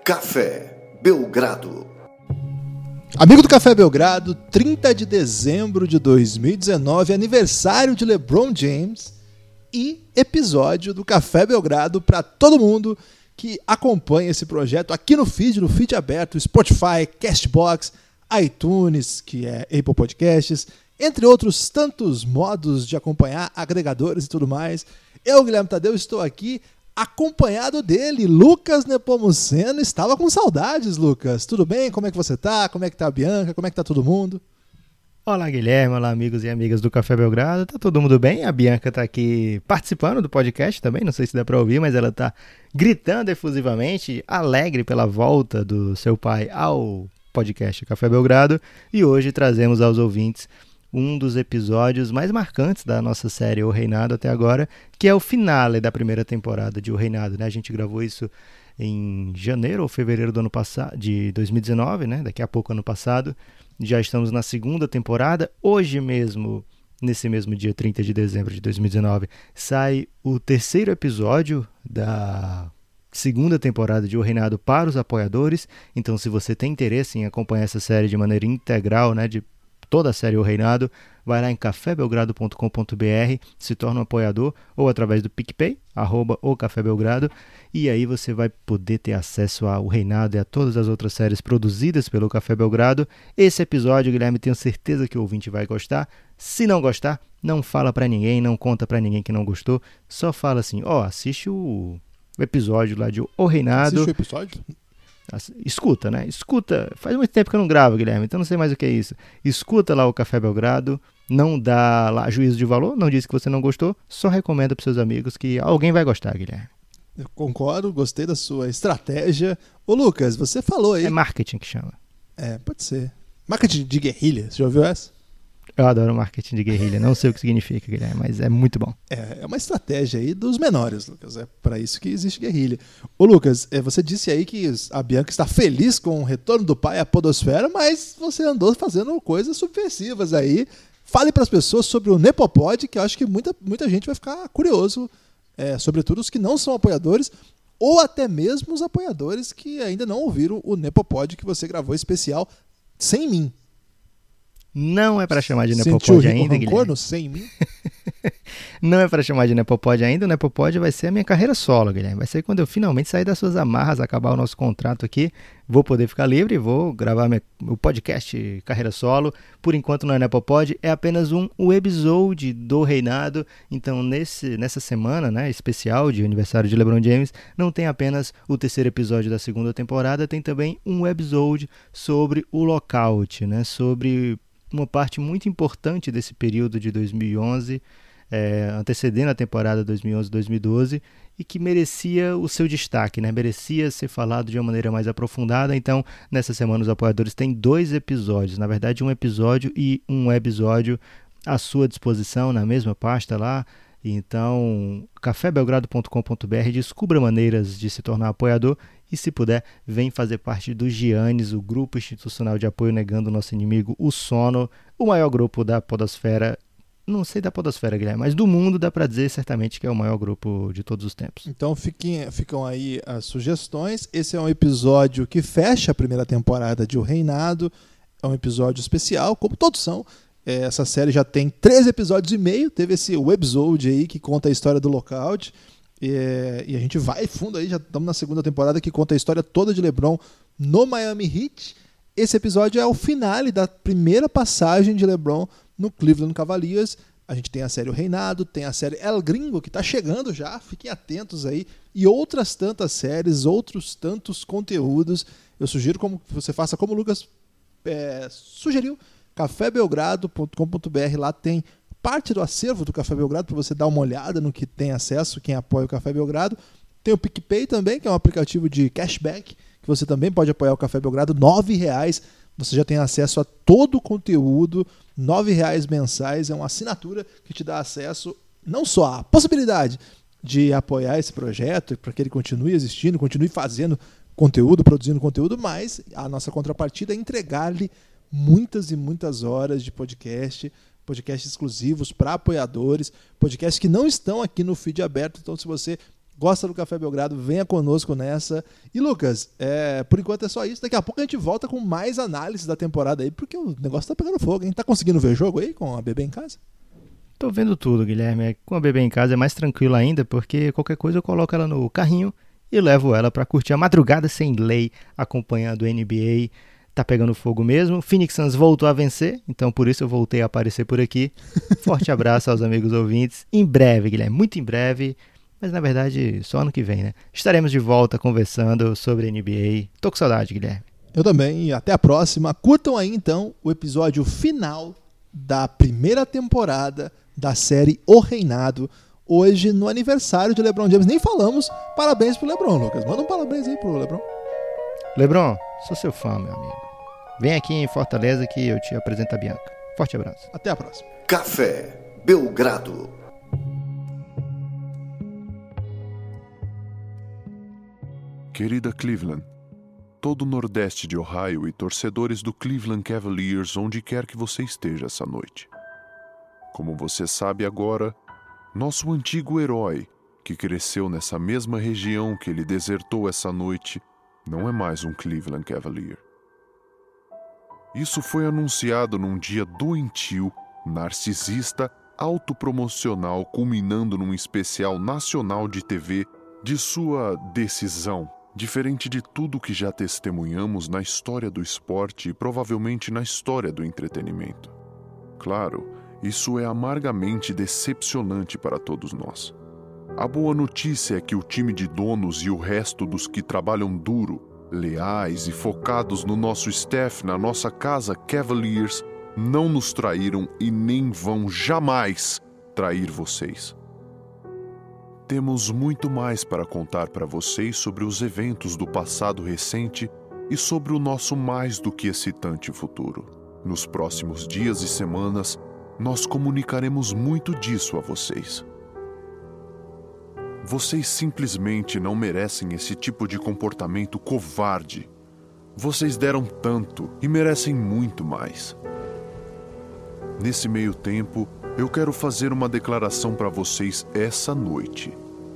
Café Belgrado. Amigo do Café Belgrado, 30 de dezembro de 2019, aniversário de LeBron James e episódio do Café Belgrado para todo mundo que acompanha esse projeto aqui no feed aberto, Spotify, Castbox, iTunes, que é Apple Podcasts, entre outros tantos modos de acompanhar, agregadores e tudo mais. Eu, Guilherme Tadeu, estou aqui acompanhado dele, Lucas Nepomuceno. Estava com saudades, Lucas. Tudo bem? Como é que você tá? Como é que tá a Bianca? Como é que tá todo mundo? Olá, Guilherme. Olá, amigos e amigas do Café Belgrado. Tá todo mundo bem? A Bianca tá aqui participando do podcast também. Não sei se dá pra ouvir, mas ela tá gritando efusivamente, alegre pela volta do seu pai ao podcast Café Belgrado. E hoje trazemos aos ouvintes um dos episódios mais marcantes da nossa série O Reinado até agora, que é o finale da primeira temporada de O Reinado, né? A gente gravou isso em janeiro ou fevereiro do ano passado, de 2019, né? Daqui a pouco, ano passado. Já estamos na segunda temporada. Hoje mesmo, nesse mesmo dia 30 de dezembro de 2019, sai o terceiro episódio da segunda temporada de O Reinado para os apoiadores. Então, se você tem interesse em acompanhar essa série de maneira integral, né, de toda a série O Reinado, vai lá em cafébelgrado.com.br, se torna um apoiador ou através do PicPay, @ocafébelgrado, e aí você vai poder ter acesso ao Reinado e a todas as outras séries produzidas pelo Café Belgrado. Esse episódio, Guilherme, tenho certeza que o ouvinte vai gostar. Se não gostar, não fala pra ninguém, não conta pra ninguém que não gostou, só fala assim, assiste o episódio lá de O Reinado. Assiste o episódio? Escuta, né? Escuta. Faz muito tempo que eu não gravo, Guilherme, então não sei mais o que é isso. Escuta lá o Café Belgrado, não dá lá juízo de valor, não diz que você não gostou, só recomenda para seus amigos que alguém vai gostar, Guilherme. Eu concordo, gostei da sua estratégia. Ô Lucas, você falou aí... É marketing que chama. Pode ser. Marketing de guerrilha, você já ouviu essa? Eu adoro marketing de guerrilha, não sei o que significa, Guilherme, mas é muito bom. É uma estratégia aí dos menores, Lucas. É para isso que existe guerrilha. Ô Lucas, você disse aí que a Bianca está feliz com o retorno do pai à podosfera, mas você andou fazendo coisas subversivas aí. Fale para as pessoas sobre o Nepopod, que eu acho que muita gente vai ficar curioso, sobretudo os que não são apoiadores, ou até mesmo os apoiadores que ainda não ouviram o Nepopod que você gravou especial sem mim. Não é para chamar de Nepopod ainda, Guilherme. Sem mim? Não é para chamar de Nepopod ainda. O Nepopod vai ser a minha carreira solo, Guilherme. Vai ser quando eu finalmente sair das suas amarras, acabar o nosso contrato aqui. Vou poder ficar livre, vou gravar o podcast carreira solo. Por enquanto não é Nepopod, é apenas um webisode do Reinado. Então nessa semana, né, especial de aniversário de LeBron James, não tem apenas o terceiro episódio da segunda temporada, tem também um webisode sobre o lockout, né, sobre uma parte muito importante desse período de 2011, antecedendo a temporada 2011-2012, e que merecia o seu destaque, né? Merecia ser falado de uma maneira mais aprofundada. Então, nessa semana, os apoiadores têm 2 episódios, na verdade, um episódio e um webisódio à sua disposição na mesma pasta lá. Então, cafébelgrado.com.br, descubra maneiras de se tornar apoiador e, se puder, vem fazer parte do Giannis, o grupo institucional de apoio negando o nosso inimigo, o sono, o maior grupo da podosfera, não sei da podosfera, Guilherme, mas do mundo dá para dizer certamente que é o maior grupo de todos os tempos. Então ficam aí as sugestões. Esse é um episódio que fecha a primeira temporada de O Reinado, é um episódio especial, como todos são. Essa série já tem 13 episódios e meio, teve esse webisode aí que conta a história do lockout, e a gente vai fundo aí, já estamos na segunda temporada que conta a história toda de LeBron no Miami Heat. Esse episódio é o finale da primeira passagem de LeBron no Cleveland Cavaliers. A gente tem a série O Reinado, tem a série El Gringo, que está chegando já, fiquem atentos aí, e outras tantas séries, outros tantos conteúdos. Eu sugiro que você faça como o Lucas sugeriu, cafébelgrado.com.br, lá tem parte do acervo do Café Belgrado para você dar uma olhada no que tem acesso, quem apoia o Café Belgrado. Tem o PicPay também, que é um aplicativo de cashback, que você também pode apoiar o Café Belgrado, R$9. Você já tem acesso a todo o conteúdo, R$9 mensais, é uma assinatura que te dá acesso não só à possibilidade de apoiar esse projeto, para que ele continue existindo, continue fazendo conteúdo, produzindo conteúdo, mas a nossa contrapartida é entregar-lhe muitas e muitas horas de podcasts exclusivos para apoiadores, podcasts que não estão aqui no feed aberto. Então, se você gosta do Café Belgrado, venha conosco nessa. E Lucas, por enquanto é só isso. Daqui a pouco a gente volta com mais análise da temporada aí, porque o negócio tá pegando fogo, hein? Tá conseguindo ver jogo aí com a bebê em casa? Tô vendo tudo, Guilherme. Com a bebê em casa é mais tranquilo ainda, porque qualquer coisa eu coloco ela no carrinho e levo ela pra curtir a madrugada sem lei, acompanhando o NBA. Tá pegando fogo mesmo. Phoenix Suns voltou a vencer, então por isso eu voltei a aparecer por aqui. Forte abraço aos amigos ouvintes. Em breve, Guilherme, muito em breve, mas na verdade só ano que vem, né? Estaremos de volta conversando sobre a NBA. Tô com saudade, Guilherme. Eu também, e até a próxima. Curtam aí então o episódio final da primeira temporada da série O Reinado, hoje no aniversário de LeBron James. Nem falamos parabéns pro LeBron, Lucas. Manda um parabéns aí pro LeBron. LeBron, sou seu fã, meu amigo. Vem aqui em Fortaleza que eu te apresento a Bianca. Forte abraço. Até a próxima. Café Belgrado. Querida Cleveland, todo o Nordeste de Ohio e torcedores do Cleveland Cavaliers onde quer que você esteja essa noite. Como você sabe agora, nosso antigo herói, que cresceu nessa mesma região que ele desertou essa noite, não é mais um Cleveland Cavalier. Isso foi anunciado num dia doentio, narcisista, autopromocional, culminando num especial nacional de TV de sua decisão, diferente de tudo que já testemunhamos na história do esporte e provavelmente na história do entretenimento. Claro, isso é amargamente decepcionante para todos nós. A boa notícia é que o time de donos e o resto dos que trabalham duro, leais e focados no nosso staff, na nossa casa Cavaliers, não nos traíram e nem vão jamais trair vocês. Temos muito mais para contar para vocês sobre os eventos do passado recente e sobre o nosso mais do que excitante futuro. Nos próximos dias e semanas, nós comunicaremos muito disso a vocês. Vocês simplesmente não merecem esse tipo de comportamento covarde. Vocês deram tanto e merecem muito mais. Nesse meio tempo, eu quero fazer uma declaração para vocês essa noite.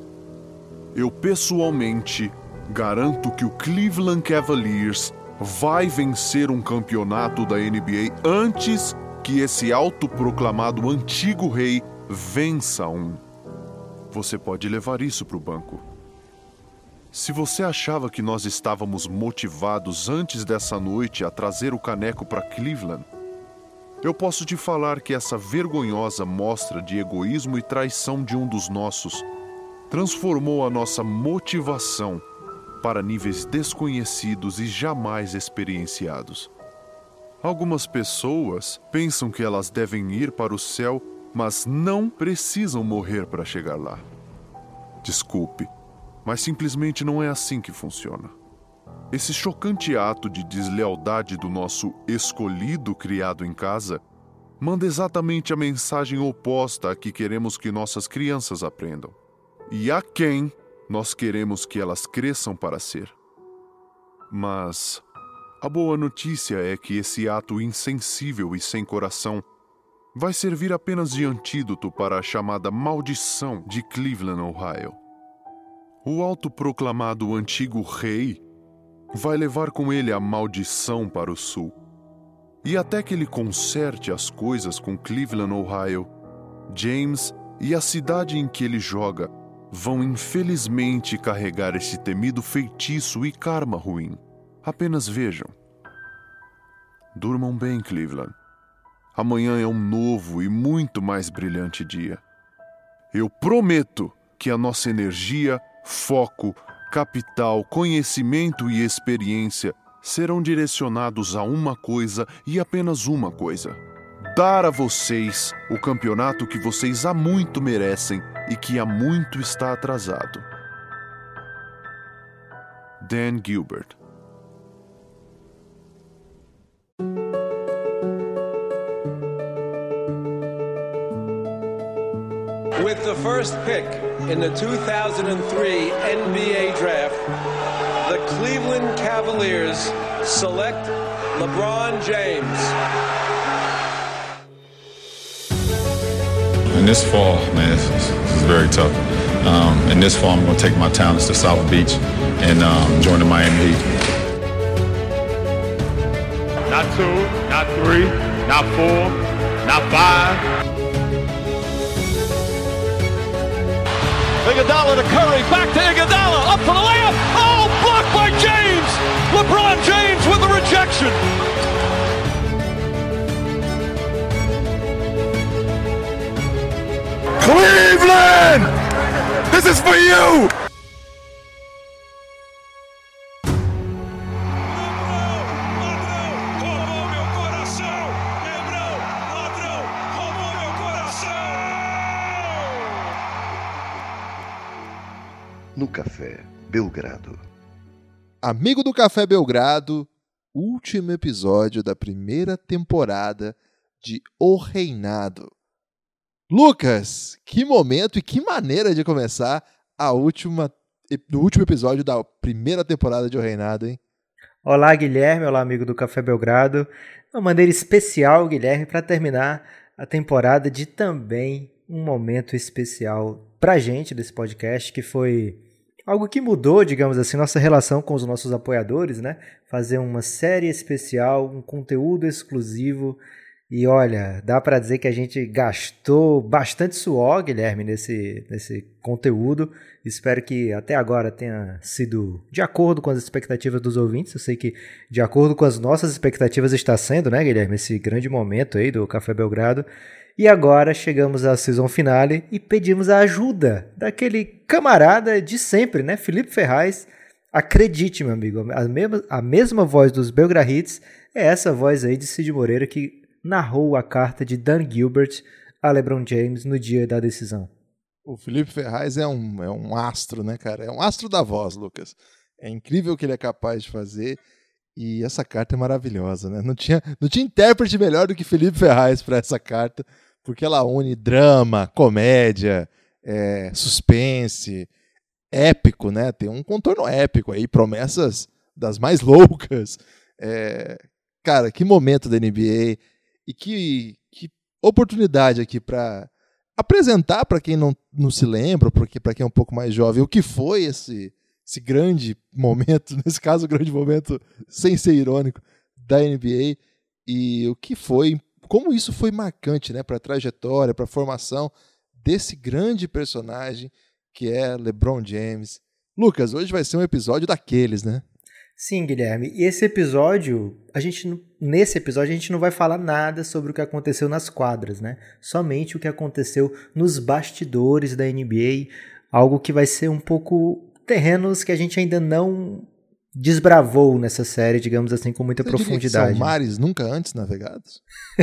Eu pessoalmente garanto que o Cleveland Cavaliers vai vencer um campeonato da NBA antes que esse autoproclamado antigo rei vença um. Você pode levar isso para o banco. Se você achava que nós estávamos motivados antes dessa noite a trazer o caneco para Cleveland, eu posso te falar que essa vergonhosa mostra de egoísmo e traição de um dos nossos transformou a nossa motivação para níveis desconhecidos e jamais experienciados. Algumas pessoas pensam que elas devem ir para o céu, mas não precisam morrer para chegar lá. Desculpe, mas simplesmente não é assim que funciona. Esse chocante ato de deslealdade do nosso escolhido criado em casa manda exatamente a mensagem oposta a que queremos que nossas crianças aprendam e a quem nós queremos que elas cresçam para ser. Mas a boa notícia é que esse ato insensível e sem coração vai servir apenas de antídoto para a chamada maldição de Cleveland, Ohio. O autoproclamado antigo rei vai levar com ele a maldição para o sul. E até que ele conserte as coisas com Cleveland, Ohio, James e a cidade em que ele joga vão infelizmente carregar esse temido feitiço e karma ruim. Apenas vejam. Durmam bem, Cleveland. Amanhã é um novo e muito mais brilhante dia. Eu prometo que a nossa energia, foco, capital, conhecimento e experiência serão direcionados a uma coisa e apenas uma coisa: dar a vocês o campeonato que vocês há muito merecem e que há muito está atrasado. Dan Gilbert. With the first pick in the 2003 NBA Draft, the Cleveland Cavaliers select LeBron James. And this fall, man, this is very tough. And this fall, I'm going to take my talents to South Beach and join the Miami Heat. Not 2, not 3, not 4, not 5. Iguodala to Curry, back to Iguodala, up for the layup. Oh, blocked by James. LeBron James with the rejection. Cleveland! This is for you! No Café Belgrado. Amigo do Café Belgrado, último episódio da primeira temporada de O Reinado. Lucas, que momento e que maneira de começar o último episódio da primeira temporada de O Reinado, hein? Olá, Guilherme. Olá, amigo do Café Belgrado. Uma maneira especial, Guilherme, para terminar a temporada de também um momento especial pra gente desse podcast, que foi algo que mudou, digamos assim, nossa relação com os nossos apoiadores, né? Fazer uma série especial, um conteúdo exclusivo. E olha, dá para dizer que a gente gastou bastante suor, Guilherme, nesse conteúdo. Espero que até agora tenha sido de acordo com as expectativas dos ouvintes. Eu sei que de acordo com as nossas expectativas está sendo, né, Guilherme, esse grande momento aí do Café Belgrado. E agora chegamos à season finale e pedimos a ajuda daquele camarada de sempre, né, Felipe Ferraz. Acredite, meu amigo, a mesma voz dos Belgra Hits é essa voz aí de Cid Moreira que narrou a carta de Dan Gilbert a LeBron James no dia da decisão. O Felipe Ferraz é um astro, né, cara? É um astro da voz, Lucas. É incrível o que ele é capaz de fazer e essa carta é maravilhosa, né? Não tinha intérprete melhor do que Felipe Ferraz para essa carta, porque ela une drama, comédia, suspense, épico, né? Tem um contorno épico aí, promessas das mais loucas. Cara, que momento da NBA e que oportunidade aqui para apresentar para quem não se lembra, porque para quem é um pouco mais jovem, o que foi esse grande momento, nesse caso, grande momento, sem ser irônico, da NBA e o que foi, como isso foi marcante, né, para a trajetória, para a formação desse grande personagem que é LeBron James. Lucas, hoje vai ser um episódio daqueles, né? Sim, Guilherme. E nesse episódio a gente não vai falar nada sobre o que aconteceu nas quadras, né? Somente o que aconteceu nos bastidores da NBA, algo que vai ser um pouco terrenos que a gente ainda não desbravou nessa série, digamos assim, com muita profundidade. São mares nunca antes navegados?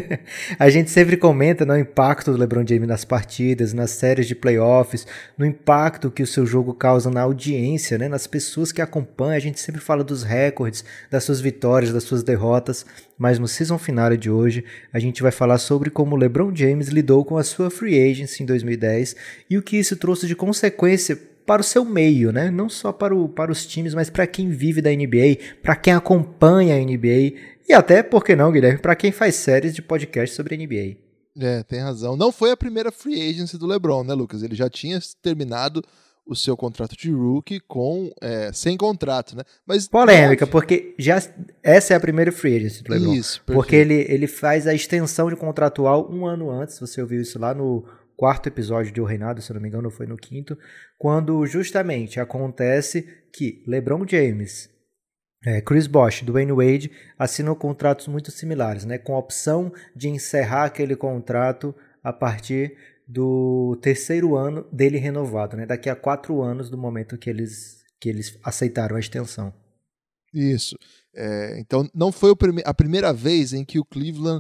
A gente sempre comenta no impacto do LeBron James nas partidas, nas séries de playoffs, no impacto que o seu jogo causa na audiência, né, nas pessoas que acompanham. A gente sempre fala dos recordes, das suas vitórias, das suas derrotas, mas no season finale de hoje a gente vai falar sobre como o LeBron James lidou com a sua free agency em 2010 e o que isso trouxe de consequência para o seu meio, né? Não só para os times, mas para quem vive da NBA, para quem acompanha a NBA e até, por que não, Guilherme, para quem faz séries de podcast sobre a NBA. Tem razão. Não foi a primeira free agency do LeBron, né, Lucas? Ele já tinha terminado o seu contrato de rookie sem contrato, né? Mas polêmica, porque essa é a primeira free agency do LeBron. Isso, perfeito. Porque ele faz a extensão de contratual um ano antes, você ouviu isso lá no quarto episódio de O Reinado, se eu não me engano, foi no quinto, quando justamente acontece que LeBron James, Chris Bosh, Dwayne Wade assinam contratos muito similares, né, com a opção de encerrar aquele contrato a partir do terceiro ano dele renovado, né, daqui a 4 anos do momento que eles aceitaram a extensão. Isso. Então não foi a primeira vez em que o Cleveland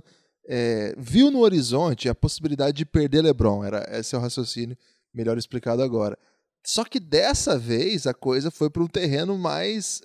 viu no horizonte a possibilidade de perder LeBron. Esse é o raciocínio melhor explicado agora. Só que dessa vez a coisa foi para um terreno mais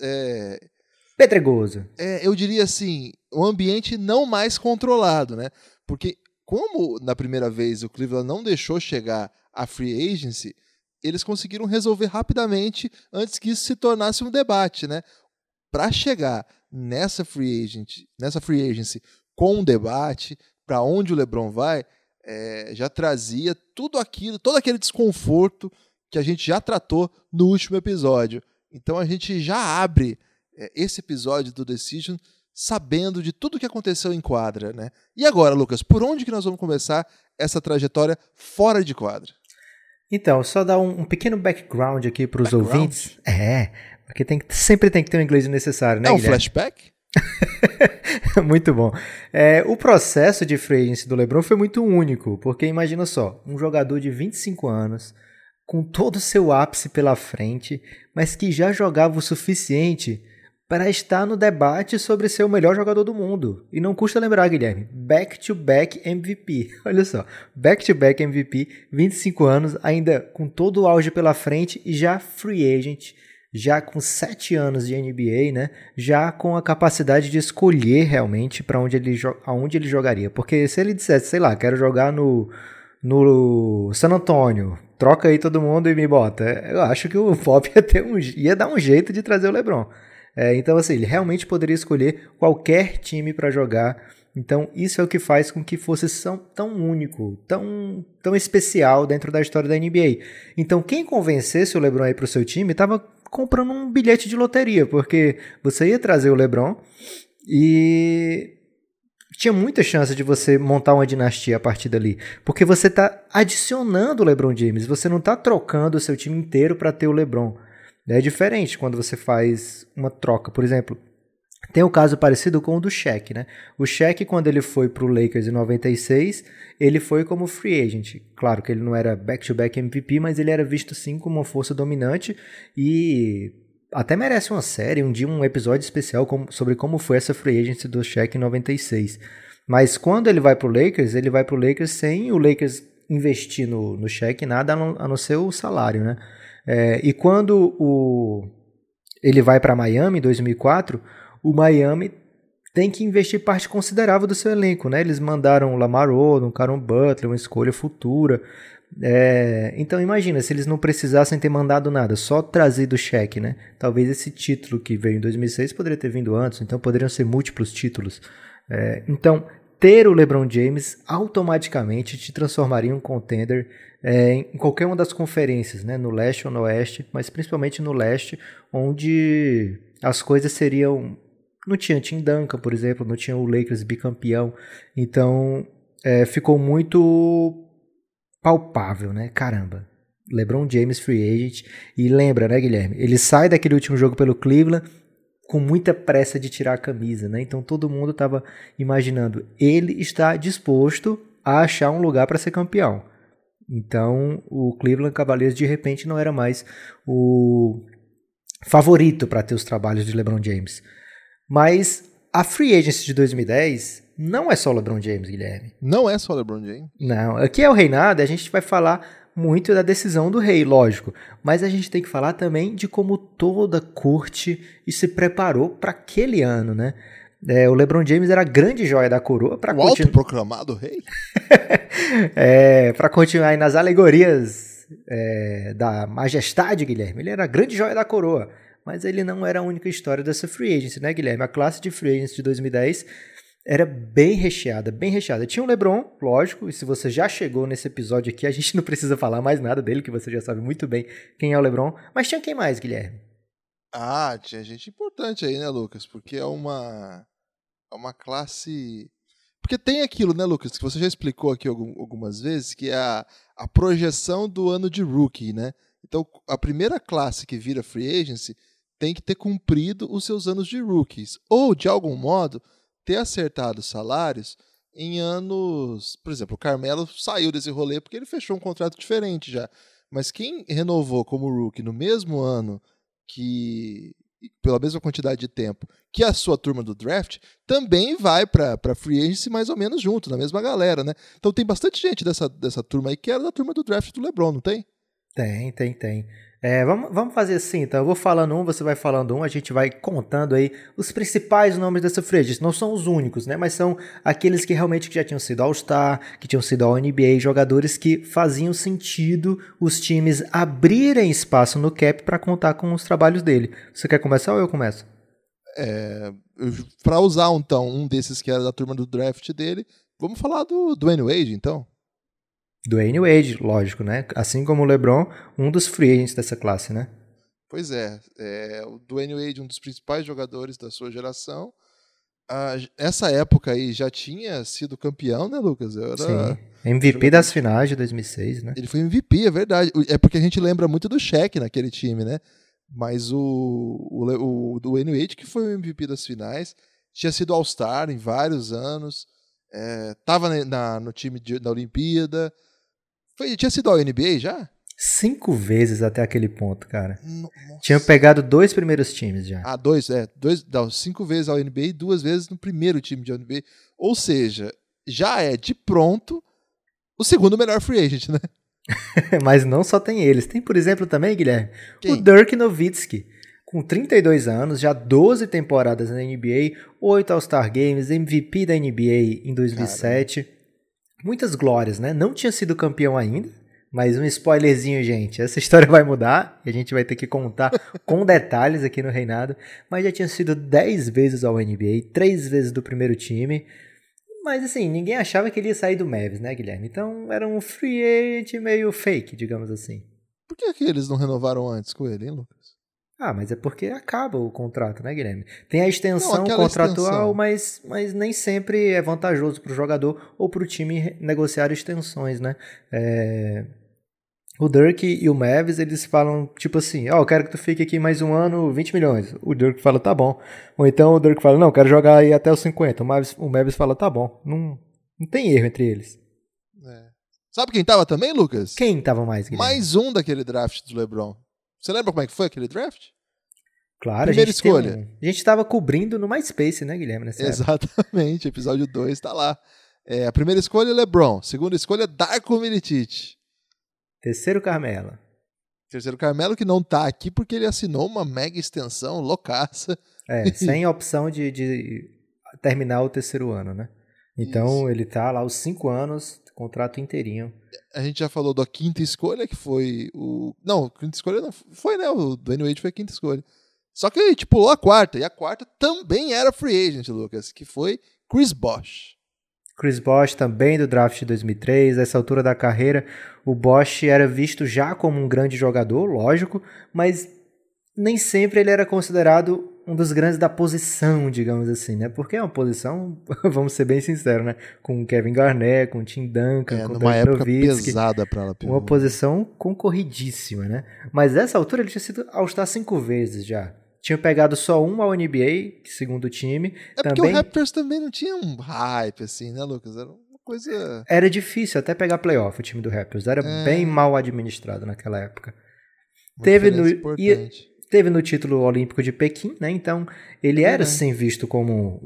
pedregoso. Eu diria assim, um ambiente não mais controlado, né? Porque como na primeira vez o Cleveland não deixou chegar a free agency, eles conseguiram resolver rapidamente antes que isso se tornasse um debate, né? Para chegar nessa free agency com um debate, para onde o LeBron vai, já trazia tudo aquilo, todo aquele desconforto que a gente já tratou no último episódio. Então a gente já abre esse episódio do Decision sabendo de tudo que aconteceu em quadra, né? E agora, Lucas, por onde que nós vamos começar essa trajetória fora de quadra? Então, só dar um pequeno background aqui para os ouvintes. Porque sempre tem que ter um inglês necessário, né, um Guilherme? Flashback? Muito bom. O processo de free agency do LeBron foi muito único, porque imagina só, um jogador de 25 anos, com todo o seu ápice pela frente, mas que já jogava o suficiente para estar no debate sobre ser o melhor jogador do mundo. E não custa lembrar, Guilherme, back-to-back MVP. Olha só, back-to-back MVP, 25 anos, ainda com todo o auge pela frente e já free agent, já com 7 anos de NBA, né? Já com a capacidade de escolher realmente para aonde ele jogaria. Porque se ele dissesse, sei lá, quero jogar no San Antonio, troca aí todo mundo e me bota, eu acho que o Pop ia dar um jeito de trazer o LeBron. Então, assim, ele realmente poderia escolher qualquer time para jogar. Então, isso é o que faz com que fosse tão único, tão especial dentro da história da NBA. Então, quem convencesse o LeBron aí para o seu time estava comprando um bilhete de loteria, porque você ia trazer o LeBron e tinha muita chance de você montar uma dinastia a partir dali, porque você está adicionando o LeBron James, você não está trocando o seu time inteiro para ter o LeBron. É diferente quando você faz uma troca. Por exemplo, tem um caso parecido com o do Shaq, né? O Shaq, quando ele foi para o Lakers em 96, ele foi como free agent. Claro que ele não era back-to-back MVP, mas ele era visto sim como uma força dominante e até merece uma série, um episódio especial sobre como foi essa free agency do Shaq em 96. Mas quando ele vai para o Lakers sem o Lakers investir no Shaq nada a não ser o salário, né? E quando ele vai para Miami em 2004, o Miami tem que investir parte considerável do seu elenco, né? Eles mandaram o Lamar Odom, Caron Butler, uma escolha futura. Então imagina, se eles não precisassem ter mandado nada, só trazido o Shaq, né? Talvez esse título que veio em 2006 poderia ter vindo antes, então poderiam ser múltiplos títulos. Então, ter o LeBron James automaticamente te transformaria em um contender em qualquer uma das conferências, né? No leste ou no oeste, mas principalmente no leste, onde as coisas seriam... Não tinha Tim Duncan, por exemplo, não tinha o Lakers bicampeão, então ficou muito palpável, né? Caramba, LeBron James free agent, e lembra, né, Guilherme? Ele sai daquele último jogo pelo Cleveland com muita pressa de tirar a camisa, né? Então todo mundo estava imaginando, ele está disposto a achar um lugar para ser campeão. Então o Cleveland Cavaliers de repente não era mais o favorito para ter os trabalhos de LeBron James. Mas a free agency de 2010 não é só LeBron James, Guilherme. Não é só LeBron James? Não, aqui é o reinado, a gente vai falar muito da decisão do rei, lógico, mas a gente tem que falar também de como toda a corte se preparou para aquele ano, né? O LeBron James era a grande joia da coroa para autoproclamado rei? Para continuar aí nas alegorias da majestade, Guilherme. Ele era a grande joia da coroa, mas ele não era a única história dessa free agency, né, Guilherme? A classe de free agency de 2010 era bem recheada, bem recheada. Tinha o LeBron, lógico, e se você já chegou nesse episódio aqui, a gente não precisa falar mais nada dele, que você já sabe muito bem quem é o LeBron. Mas tinha quem mais, Guilherme? Tinha gente importante aí, né, Lucas? Porque é uma classe... Porque tem aquilo, né, Lucas, que você já explicou aqui algumas vezes, que é a projeção do ano de rookie, né? Então, a primeira classe que vira free agency tem que ter cumprido os seus anos de rookies. Ou, de algum modo, ter acertado salários em anos... Por exemplo, o Carmelo saiu desse rolê porque ele fechou um contrato diferente já. Mas quem renovou como rookie no mesmo ano, pela mesma quantidade de tempo, que a sua turma do draft, também vai para free agency mais ou menos junto, na mesma galera, né? Então tem bastante gente dessa turma aí que era da turma do draft do LeBron, não tem? Tem. Vamos fazer assim, então eu vou falando um, você vai falando um, a gente vai contando aí os principais nomes dessa free agency. Não são os únicos, né? Mas são aqueles que realmente já tinham sido All-Star, que tinham sido All-NBA, jogadores que faziam sentido os times abrirem espaço no cap para contar com os trabalhos dele. Você quer começar ou eu começo? Para usar então um desses que era da turma do draft dele, vamos falar do Dwayne Wade, então? Dwayne Wade, lógico, né? Assim como o LeBron, um dos free agents dessa classe, né? Pois é, o Dwayne Wade, um dos principais jogadores da sua geração. Essa época aí já tinha sido campeão, né, Lucas? Sim, MVP das finais de 2006, né? Ele foi MVP, é verdade. É porque a gente lembra muito do Shaq naquele time, né? Mas o Dwayne Wade, que foi o MVP das finais, tinha sido All-Star em vários anos, tava no time da Olimpíada. Tinha sido ao NBA já? 5 vezes até aquele ponto, cara. Nossa. Tinha pegado 2 primeiros times já. 5 vezes ao NBA e 2 vezes no primeiro time de NBA. Ou seja, já é de pronto o segundo melhor free agent, né? Mas não só tem eles. Tem, por exemplo, também, Guilherme, Quem? o Dirk Nowitzki, com 32 anos, já 12 temporadas na NBA, 8 All-Star Games, MVP da NBA em 2007. Caramba. Muitas glórias, né? Não tinha sido campeão ainda, mas um spoilerzinho, gente. Essa história vai mudar e a gente vai ter que contar com detalhes aqui no Reinado. Mas já tinha sido 10 vezes ao NBA, 3 vezes do primeiro time. Mas assim, ninguém achava que ele ia sair do Mavs, né, Guilherme? Então era um free agent meio fake, digamos assim. Por que eles não renovaram antes com ele, hein, Lucas? Mas é porque acaba o contrato, né, Guilherme? Tem a extensão contratual, mas nem sempre é vantajoso para o jogador ou para o time negociar extensões, né? O Dirk e o Mavs, eles falam tipo assim, eu quero que tu fique aqui mais um ano, 20 milhões. O Dirk fala, tá bom. Ou então o Dirk fala, não, quero jogar aí até os 50. O Mavs fala, tá bom. Não tem erro entre eles. Sabe quem tava também, Lucas? Quem tava mais, Guilherme? Mais um daquele draft do LeBron. Você lembra como é que foi aquele draft? Claro, primeira escolha. A gente tava cobrindo no MySpace, né, Guilherme? Nessa Exatamente, episódio 2 tá lá. A primeira escolha, LeBron. Segunda escolha, Darko Milicic. Terceiro Carmelo. Terceiro Carmelo, que não tá aqui porque ele assinou uma mega extensão loucaça. Sem opção de terminar o terceiro ano, né? Então Isso. Ele tá lá os 5 anos, contrato inteirinho. A gente já falou da quinta escolha, que foi o... Não, quinta escolha não foi, né? O Dwayne Wade foi a quinta escolha. Só que a gente pulou a quarta, e a quarta também era free agent, Lucas, que foi Chris Bosh. Chris Bosh também do draft de 2003, essa altura da carreira, o Bosh era visto já como um grande jogador, lógico, mas nem sempre ele era considerado um dos grandes da posição, digamos assim, né? Porque é uma posição, vamos ser bem sinceros, né? Com Kevin Garnett, com Tim Duncan, com numa época pesada para ela. Uma posição concorridíssima, né? Mas nessa altura ele tinha sido All-Star 5 vezes já. Tinha pegado só um ao NBA, segundo o time. Porque o Raptors também não tinha um hype, assim, né, Lucas? Era uma coisa... Era difícil até pegar playoff, o time do Raptors. Era bem mal administrado naquela época. Teve no título olímpico de Pequim, né? Então, ele era, sim, visto como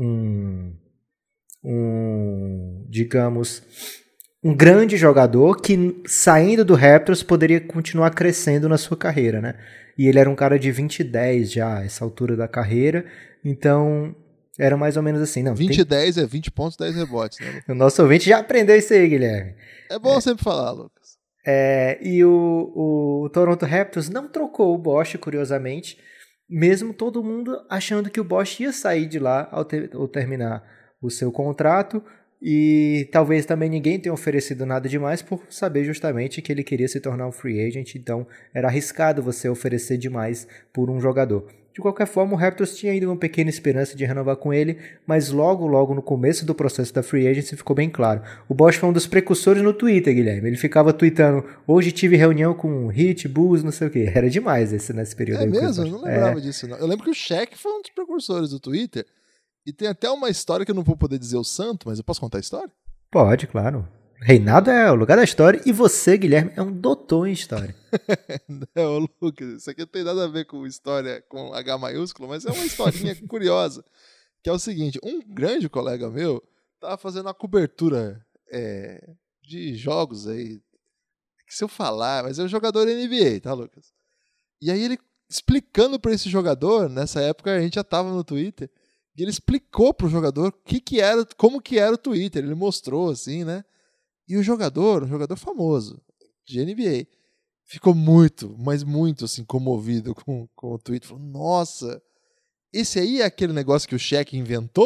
digamos, um grande jogador que, saindo do Raptors, poderia continuar crescendo na sua carreira, né? E ele era um cara de 20-10 já, essa altura da carreira. Então, era mais ou menos assim. 20-10 é 20 pontos, 10 rebotes, né? O nosso ouvinte já aprendeu isso aí, Guilherme. É bom sempre falar, Lucas. E o Toronto Raptors não trocou o Bosh, curiosamente, mesmo todo mundo achando que o Bosh ia sair de lá ao terminar o seu contrato. E talvez também ninguém tenha oferecido nada demais por saber justamente que ele queria se tornar um free agent, então era arriscado você oferecer demais por um jogador. De qualquer forma, o Raptors tinha ainda uma pequena esperança de renovar com ele, mas logo no começo do processo da free agency ficou bem claro. O Bosh foi um dos precursores no Twitter, Guilherme. Ele ficava tweetando, hoje tive reunião com Heat, Bulls, não sei o quê. Era demais nesse período. É mesmo? Eu não lembrava disso, não. Eu lembro que o Shaq foi um dos precursores do Twitter. E tem até uma história que eu não vou poder dizer o santo, mas eu posso contar a história? Pode, claro. Reinado é o lugar da história e você, Guilherme, é um doutor em história. Não, Lucas, isso aqui não tem nada a ver com história com H maiúsculo, mas é uma historinha curiosa, que é o seguinte, um grande colega meu estava fazendo uma cobertura de jogos aí, que se eu falar, mas é um jogador NBA, tá, Lucas? E aí ele explicando para esse jogador, nessa época a gente já estava no Twitter, e ele explicou pro jogador como que era o Twitter. Ele mostrou, assim, né? E o jogador, um jogador famoso, de NBA, ficou muito, mas muito, assim, comovido com o Twitter. Falou, nossa, esse aí é aquele negócio que o Shaq inventou?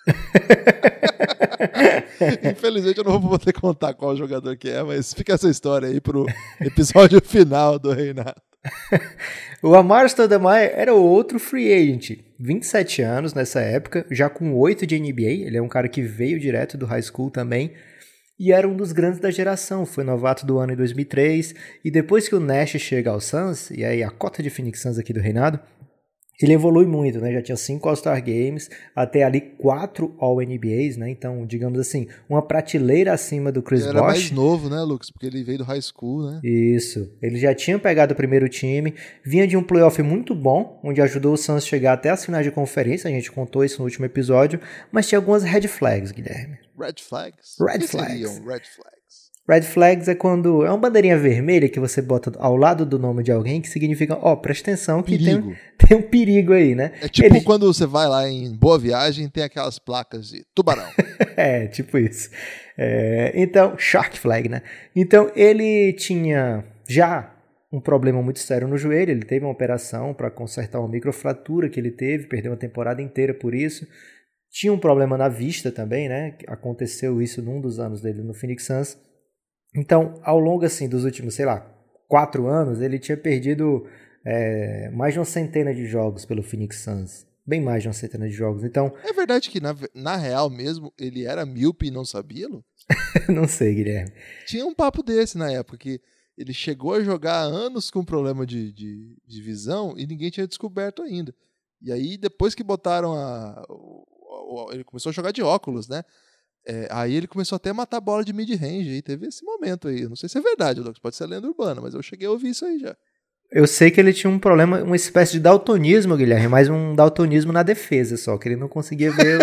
Infelizmente eu não vou poder contar qual jogador que é, mas fica essa história aí pro episódio final do Reinado. O Amar'e Stoudemire era outro free agent, 27 anos nessa época, já com 8 de NBA, ele é um cara que veio direto do high school também, e era um dos grandes da geração, foi novato do ano em 2003, e depois que o Nash chega ao Suns, e aí a cota de Phoenix Suns aqui do Reinado, ele evolui muito, né? Já tinha 5 All-Star Games, até ali 4 All-NBAs, né? Então, digamos assim, uma prateleira acima do Chris Bosh. Ele era mais novo, né, Lucas? Porque ele veio do high school, né? Isso. Ele já tinha pegado o primeiro time, vinha de um playoff muito bom, onde ajudou o Suns a chegar até as finais de conferência, a gente contou isso no último episódio, mas tinha algumas red flags, Guilherme. Red flags? Red flags. Red flags. Red flags é quando é uma bandeirinha vermelha que você bota ao lado do nome de alguém que significa, presta atenção que tem um perigo aí, né? É tipo quando você vai lá em Boa Viagem tem aquelas placas de tubarão. É, tipo isso. Então, shark flag, né? Então, ele tinha já um problema muito sério no joelho, ele teve uma operação para consertar uma microfratura que ele teve, perdeu uma temporada inteira por isso. Tinha um problema na vista também, né? Aconteceu isso num dos anos dele no Phoenix Suns. Então, ao longo assim, dos últimos, 4 anos, ele tinha perdido mais de uma centena de jogos pelo Phoenix Suns. Bem mais de uma centena de jogos. Então, é verdade que, na real mesmo, ele era míope e não sabia, Lu? Não sei, Guilherme. Tinha um papo desse na época, que ele chegou a jogar há anos com problema de visão e ninguém tinha descoberto ainda. E aí, depois que botaram ele começou a jogar de óculos, né? Aí ele começou até a matar bola de mid-range, e teve esse momento aí. Eu não sei se é verdade, Lucas, pode ser lenda urbana, mas eu cheguei a ouvir isso aí já. Eu sei que ele tinha um problema, uma espécie de daltonismo, Guilherme, mas um daltonismo na defesa só, que ele não conseguia ver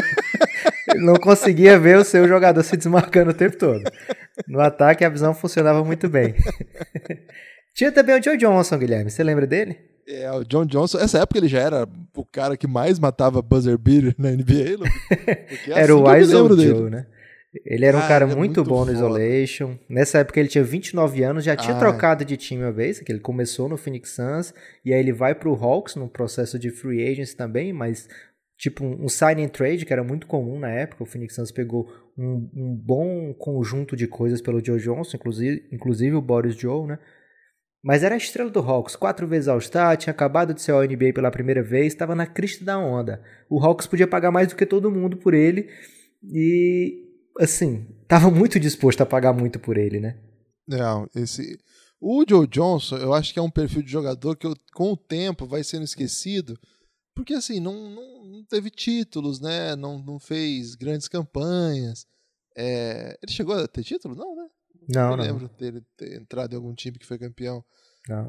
o seu jogador se desmarcando o tempo todo. No ataque a visão funcionava muito bem. Tinha também o Joe Johnson, Guilherme, você lembra dele? O John Johnson, essa época ele já era o cara que mais matava buzzer beater na NBA, Lucas. Era o Wise Old Joe, né? Ele era um cara muito muito bom no foda. Isolation. Nessa época ele tinha 29 anos, já tinha trocado de time uma vez, que ele começou no Phoenix Suns, e aí ele vai pro Hawks, num processo de free agency também, mas tipo um sign and trade, que era muito comum na época. O Phoenix Suns pegou um bom conjunto de coisas pelo Joe Johnson, inclusive o Boris Joe, né? Mas era a estrela do Hawks, 4 vezes All-Star, tinha acabado de ser All-NBA pela primeira vez, estava na crista da onda. O Hawks podia pagar mais do que todo mundo por ele e, assim, estava muito disposto a pagar muito por ele, né? Não, o Joe Johnson, eu acho que é um perfil de jogador que com o tempo vai sendo esquecido, porque, assim, não teve títulos, né? Não fez grandes campanhas. Ele chegou a ter título? Não, né? Não lembro dele ter entrado em algum time que foi campeão. Não.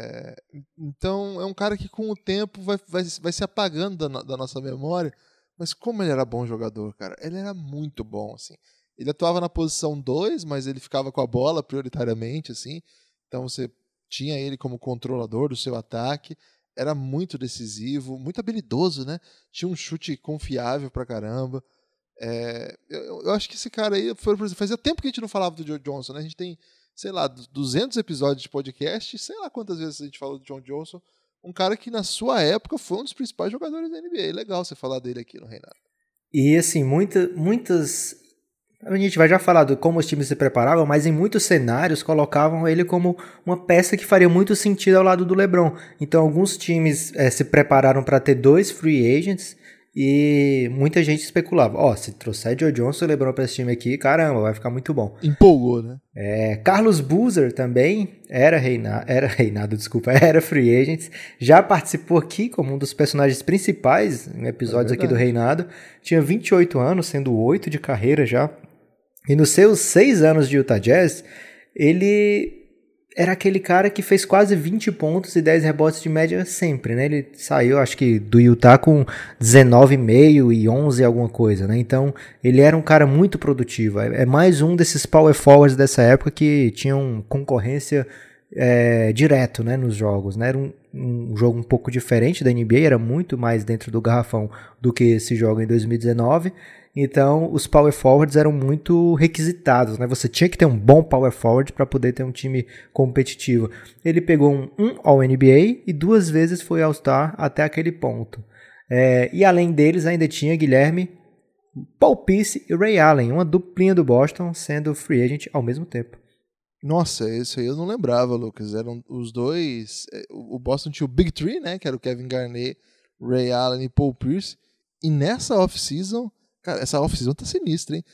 Então é um cara que com o tempo vai se apagando da nossa memória, mas como ele era bom jogador, cara, ele era muito bom, assim. Ele atuava na posição 2, mas ele ficava com a bola prioritariamente, assim. Então você tinha ele como controlador do seu ataque, era muito decisivo, muito habilidoso, né? Tinha um chute confiável pra caramba. Eu acho que esse cara aí, fazia tempo que a gente não falava do Joe Johnson, né? A gente tem, 200 episódios de podcast, sei lá quantas vezes a gente falou do John Johnson, um cara que na sua época foi um dos principais jogadores da NBA. Legal você falar dele aqui no Reinado. E assim, muitas... A gente vai já falar de como os times se preparavam, mas em muitos cenários colocavam ele como uma peça que faria muito sentido ao lado do LeBron. Então alguns times se prepararam para ter 2 free agents, e muita gente especulava, se trouxer Joe Johnson e LeBron para esse time aqui, caramba, vai ficar muito bom. Empolgou, né? Carlos Boozer também era free agent, já participou aqui como um dos personagens principais em episódios aqui do Reinado, tinha 28 anos, sendo 8 de carreira já, e nos seus 6 anos de Utah Jazz, ele era aquele cara que fez quase 20 pontos e 10 rebotes de média sempre, né? Ele saiu, acho que, do Utah com 19,5 e 11 alguma coisa, né? Então, ele era um cara muito produtivo. É mais um desses power forwards dessa época que tinham concorrência direto, né, nos jogos, né? Era um jogo um pouco diferente da NBA, era muito mais dentro do garrafão do que esse jogo em 2019. Então, os power forwards eram muito requisitados, né? Você tinha que ter um bom power forward para poder ter um time competitivo. Ele pegou um All-NBA e 2 vezes foi All-Star até aquele ponto. E além deles, ainda tinha, Guilherme, Paul Pierce e Ray Allen, uma duplinha do Boston sendo free agent ao mesmo tempo. Nossa, isso aí eu não lembrava, Lucas. Eram os dois. O Boston tinha o Big Three, né? Que era o Kevin Garnett, Ray Allen e Paul Pierce. E nessa off-season, cara, essa off-season tá sinistra, hein?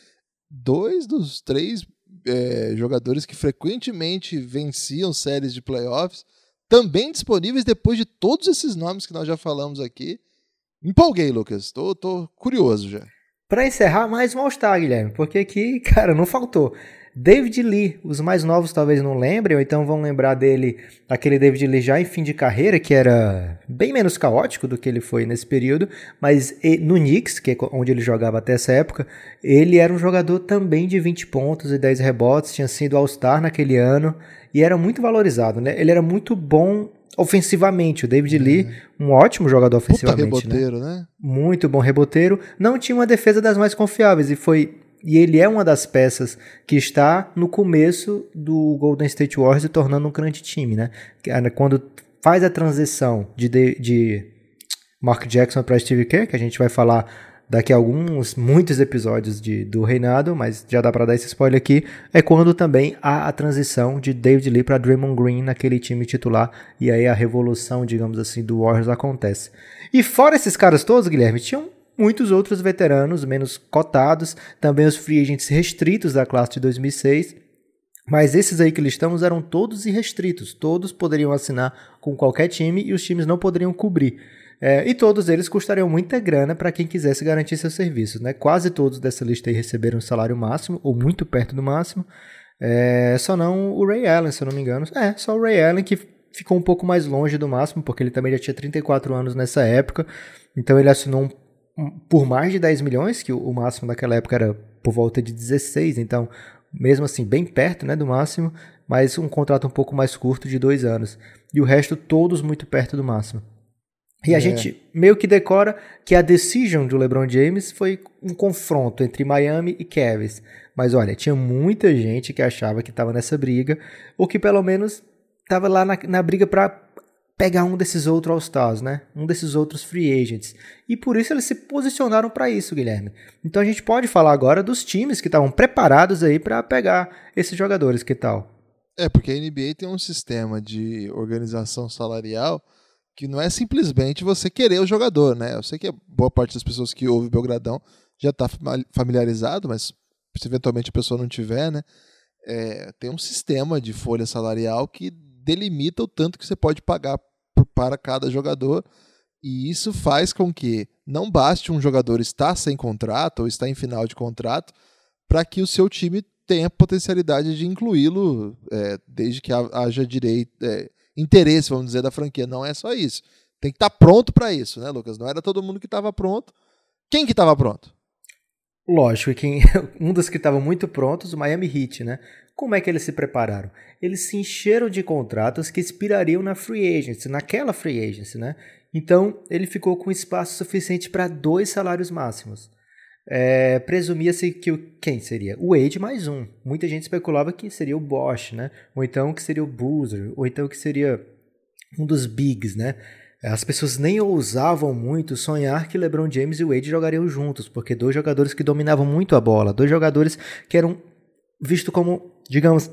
2 dos 3 jogadores que frequentemente venciam séries de playoffs, também disponíveis depois de todos esses nomes que nós já falamos aqui. Empolguei, Lucas. Tô curioso já. Pra encerrar, mais um All-Star, Guilherme, porque aqui, cara, não faltou. David Lee, os mais novos talvez não lembrem, ou então vão lembrar dele, aquele David Lee já em fim de carreira, que era bem menos caótico do que ele foi nesse período, mas no Knicks, que é onde ele jogava até essa época, ele era um jogador também de 20 pontos e 10 rebotes, tinha sido All-Star naquele ano, e era muito valorizado, né? Ele era muito bom ofensivamente, o David Lee, um ótimo jogador ofensivamente. Puta reboteiro, né? Muito bom reboteiro, não tinha uma defesa das mais confiáveis, e ele é uma das peças que está no começo do Golden State Warriors se tornando um grande time, né? Quando faz a transição de Mark Jackson para Steve Kerr, que a gente vai falar daqui a muitos episódios do reinado, mas já dá para dar esse spoiler aqui, é quando também há a transição de David Lee para Draymond Green naquele time titular, e aí a revolução, digamos assim, do Warriors acontece. E fora esses caras todos, Guilherme, tinham muitos outros veteranos menos cotados, também os free agents restritos da classe de 2006, mas esses aí que listamos eram todos irrestritos, todos poderiam assinar com qualquer time e os times não poderiam cobrir. E todos eles custariam muita grana para quem quisesse garantir seus serviços, né? Quase todos dessa lista aí receberam o salário máximo, ou muito perto do máximo, só não o Ray Allen, se eu não me engano. Só o Ray Allen que ficou um pouco mais longe do máximo, porque ele também já tinha 34 anos nessa época, então ele assinou por mais de 10 milhões, que o máximo daquela época era por volta de 16, então mesmo assim bem perto, né, do máximo, mas um contrato um pouco mais curto de 2 anos. E o resto todos muito perto do máximo. E a gente meio que decora que a decision do LeBron James foi um confronto entre Miami e Cavs. Mas olha, tinha muita gente que achava que estava nessa briga, ou que pelo menos estava lá na briga para pegar um desses outros All-Stars, né? Um desses outros free agents. E por isso eles se posicionaram para isso, Guilherme. Então a gente pode falar agora dos times que estavam preparados aí para pegar esses jogadores, que tal? Porque a NBA tem um sistema de organização salarial que não é simplesmente você querer o jogador, né? Eu sei que boa parte das pessoas que ouvem o Belgradão já está familiarizado, mas se eventualmente a pessoa não tiver, né? Tem um sistema de folha salarial que delimita o tanto que você pode pagar para cada jogador, e isso faz com que não baste um jogador estar sem contrato ou estar em final de contrato para que o seu time tenha potencialidade de incluí-lo, desde que haja interesse, vamos dizer, da franquia. Não é só isso. Tem que estar pronto para isso, né, Lucas? Não era todo mundo que estava pronto. Quem que estava pronto? Lógico, um dos que estavam muito prontos, o Miami Heat, né? Como é que eles se prepararam? Eles se encheram de contratos que expirariam naquela free agency, né? Então, ele ficou com espaço suficiente para 2 salários máximos. Presumia-se que quem seria? O Wade mais um. Muita gente especulava que seria o Bosh, né? Ou então que seria o Boozer, ou então que seria um dos bigs, né? As pessoas nem ousavam muito sonhar que LeBron James e Wade jogariam juntos, porque 2 jogadores que dominavam muito a bola, 2 jogadores que eram vistos como, digamos,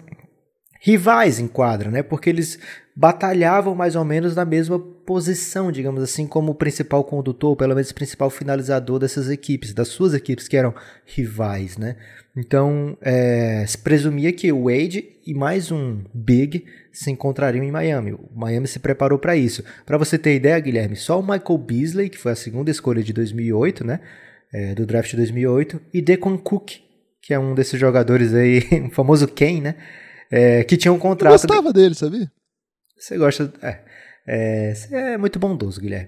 rivais em quadra, né? Porque eles batalhavam mais ou menos na mesma posição, digamos assim, como o principal condutor, ou pelo menos o principal finalizador dessas equipes, das suas equipes que eram rivais, né? Então, se presumia que o Wade e mais um big se encontrariam em Miami. O Miami se preparou para isso. Para você ter ideia, Guilherme, só o Michael Beasley, que foi a segunda escolha de 2008, né? Do draft de 2008, e Dequan Cook, que é um desses jogadores aí, o famoso Ken, né? Que tinha um contrato... Eu gostava dele, sabia? Você gosta... Você é muito bondoso, Guilherme.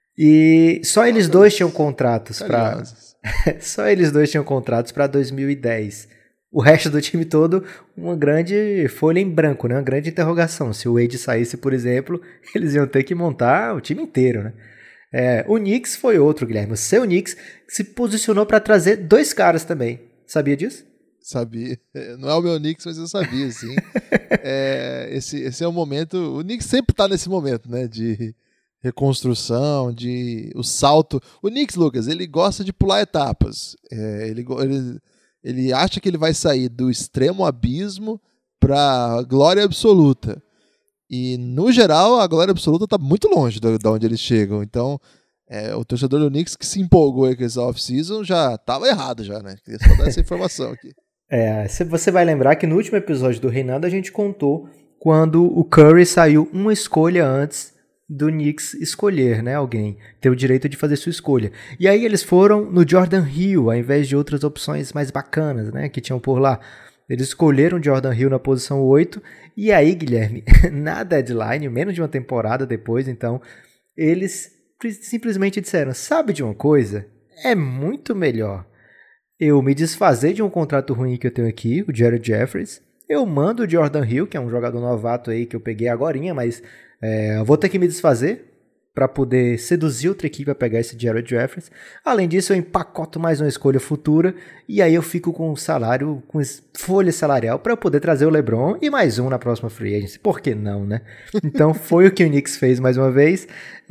E só eles dois tinham contratos para... Só eles dois tinham contratos para 2010. O resto do time todo, uma grande folha em branco, né? Uma grande interrogação. Se o Wade saísse, por exemplo, eles iam ter que montar o time inteiro, né? O Knicks foi outro, Guilherme. O seu Knicks se posicionou para trazer 2 caras também. Sabia disso? Sabia. Não é o meu Knicks, mas eu sabia, sim. Esse é o momento... O Knicks sempre está nesse momento, né? De reconstrução, o salto. O Knicks, Lucas, ele gosta de pular etapas. Ele acha que ele vai sair do extremo abismo para glória absoluta. E, no geral, a glória absoluta está muito longe de onde eles chegam. Então, o torcedor do Knicks que se empolgou com esse off-season já estava errado, já, né? Queria só dar essa informação aqui. Você vai lembrar que no último episódio do Reinado a gente contou quando o Curry saiu uma escolha antes do Knicks escolher, né? Alguém ter o direito de fazer sua escolha. E aí eles foram no Jordan Hill, ao invés de outras opções mais bacanas, né? Que tinham por lá. Eles escolheram Jordan Hill na posição 8, e aí, Guilherme, na deadline, menos de uma temporada depois, então, eles simplesmente disseram, sabe de uma coisa? É muito melhor eu me desfazer de um contrato ruim que eu tenho aqui, o Jared Jeffries, eu mando o Jordan Hill, que é um jogador novato aí que eu peguei agorinha, mas eu vou ter que me desfazer para poder seduzir outra equipe a pegar esse Jared Jeffries. Além disso, eu empacoto mais uma escolha futura e aí eu fico com salário, com folha salarial para eu poder trazer o LeBron e mais um na próxima free agency. Por que não, né? Então foi o que o Knicks fez mais uma vez.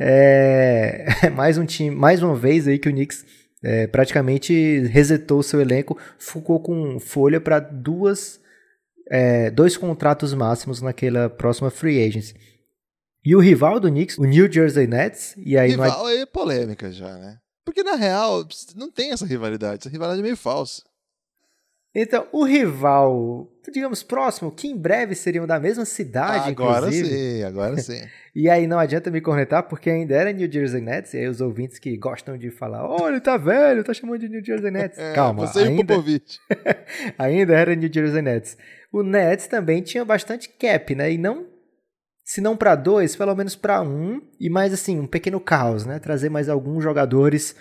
Mais uma vez aí que o Knicks praticamente resetou o seu elenco, ficou com folha para dois contratos máximos naquela próxima free agency. E o rival do Knicks, o New Jersey Nets, e aí... Rival é polêmica já, né? Porque na real, não tem essa rivalidade é meio falsa. Então, o rival, digamos, próximo, que em breve seriam da mesma cidade, inclusive. Agora sim. E aí não adianta me cornetar, porque ainda era New Jersey Nets, e aí os ouvintes que gostam de falar, ele tá velho, tá chamando de New Jersey Nets. Calma, você e o Popovich. Ainda era New Jersey Nets. O Nets também tinha bastante cap, né? E não, se não para 2, pelo menos para 1, e mais assim, um pequeno caos, né? Trazer mais alguns jogadores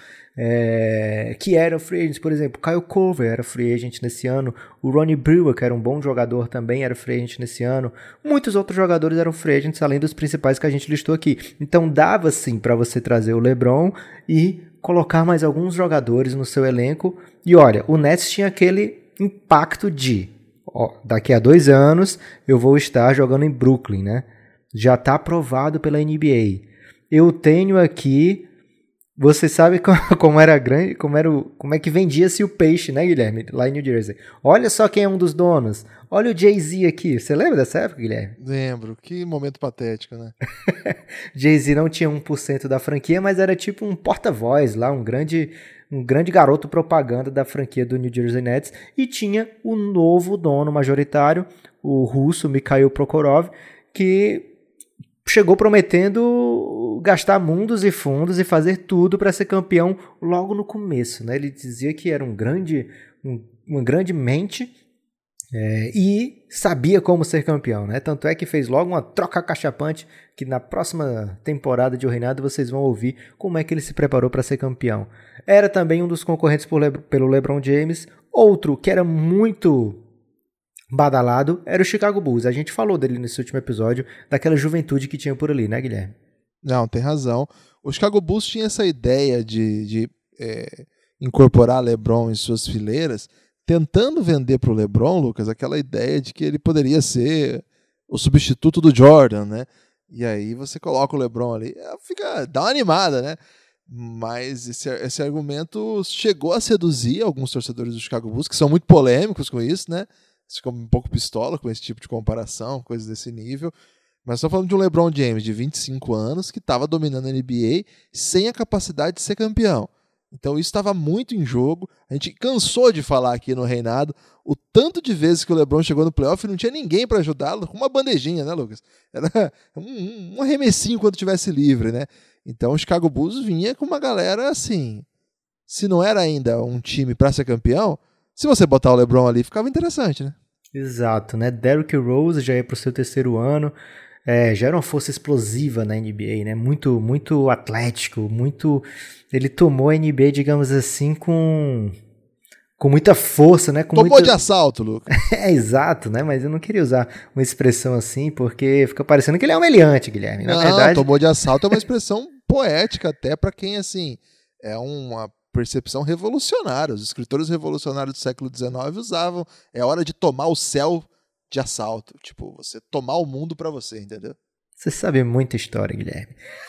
que eram free agents, por exemplo, Kyle Korver era free agent nesse ano, o Ronnie Brewer, que era um bom jogador, também era free agent nesse ano, muitos outros jogadores eram free agents, além dos principais que a gente listou aqui. Então dava sim para você trazer o LeBron e colocar mais alguns jogadores no seu elenco, e olha, o Nets tinha aquele impacto de, daqui a 2 anos eu vou estar jogando em Brooklyn, né? Já está aprovado pela NBA. Eu tenho aqui... Você sabe como era grande, como é que vendia-se o peixe, né, Guilherme? Lá em New Jersey. Olha só quem é um dos donos. Olha o Jay-Z aqui. Você lembra dessa época, Guilherme? Lembro. Que momento patético, né? Jay-Z não tinha 1% da franquia, mas era tipo um porta-voz lá, um grande garoto propaganda da franquia do New Jersey Nets. E tinha o novo dono majoritário, o russo Mikhail Prokhorov, que chegou prometendo gastar mundos e fundos e fazer tudo para ser campeão logo no começo, né? Ele dizia que era uma grande mente e sabia como ser campeão, né? Tanto é que fez logo uma troca cachapante que na próxima temporada de O Reinado vocês vão ouvir como é que ele se preparou para ser campeão. Era também um dos concorrentes pelo LeBron James. Outro que era muito badalado era o Chicago Bulls. A gente falou dele nesse último episódio, daquela juventude que tinha por ali, né, Guilherme? Não, tem razão. O Chicago Bulls tinha essa ideia de incorporar LeBron em suas fileiras, tentando vender para o LeBron, Lucas, aquela ideia de que ele poderia ser o substituto do Jordan, né? E aí você coloca o LeBron ali, dá uma animada, né? Mas esse argumento chegou a seduzir alguns torcedores do Chicago Bulls, que são muito polêmicos com isso, né? Ficam um pouco pistola com esse tipo de comparação, coisas desse nível. Mas estou falando de um LeBron James de 25 anos que estava dominando a NBA sem a capacidade de ser campeão. Então isso estava muito em jogo. A gente cansou de falar aqui no Reinado o tanto de vezes que o LeBron chegou no playoff e não tinha ninguém para ajudá-lo, com uma bandejinha, né, Lucas? Era um arremessinho quando estivesse livre, né? Então o Chicago Bulls vinha com uma galera assim, se não era ainda um time para ser campeão, se você botar o LeBron ali, ficava interessante, né? Exato, né? Derrick Rose já ia pro seu 3º ano, já era uma força explosiva na NBA, né? Muito, muito atlético, muito... Ele tomou a NBA, digamos assim, com muita força, né? Tomou de assalto, Lucas. Exato, né? Mas eu não queria usar uma expressão assim, porque fica parecendo que ele é um meliante, Guilherme. Na verdade... tomou de assalto é uma expressão poética até para quem, assim, é uma percepção revolucionária. Os escritores revolucionários do século XIX usavam, é hora de tomar o céu de assalto, tipo, você tomar o mundo pra você, entendeu? Você sabe muita história, Guilherme.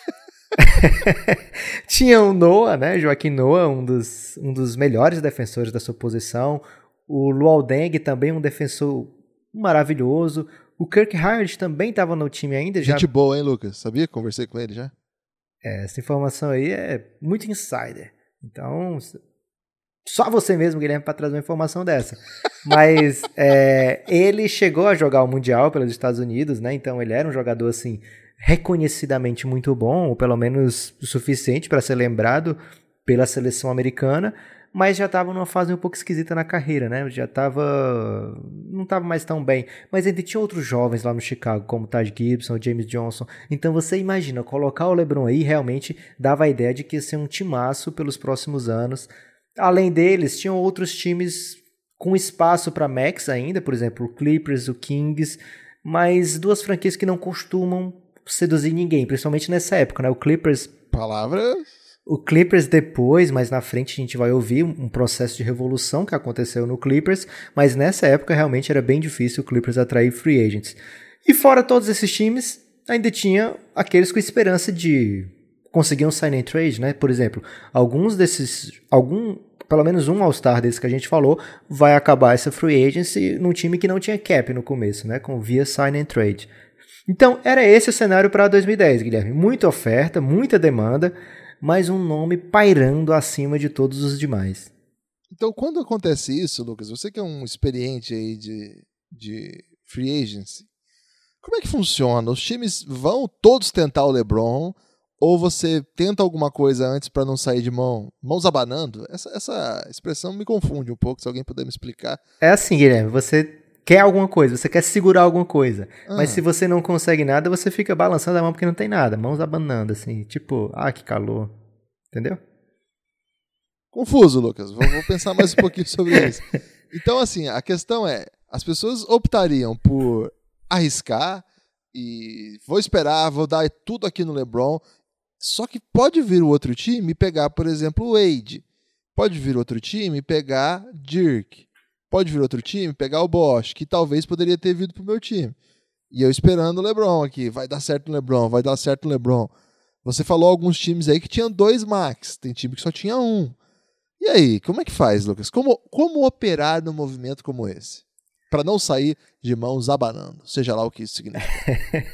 Tinha o Noah, né? Joaquim Noah, um dos melhores defensores da sua posição. O Luol Deng também um defensor maravilhoso. O Kirk Hyatt também estava no time ainda. Gente boa, hein, Lucas? Sabia? Conversei com ele já. Essa informação aí é muito insider. Então, só você mesmo, Guilherme, para trazer uma informação dessa. Mas ele chegou a jogar o Mundial pelos Estados Unidos, né? Então ele era um jogador, assim, reconhecidamente muito bom, ou pelo menos o suficiente para ser lembrado pela seleção americana, mas já estava numa fase um pouco esquisita na carreira, né? Não estava mais tão bem. Mas ainda tinha outros jovens lá no Chicago, como o Taj Gibson, o James Johnson. Então você imagina, colocar o LeBron aí realmente dava a ideia de que ia ser um timaço pelos próximos anos. Além deles, tinham outros times com espaço para Max ainda, por exemplo, o Clippers, o Kings, mas duas franquias que não costumam seduzir ninguém, principalmente nessa época, né? O Clippers depois, mais na frente, a gente vai ouvir um processo de revolução que aconteceu no Clippers, mas nessa época realmente era bem difícil o Clippers atrair free agents. E fora todos esses times, ainda tinha aqueles com esperança de conseguir um sign and trade, né? Por exemplo, pelo menos um All-Star desses que a gente falou, vai acabar essa free agency num time que não tinha cap no começo, né? Via sign and trade. Então, era esse o cenário para 2010, Guilherme. Muita oferta, muita demanda, mas um nome pairando acima de todos os demais. Então, quando acontece isso, Lucas, você que é um experiente aí de free agency, como é que funciona? Os times vão todos tentar o LeBron, ou você tenta alguma coisa antes para não sair de mãos abanando? Essa expressão me confunde um pouco, se alguém puder me explicar. É assim, Guilherme, você quer alguma coisa, você quer segurar alguma coisa, mas se você não consegue nada, você fica balançando a mão porque não tem nada, mãos abanando, assim, tipo, que calor, entendeu? Confuso, Lucas, vou pensar mais um pouquinho sobre isso. Então, assim, a questão é, as pessoas optariam por arriscar e vou esperar, vou dar tudo aqui no LeBron. Só que pode vir o outro time e pegar, por exemplo, o Wade. Pode vir outro time e pegar Dirk. Pode vir outro time e pegar o Bosh, que talvez poderia ter vindo pro meu time. E eu esperando o LeBron aqui. Vai dar certo no LeBron, vai dar certo no LeBron. Você falou alguns times aí que tinham 2 max. Tem time que só tinha 1. E aí, como é que faz, Lucas? Como operar num movimento como esse? Para não sair de mãos abanando, seja lá o que isso significa.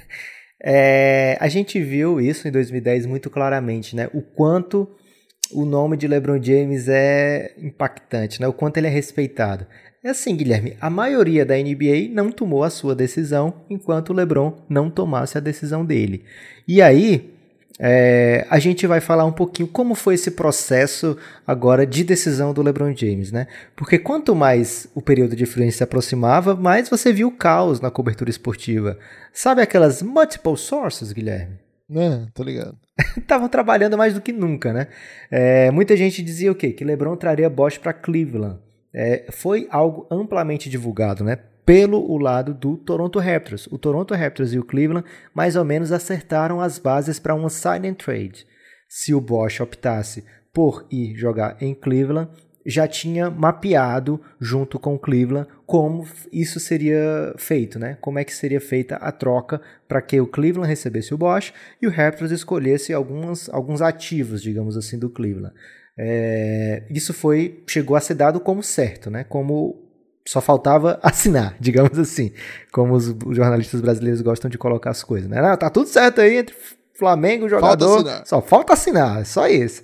A gente viu isso em 2010 muito claramente, né? O quanto o nome de LeBron James é impactante, né? O quanto ele é respeitado. É assim, Guilherme, a maioria da NBA não tomou a sua decisão enquanto o LeBron não tomasse a decisão dele. E aí, a gente vai falar um pouquinho como foi esse processo agora de decisão do LeBron James, né? Porque quanto mais o período de free agency se aproximava, mais você viu o caos na cobertura esportiva. Sabe aquelas multiple sources, Guilherme? Tô ligado. Estavam trabalhando mais do que nunca, né? Muita gente dizia o quê? Que LeBron traria Bosh para Cleveland. Foi algo amplamente divulgado, né? Pelo lado do Toronto Raptors. O Toronto Raptors e o Cleveland mais ou menos acertaram as bases para uma sign and trade. Se o Bosh optasse por ir jogar em Cleveland, já tinha mapeado junto com o Cleveland como isso seria feito, né? Como é que seria feita a troca para que o Cleveland recebesse o Bosh e o Raptors escolhesse alguns ativos, digamos assim, do Cleveland. Isso chegou a ser dado como certo, né? Como só faltava assinar, digamos assim, como os jornalistas brasileiros gostam de colocar as coisas, né? Tá tudo certo aí entre Flamengo e jogador, só falta assinar, só isso.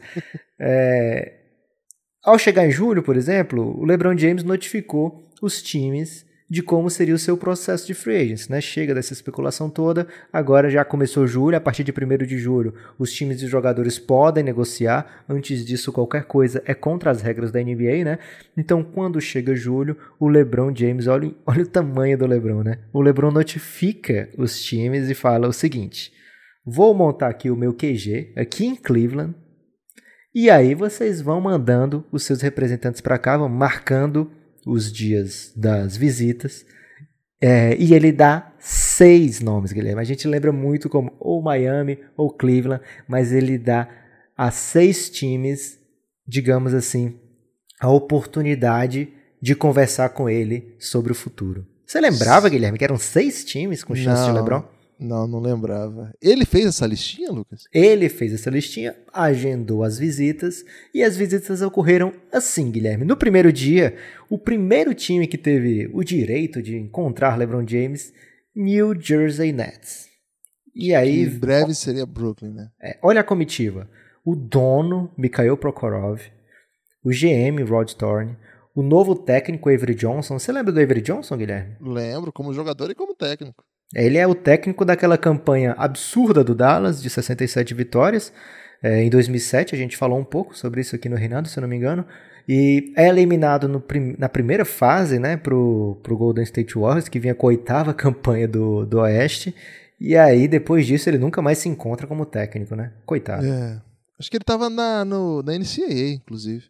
Ao chegar em julho, por exemplo, o LeBron James notificou os times de como seria o seu processo de free agency, né? Chega dessa especulação toda, agora já começou julho, a partir de 1º de julho, os times e os jogadores podem negociar, antes disso qualquer coisa é contra as regras da NBA, né? Então, quando chega julho, o LeBron James, olha o tamanho do LeBron, né? O LeBron notifica os times e fala o seguinte: vou montar aqui o meu QG, aqui em Cleveland, e aí vocês vão mandando os seus representantes para cá, vão marcando os dias das visitas, e ele dá 6 nomes, Guilherme. A gente lembra muito como ou Miami ou Cleveland, mas ele dá a 6 times, digamos assim, a oportunidade de conversar com ele sobre o futuro. Você lembrava, Guilherme, que eram 6 times com chance de LeBron? Não lembrava. Ele fez essa listinha, Lucas? Ele fez essa listinha, agendou as visitas, e as visitas ocorreram assim, Guilherme. No primeiro dia, o primeiro time que teve o direito de encontrar LeBron James, New Jersey Nets. E aí, em breve seria Brooklyn, né? Olha a comitiva. O dono, Mikhail Prokhorov, o GM, Rod Thorne, o novo técnico, Avery Johnson. Você lembra do Avery Johnson, Guilherme? Lembro, como jogador e como técnico. Ele é o técnico daquela campanha absurda do Dallas, de 67 vitórias. Em 2007, a gente falou um pouco sobre isso aqui no Reinado, se eu não me engano. E é eliminado na primeira fase, né, pro Golden State Warriors, que vinha com a 8ª campanha do Oeste. E aí, depois disso, ele nunca mais se encontra como técnico, né? Coitado. Acho que ele tava na NCAA, inclusive.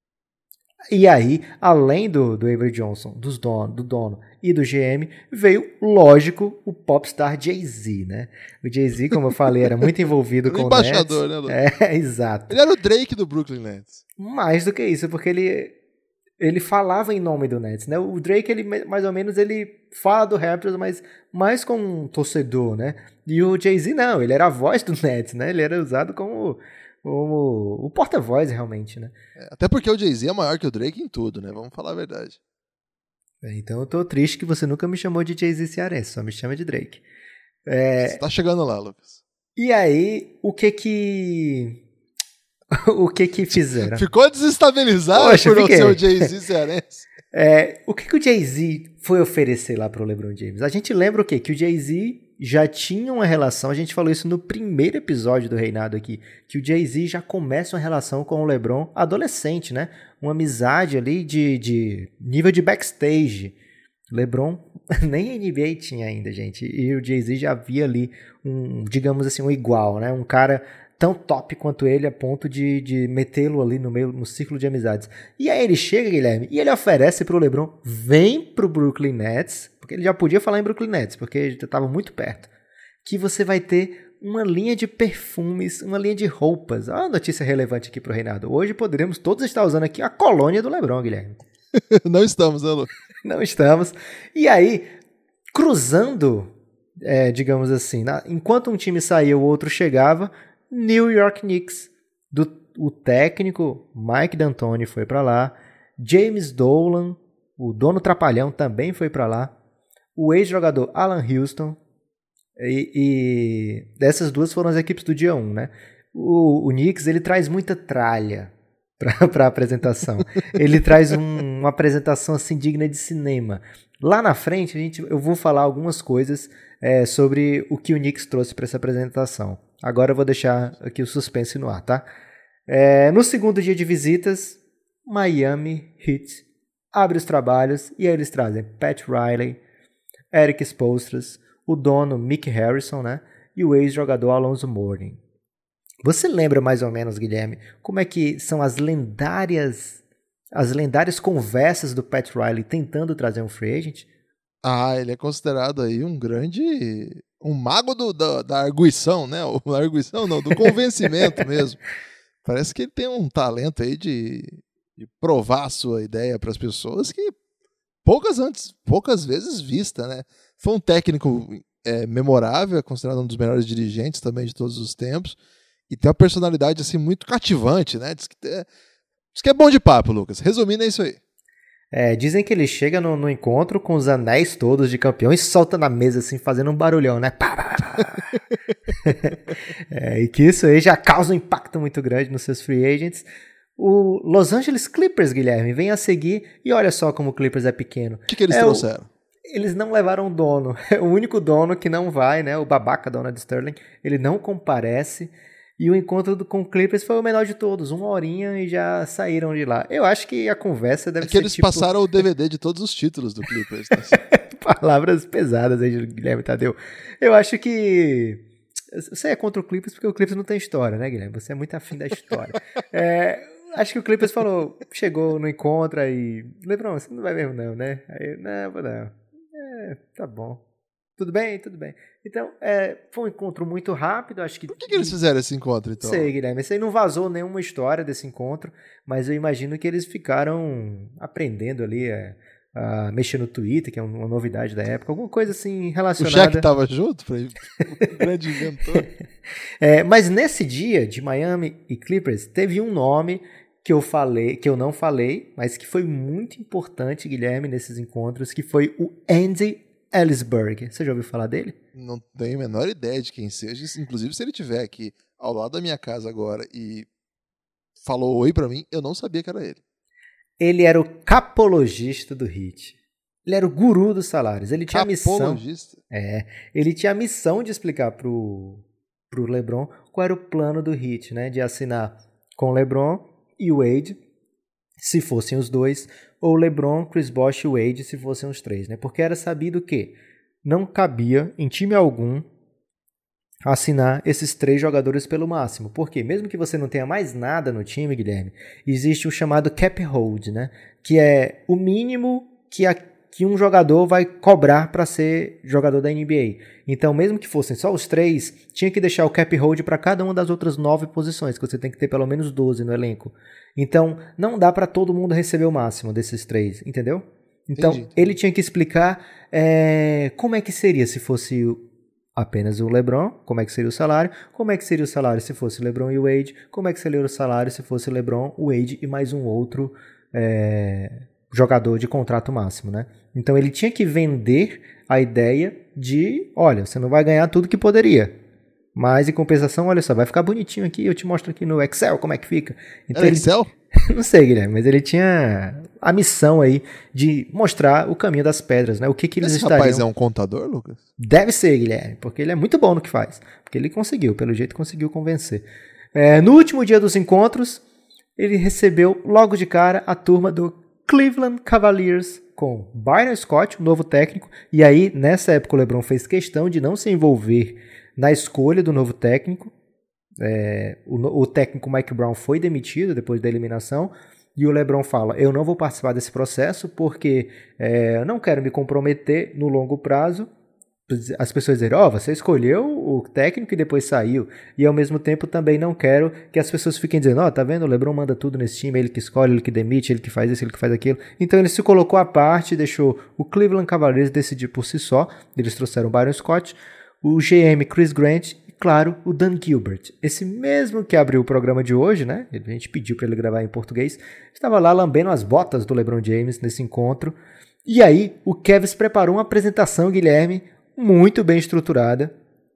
E aí, além do Avery Johnson, do dono e do GM, veio, lógico, o popstar Jay-Z, né? O Jay-Z, como eu falei, era muito envolvido com o Nets. Embaixador, né, Lucas? Exato. Ele era o Drake do Brooklyn Nets. Mais do que isso, porque ele falava em nome do Nets, né? O Drake, ele mais ou menos, ele fala do Raptors, mas mais como um torcedor, né? E o Jay-Z, não, ele era a voz do Nets, né? Ele era usado como o porta-voz, realmente, né? Até porque o Jay-Z é maior que o Drake em tudo, né? Vamos falar a verdade. Então eu tô triste que você nunca me chamou de Jay-Z cearense, só me chama de Drake. Você tá chegando lá, Lucas. E aí, o que que fizeram? Ficou desestabilizado por não ser o Jay-Z cearense? O que o Jay-Z foi oferecer lá pro LeBron James? A gente lembra o quê? Que o Jay-Z já tinha uma relação, a gente falou isso no primeiro episódio do Reinado aqui, que o Jay-Z já começa uma relação com o LeBron adolescente, né? Uma amizade ali de nível de backstage. LeBron nem NBA tinha ainda, gente. E o Jay-Z já via ali digamos assim, um igual, né? Um cara tão top quanto ele a ponto de metê-lo ali no círculo de amizades. E aí ele chega, Guilherme, e ele oferece pro LeBron, vem pro Brooklyn Nets, porque ele já podia falar em Brooklyn Nets, porque já estava muito perto, que você vai ter uma linha de perfumes, uma linha de roupas. Olha a notícia relevante aqui pro Reinado. Hoje poderíamos todos estar usando aqui a colônia do LeBron, Guilherme. Não estamos, né, Lu? Não estamos. E aí, cruzando, digamos assim, enquanto um time saía, o outro chegava, New York Knicks, o técnico Mike D'Antoni foi para lá, James Dolan, o dono trapalhão, também foi para lá, o ex-jogador Alan Houston, e dessas duas foram as equipes do dia 1, né? O Knicks, ele traz muita tralha para a apresentação. Ele traz uma apresentação assim digna de cinema. Lá na frente, eu vou falar algumas coisas sobre o que o Knicks trouxe para essa apresentação. Agora eu vou deixar aqui o suspense no ar, tá? No segundo dia de visitas, Miami Heat abre os trabalhos e aí eles trazem Pat Riley, Eric Spoelstra, o dono Mick Harrison, né? E o ex-jogador Alonzo Mourning. Você lembra mais ou menos, Guilherme, como é que são as lendárias conversas do Pat Riley tentando trazer um free agent? Ele é considerado aí um mago da arguição, né? A arguição não, do convencimento mesmo. Parece que ele tem um talento aí de provar a sua ideia para as pessoas que poucas vezes vista, né? Foi um técnico memorável, é considerado um dos melhores dirigentes também de todos os tempos, e tem uma personalidade assim muito cativante, né? Diz que é bom de papo, Lucas. Resumindo, é isso aí. Dizem que ele chega no encontro com os anéis todos de campeão e solta na mesa assim, fazendo um barulhão, né? E que isso aí já causa um impacto muito grande nos seus free agents. O Los Angeles Clippers, Guilherme, vem a seguir e olha só como o Clippers é pequeno. O que eles trouxeram? Eles não levaram o dono. O único dono que não vai, né? O babaca Donald Sterling, ele não comparece. E o encontro com o Clippers foi o menor de todos. 1 horinha e já saíram de lá. Eu acho que a conversa deve ser que eles passaram o DVD de todos os títulos do Clippers. Né? Palavras pesadas aí de Guilherme Tadeu. Eu acho que... Você é contra o Clippers porque o Clippers não tem história, né, Guilherme? Você é muito afim da história. Acho que o Clippers chegou no encontro e... LeBron, você não vai mesmo não, né? Aí, não, vou não. Tá bom. Tudo bem? Tudo bem. Então, foi um encontro muito rápido, acho que... Por que eles fizeram esse encontro, então? Sei, Guilherme. Isso aí não vazou nenhuma história desse encontro, mas eu imagino que eles ficaram aprendendo ali mexer no Twitter, que é uma novidade da época, alguma coisa assim O relacionada... Shaq tava junto? O grande inventor. Mas nesse dia de Miami e Clippers, teve um nome que eu não falei, mas que foi muito importante, Guilherme, nesses encontros, que foi o Andy Elisburg. Você já ouviu falar dele? Não tenho a menor ideia de quem seja. Inclusive, se ele estiver aqui ao lado da minha casa agora e falou oi pra mim, eu não sabia que era ele. Ele era o capologista do Heat. Ele era o guru dos salários. Ele tinha a missão. Capologista? Ele tinha a missão de explicar pro LeBron qual era o plano do Heat, né? De assinar com o LeBron e o Wade, se fossem os dois, ou LeBron, Chris Bosh e Wade, se fossem os três, né? Porque era sabido que não cabia em time algum assinar esses 3 jogadores pelo máximo. Porque mesmo que você não tenha mais nada no time, Guilherme, existe o chamado cap hold, né? Que é o mínimo que um jogador vai cobrar para ser jogador da NBA. Então, mesmo que fossem só os 3, tinha que deixar o cap hold para cada uma das outras 9 posições, que você tem que ter pelo menos 12 no elenco. Então, não dá para todo mundo receber o máximo desses 3, entendeu? Então, Entendi. ele tinha que explicar como é que seria se fosse apenas o LeBron, como é que seria o salário, como é que seria o salário se fosse LeBron e o Wade, como é que seria o salário se fosse LeBron, o Wade e mais um outro jogador de contrato máximo, né? Então ele tinha que vender a ideia de, olha, você não vai ganhar tudo que poderia, mas em compensação, olha só, vai ficar bonitinho aqui, eu te mostro aqui no Excel como é que fica. Então, Excel? Não sei, Guilherme, mas ele tinha a missão aí de mostrar o caminho das pedras, né? O que eles Esse estariam... rapaz é um contador, Lucas? Deve ser, Guilherme, porque ele é muito bom no que faz. Porque ele conseguiu, pelo jeito conseguiu convencer. No último dia dos encontros, ele recebeu logo de cara a turma do Cleveland Cavaliers com Byron Scott, o novo técnico. E aí, nessa época, o LeBron fez questão de não se envolver na escolha do novo técnico. O técnico Mike Brown foi demitido depois da eliminação. E o LeBron fala, eu não vou participar desse processo porque eu não quero me comprometer no longo prazo. As pessoas dizem, você escolheu o técnico e depois saiu. E ao mesmo tempo também não quero que as pessoas fiquem dizendo, tá vendo, o LeBron manda tudo nesse time, ele que escolhe, ele que demite, ele que faz isso, ele que faz aquilo. Então ele se colocou à parte, deixou o Cleveland Cavaliers decidir por si só. Eles trouxeram o Byron Scott, o GM Chris Grant e, claro, o Dan Gilbert. Esse mesmo que abriu o programa de hoje, né? A gente pediu para ele gravar em português. Estava lá lambendo as botas do LeBron James nesse encontro. E aí o Cavs preparou uma apresentação, Guilherme, muito bem estruturada,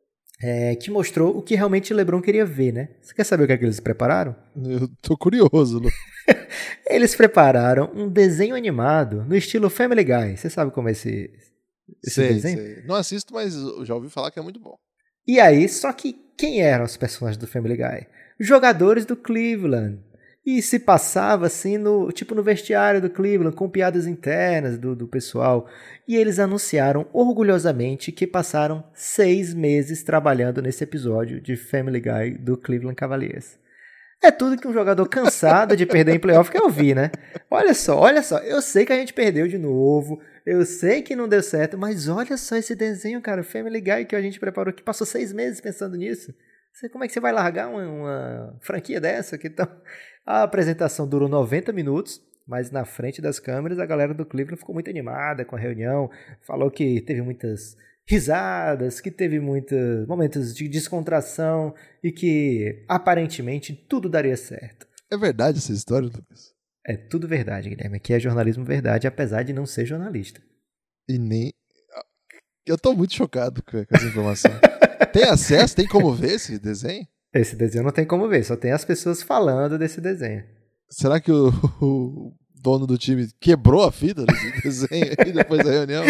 que mostrou o que realmente o LeBron queria ver, né? Você quer saber o que é que eles prepararam? Eu tô curioso, Lu. Eles prepararam um desenho animado no estilo Family Guy. Você sabe como é esse desenho? Sei. Não assisto, mas eu já ouvi falar que é muito bom. E aí, só que quem eram os personagens do Family Guy? Jogadores do Cleveland. E se passava assim no vestiário do Cleveland, com piadas internas do pessoal. E eles anunciaram orgulhosamente que passaram 6 meses trabalhando nesse episódio de Family Guy do Cleveland Cavaliers. É tudo que um jogador cansado de perder em playoff quer ouvir, né? Olha só, eu sei que a gente perdeu de novo, eu sei que não deu certo, mas olha só esse desenho, cara, Family Guy que a gente preparou, que passou 6 meses pensando nisso. Como é que você vai largar uma franquia dessa? Então, a apresentação durou 90 minutos, mas na frente das câmeras a galera do Cleveland ficou muito animada com a reunião, falou que teve muitas risadas, que teve muitos momentos de descontração e que aparentemente tudo daria certo. É verdade essa história, Lucas? É tudo verdade, Guilherme. Aqui é jornalismo verdade, apesar de não ser jornalista. E nem... Eu tô muito chocado com essa informação. Tem acesso? Tem como ver esse desenho? Esse desenho não tem como ver, só tem as pessoas falando desse desenho. Será que o dono do time quebrou a fita desse desenho aí depois da reunião?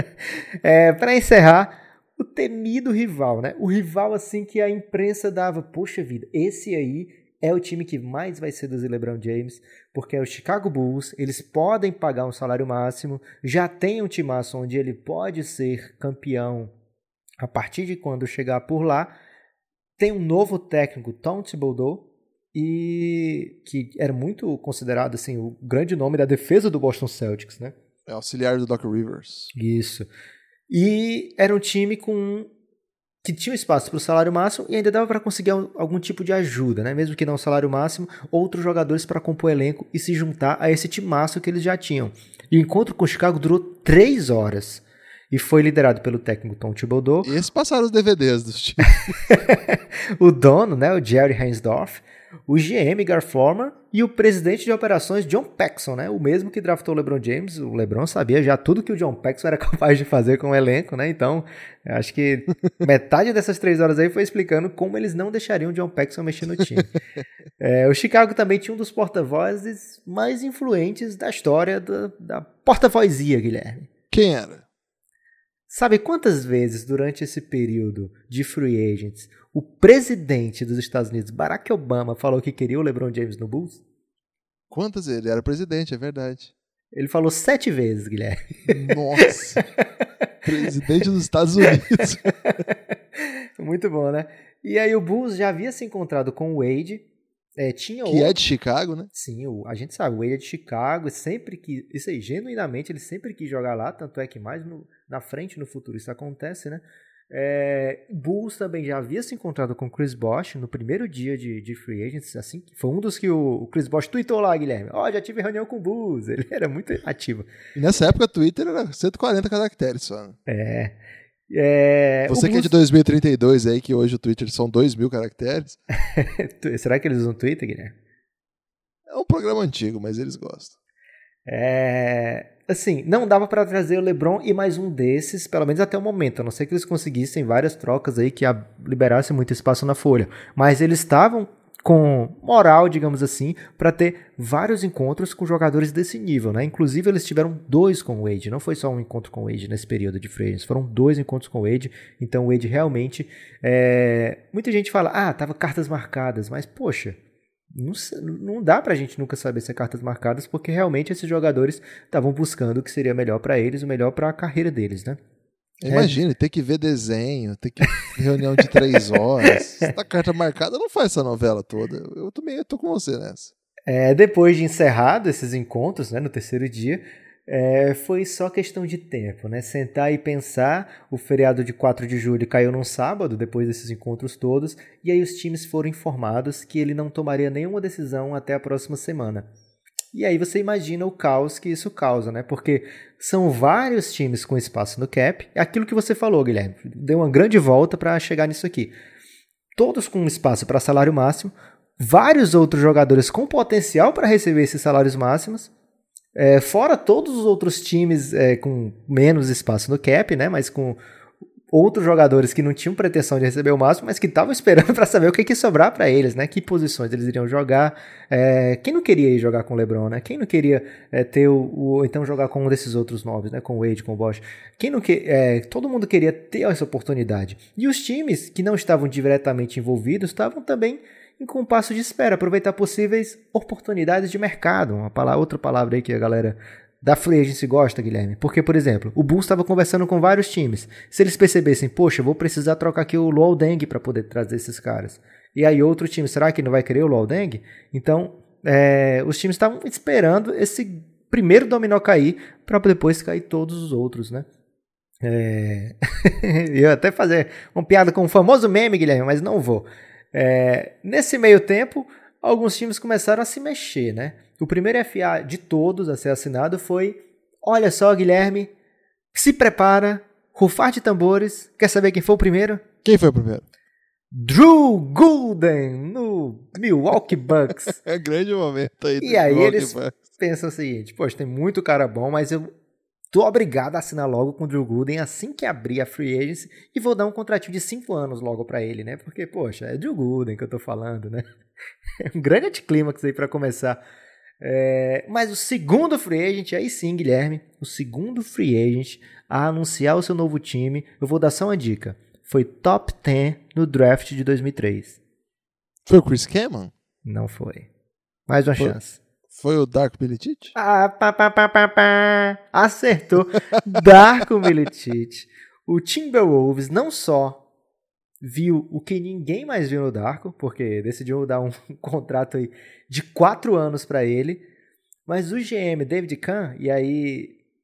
Para encerrar, o temido rival, né? O rival assim que a imprensa dava, poxa vida, esse aí é o time que mais vai seduzir LeBron James, porque é o Chicago Bulls, eles podem pagar um salário máximo, já tem um timaço onde ele pode ser campeão a partir de quando chegar por lá. Tem um novo técnico, Tom Thibodeau, e que era muito considerado assim, o grande nome da defesa do Boston Celtics, né? É auxiliar do Doc Rivers. Isso. E era um time com que tinha espaço para o salário máximo e ainda dava para conseguir algum tipo de ajuda, né? Mesmo que não o salário máximo, outros jogadores para compor o elenco e se juntar a esse timaço que eles já tinham. E o encontro com o Chicago durou 3 horas e foi liderado pelo técnico Tom Thibodeau. E esses passaram os DVDs dos times. O dono, né, o Jerry Reinsdorf, o GM Gar Forman e o presidente de operações John Paxson, né, o mesmo que draftou o LeBron James. O LeBron sabia já tudo que o John Paxson era capaz de fazer com o elenco, né? Então, acho que metade dessas 3 horas aí foi explicando como eles não deixariam o John Paxson mexer no time. O Chicago também tinha um dos porta-vozes mais influentes da história da porta-vozia, Guilherme. Quem era? Sabe quantas vezes durante esse período de free agents o presidente dos Estados Unidos, Barack Obama, falou que queria o LeBron James no Bulls? Quantas? Ele era presidente, é verdade. Ele falou 7 vezes, Guilherme. Nossa! Presidente dos Estados Unidos. Muito bom, né? E aí o Bulls já havia se encontrado com o Wade. Que é de Chicago, né? Sim, a gente sabe, o Wade é de Chicago, sempre que, isso aí, genuinamente, ele sempre quis jogar lá, tanto é que mais na frente, no futuro, isso acontece, né? O Bulls também já havia se encontrado com o Chris Bosh no primeiro dia de free agents, assim, foi um dos que o Chris Bosh tweetou lá, Guilherme. Já tive reunião com o Bulls, ele era muito ativo. E nessa época o Twitter era 140 caracteres só. Né? Você que é de 2032 aí, que hoje o Twitter são 2.000 caracteres. Será que eles usam Twitter, Guilherme? É um programa antigo, mas eles gostam. Assim, não dava para trazer o LeBron e mais um desses, pelo menos até o momento, a não ser que eles conseguissem várias trocas aí que liberassem muito espaço na folha. Mas eles estavam com moral, digamos assim, para ter vários encontros com jogadores desse nível, né? Inclusive eles tiveram 2 com o Wade, não foi só um encontro com o Wade nesse período de free agents, foram 2 encontros com o Wade. Então o Wade realmente, muita gente fala, tava cartas marcadas, mas poxa, não dá pra gente nunca saber se é cartas marcadas, porque realmente esses jogadores estavam buscando o que seria melhor pra eles, o melhor pra carreira deles, né? Imagine, ter que ver desenho, ter que reunião de 3 horas. Se tá carta marcada, não faz essa novela toda. Eu também tô com você nessa. Depois de encerrado esses encontros, né, no terceiro dia, foi só questão de tempo, né? Sentar e pensar. O feriado de 4 de julho caiu num sábado, depois desses encontros todos, e aí os times foram informados que ele não tomaria nenhuma decisão até a próxima semana. E aí você imagina o caos que isso causa, né? Porque são vários times com espaço no cap. É aquilo que você falou, Guilherme. Deu uma grande volta para chegar nisso aqui. Todos com espaço para salário máximo. Vários outros jogadores com potencial para receber esses salários máximos. Fora todos os outros times com menos espaço no cap, né? Mas com outros jogadores que não tinham pretensão de receber o máximo, mas que estavam esperando para saber o que ia sobrar para eles, né? Que posições eles iriam jogar. Quem não queria ir jogar com o LeBron, né? Quem não queria ter então jogar com um desses outros nomes, né? Com o Wade, com o Bosh. Todo mundo queria ter essa oportunidade. E os times que não estavam diretamente envolvidos estavam também em compasso de espera, aproveitar possíveis oportunidades de mercado. Outra palavra aí que a galera da free agency gosta, Guilherme. Porque, por exemplo, o Bulls estava conversando com vários times. Se eles percebessem, poxa, eu vou precisar trocar aqui o Luol Deng para poder trazer esses caras. E aí outro time, será que não vai querer o Luol Deng? Então, os times estavam esperando esse primeiro dominó cair para depois cair todos os outros, né? Eu ia até fazer uma piada com o famoso meme, Guilherme, mas não vou. Nesse meio tempo, alguns times começaram a se mexer, né? O primeiro FA de todos a ser assinado foi, olha só, Guilherme, se prepara, rufar de tambores. Quer saber quem foi o primeiro? Quem foi o primeiro? Drew Gooden, no Milwaukee Bucks. É grande momento aí. E aí eles pensam o seguinte, poxa, tem muito cara bom, mas eu tô obrigado a assinar logo com o Drew Gooden assim que abrir a free agency e vou dar um contratinho de 5 anos logo pra ele, né? Porque, poxa, é Drew Gooden que eu tô falando, né? É um grande anticlímax aí pra começar. Mas o segundo free agent, aí sim, Guilherme, o segundo free agent a anunciar o seu novo time, eu vou dar só uma dica, foi top 10 no draft de 2003. Foi o Chris Kaman? Não foi. Mais uma chance. Foi o Darko Milicic? Acertou. Darko Milicic. O Timberwolves não só viu o que ninguém mais viu no Darko, porque decidiu dar um contrato aí de 4 anos para ele, mas o GM David Kahn, e aí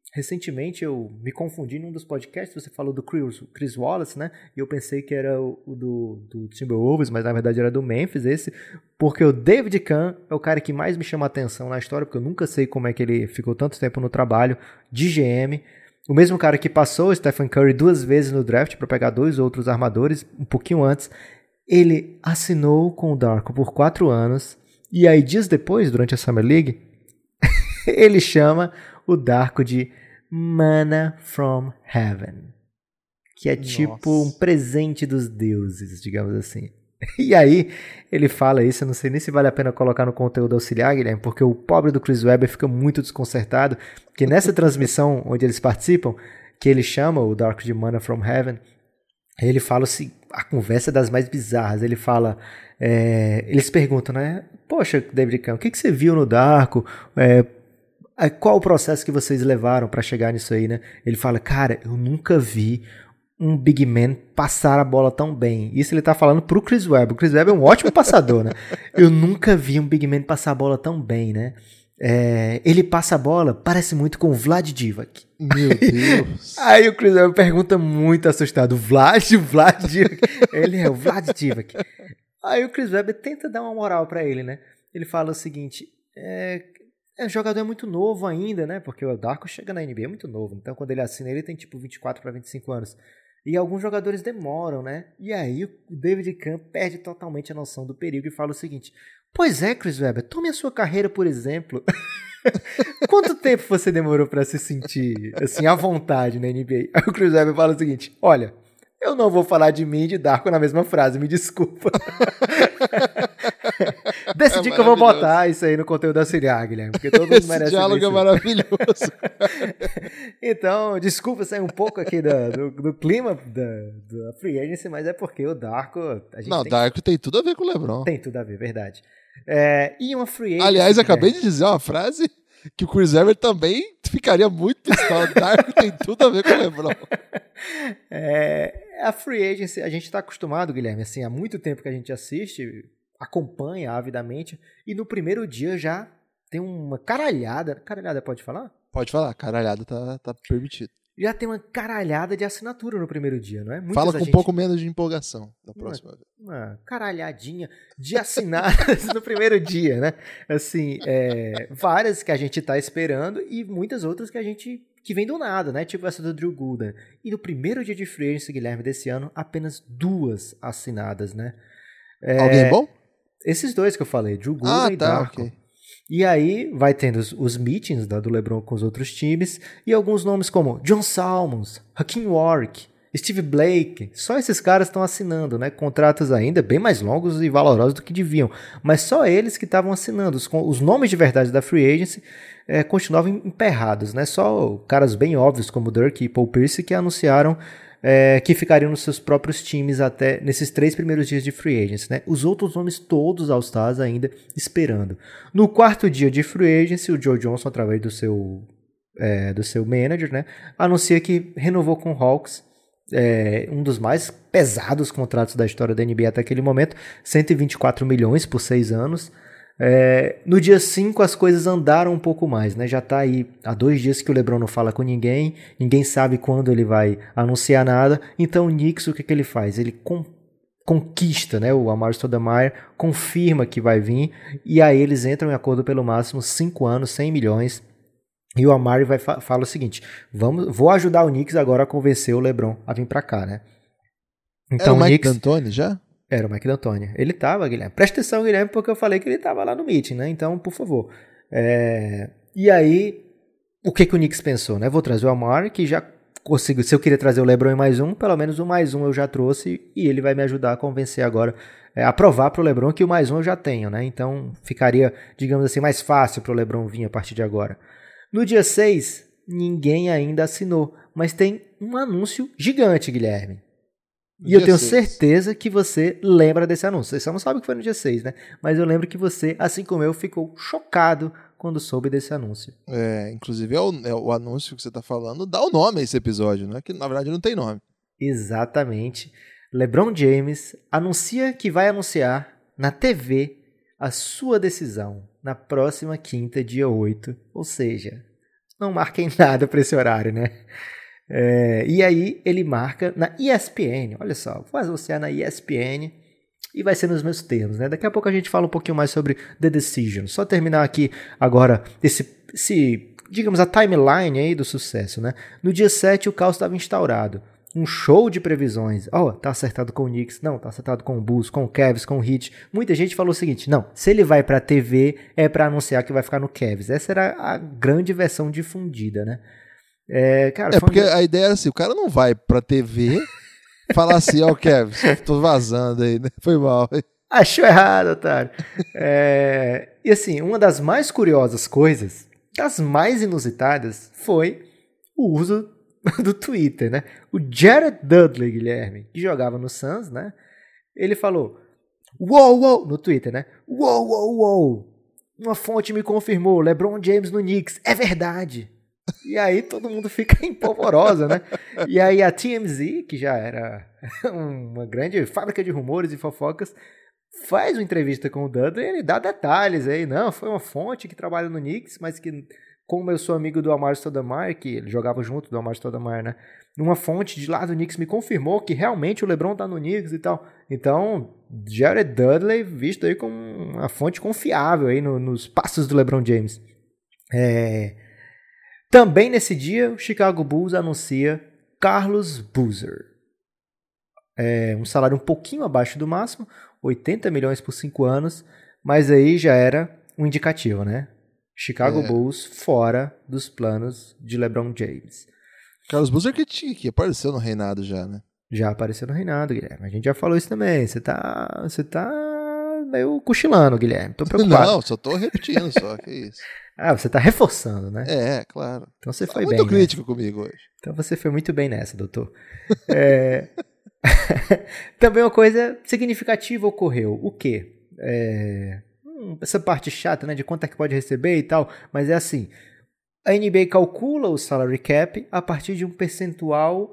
Recentemente eu me confundi num dos podcasts, você falou do Chris Wallace, né? E eu pensei que era o do Timberwolves, mas na verdade era do Memphis esse, porque o David Kahn é o cara que mais me chama a atenção na história, porque eu nunca sei como é que ele ficou tanto tempo no trabalho de GM. O mesmo cara que passou o Stephen Curry 2 vezes no draft para pegar 2 outros armadores, um pouquinho antes, ele assinou com o Darko por 4 anos, e aí dias depois, durante a Summer League, ele chama o Darko de Manna from Heaven, que é tipo um presente dos deuses, digamos assim. E aí, ele fala isso, eu não sei nem se vale a pena colocar no conteúdo auxiliar, Guilherme, porque o pobre do Chris Webber fica muito desconcertado, porque nessa transmissão onde eles participam, que ele chama o Darko de Manna from Heaven, ele fala assim, a conversa é das mais bizarras, ele fala, eles perguntam, né, poxa, David Kahn, o que você viu no Darko, qual o processo que vocês levaram para chegar nisso aí, né? Ele fala, cara, eu nunca vi um big man passar a bola tão bem. Isso ele tá falando pro Chris Webber. O Chris Webber é um ótimo passador, né? Eu nunca vi um big man passar a bola tão bem, né? Ele passa a bola, parece muito com o Vlad Divac. Meu Deus. Aí o Chris Webber pergunta muito assustado, Vlad Divac. Ele é o Vlad Divac. Aí o Chris Webber tenta dar uma moral para ele, né? Ele fala o seguinte, o jogador é muito novo ainda, né? Porque o Darko chega na NBA muito novo. Então, quando ele assina, ele tem tipo 24 para 25 anos. E alguns jogadores demoram, né? E aí o David Kahn perde totalmente a noção do perigo e fala o seguinte, pois é, Chris Webber, tome a sua carreira, por exemplo. Quanto tempo você demorou para se sentir assim, à vontade na NBA? Aí o Chris Webber fala o seguinte, olha, eu não vou falar de mim e de Darko na mesma frase, me desculpa. Decidi que eu vou botar isso aí no conteúdo auxiliar, Guilherme, porque todo mundo merece. Esse diálogo é maravilhoso. Então, desculpa sair um pouco aqui do clima da Free Agency, mas é porque o Darko... Darko tem tudo a ver com o LeBron. Tem tudo a ver, verdade. E uma Free Agency... Aliás, acabei de dizer uma frase que o Chris Webber também ficaria muito pistola. Darko tem tudo a ver com o LeBron. A Free Agency, a gente está acostumado, Guilherme, assim, há muito tempo que a gente assiste, acompanha avidamente, e no primeiro dia já tem uma caralhada. Caralhada pode falar? Pode falar, caralhada tá permitido. Já tem uma caralhada de assinatura no primeiro dia, não é? Fala com um pouco menos de empolgação da próxima vez. Uma caralhadinha de assinadas no primeiro dia, né? Assim, várias que a gente tá esperando e muitas outras que vem do nada, né? Tipo essa do Drew Gooden. E no primeiro dia de free agency, Guilherme, desse ano, apenas 2 assinadas, né? Alguém bom? Esses 2 que eu falei, Drew Gooden e Darko. Okay. E aí vai tendo os meetings do LeBron com os outros times e alguns nomes como John Salmons, Hakeem Warwick, Steve Blake. Só esses caras estão assinando, né? Contratos ainda bem mais longos e valorosos do que deviam. Mas só eles que estavam assinando. Os nomes de verdade da Free Agency continuavam emperrados, né? Só caras bem óbvios como Dirk e Paul Pierce que anunciaram que ficariam nos seus próprios times até nesses 3 primeiros dias de Free Agency, né? Os outros nomes todos All-Stars ainda esperando. No 4º dia de Free Agency, o Joe Johnson, através do seu manager, né, anuncia que renovou com o Hawks, um dos mais pesados contratos da história da NBA até aquele momento, 124 milhões por 6 anos. No dia 5 as coisas andaram um pouco mais, né? Já tá aí há 2 dias que o LeBron não fala com ninguém sabe quando ele vai anunciar nada, então o Knicks o que ele faz? Ele conquista, né? O Amar'e Stoudemire confirma que vai vir e aí eles entram em acordo pelo máximo 5 anos, 100 milhões e o Amar'e fala o seguinte, vou ajudar o Knicks agora a convencer o LeBron a vir pra cá, né? Então, era o Mike D'Antoni já? Era o Mike D'Antoni. Ele tava, Guilherme. Presta atenção, Guilherme, porque eu falei que ele tava lá no meeting, né? Então, por favor. E aí, o que o Knicks pensou, né? Vou trazer o Amar'e, que já consigo... Se eu queria trazer o LeBron e mais um, pelo menos o mais um eu já trouxe e ele vai me ajudar a convencer agora, a provar pro LeBron que o mais um eu já tenho, né? Então, ficaria, digamos assim, mais fácil pro LeBron vir a partir de agora. No dia 6, ninguém ainda assinou, mas tem um anúncio gigante, Guilherme. E eu tenho certeza que você lembra desse anúncio. Você só não sabe que foi no dia 6, né? Mas eu lembro que você, assim como eu, ficou chocado quando soube desse anúncio. Inclusive o anúncio que você está falando dá o nome a esse episódio, né? Que na verdade não tem nome. Exatamente. LeBron James anuncia que vai anunciar na TV a sua decisão na próxima quinta, dia 8. Ou seja, não marquem nada para esse horário, né? E aí ele marca na ESPN, olha só, vou associar na ESPN e vai ser nos meus termos, né? Daqui a pouco a gente fala um pouquinho mais sobre The Decision. Só terminar aqui agora digamos, a timeline aí do sucesso, né? No dia 7 o caos estava instaurado. Um show de previsões. Tá acertado com o Knicks. Não, tá acertado com o Bulls, com o Cavs, com o Heat. Muita gente falou o seguinte, não, se ele vai pra TV é pra anunciar que vai ficar no Cavs. Essa era a grande versão difundida, né? Cara, porque a ideia era assim, o cara não vai pra TV falar assim, Cavs, tô vazando aí, né? Foi mal. Achou errado, otário. E assim, uma das mais curiosas coisas, das mais inusitadas, foi o uso do Twitter, né? O Jared Dudley, Guilherme, que jogava no Suns, né? Ele falou, uou, no Twitter, né? Uou, uma fonte me confirmou, LeBron James no Knicks, é verdade. E aí todo mundo fica empolvorosa, né? E aí a TMZ, que já era uma grande fábrica de rumores e fofocas, faz uma entrevista com o Dudley e ele dá detalhes aí. Não, foi uma fonte que trabalha no Knicks, mas que, como eu sou amigo do Amar'e Stoudemire, que ele jogava junto do Amar'e Stoudemire, né? Uma fonte de lá do Knicks me confirmou que realmente o LeBron tá no Knicks e tal. Então, Jared Dudley visto aí como uma fonte confiável aí nos passos do LeBron James. Também nesse dia, o Chicago Bulls anuncia Carlos Boozer. Um salário um pouquinho abaixo do máximo, 80 milhões por 5 anos, mas aí já era um indicativo, né? Chicago Bulls fora dos planos de LeBron James. Carlos Boozer que apareceu no reinado já, né? Já apareceu no reinado, Guilherme. A gente já falou isso também. Você tá meio cochilando, Guilherme. Tô preocupado. Não, só tô repetindo só, que isso. Você tá reforçando, né? Claro. Então você foi muito bem. Muito crítico comigo hoje. Então você foi muito bem nessa, doutor. Também uma coisa significativa ocorreu. O quê? Essa parte chata, né? De quanto é que pode receber e tal. Mas é assim. A NBA calcula o salary cap a partir de um percentual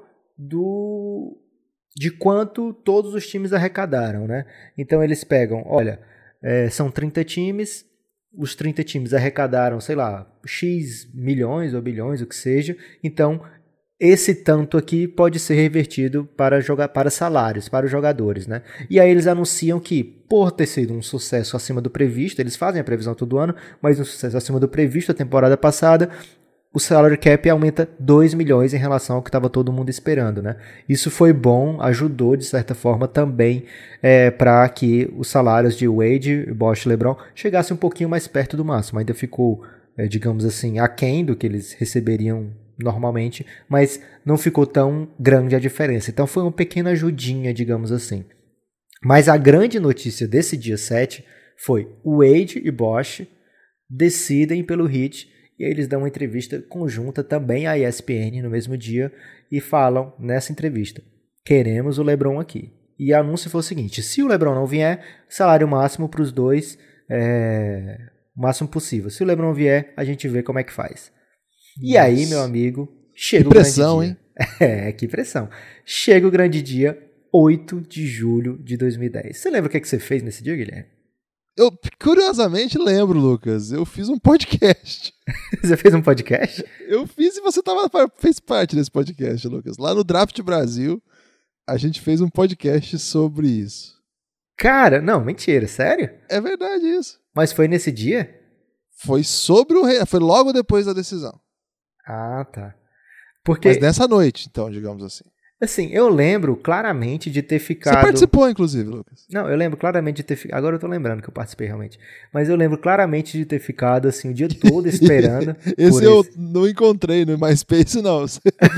de quanto todos os times arrecadaram, né? Então eles pegam, são 30 times, os 30 times arrecadaram, sei lá, X milhões ou bilhões, o que seja, então esse tanto aqui pode ser revertido para salários, para os jogadores, né? E aí eles anunciam que, por ter sido um sucesso acima do previsto, eles fazem a previsão todo ano, mas um sucesso acima do previsto a temporada passada, o salary cap aumenta 2 milhões em relação ao que estava todo mundo esperando, né? Isso foi bom, ajudou de certa forma também para que os salários de Wade, Bosh e LeBron chegassem um pouquinho mais perto do máximo. Ainda ficou, digamos assim, aquém do que eles receberiam normalmente, mas não ficou tão grande a diferença. Então foi uma pequena ajudinha, digamos assim. Mas a grande notícia desse dia 7 foi Wade e Bosh decidem pelo Heat. E aí eles dão uma entrevista conjunta também à ESPN no mesmo dia e falam nessa entrevista, queremos o LeBron aqui. E o anúncio foi o seguinte, se o LeBron não vier, salário máximo para os dois, o máximo possível. Se o LeBron vier, a gente vê como é que faz. E Nossa. Aí, meu amigo, chega que o grande pressão, dia. Hein? Que pressão. Chega o grande dia, 8 de julho de 2010. Você lembra o que você fez nesse dia, Guilherme? Eu, curiosamente, lembro, Lucas. Eu fiz um podcast. Você fez um podcast? Eu fiz e você fez parte desse podcast, Lucas. Lá no Draft Brasil, a gente fez um podcast sobre isso. Cara, não, mentira, sério? É verdade isso. Mas foi nesse dia? Foi sobre foi logo depois da decisão. Ah, tá. Porque, mas nessa noite, então, digamos assim. Assim, eu lembro claramente de ter ficado... Você participou, inclusive, Lucas. Não, eu lembro claramente de ter ficado... Agora eu tô lembrando que eu participei realmente. Mas eu lembro claramente de ter ficado, assim, o dia todo esperando... Esse eu não encontrei no MySpace, não.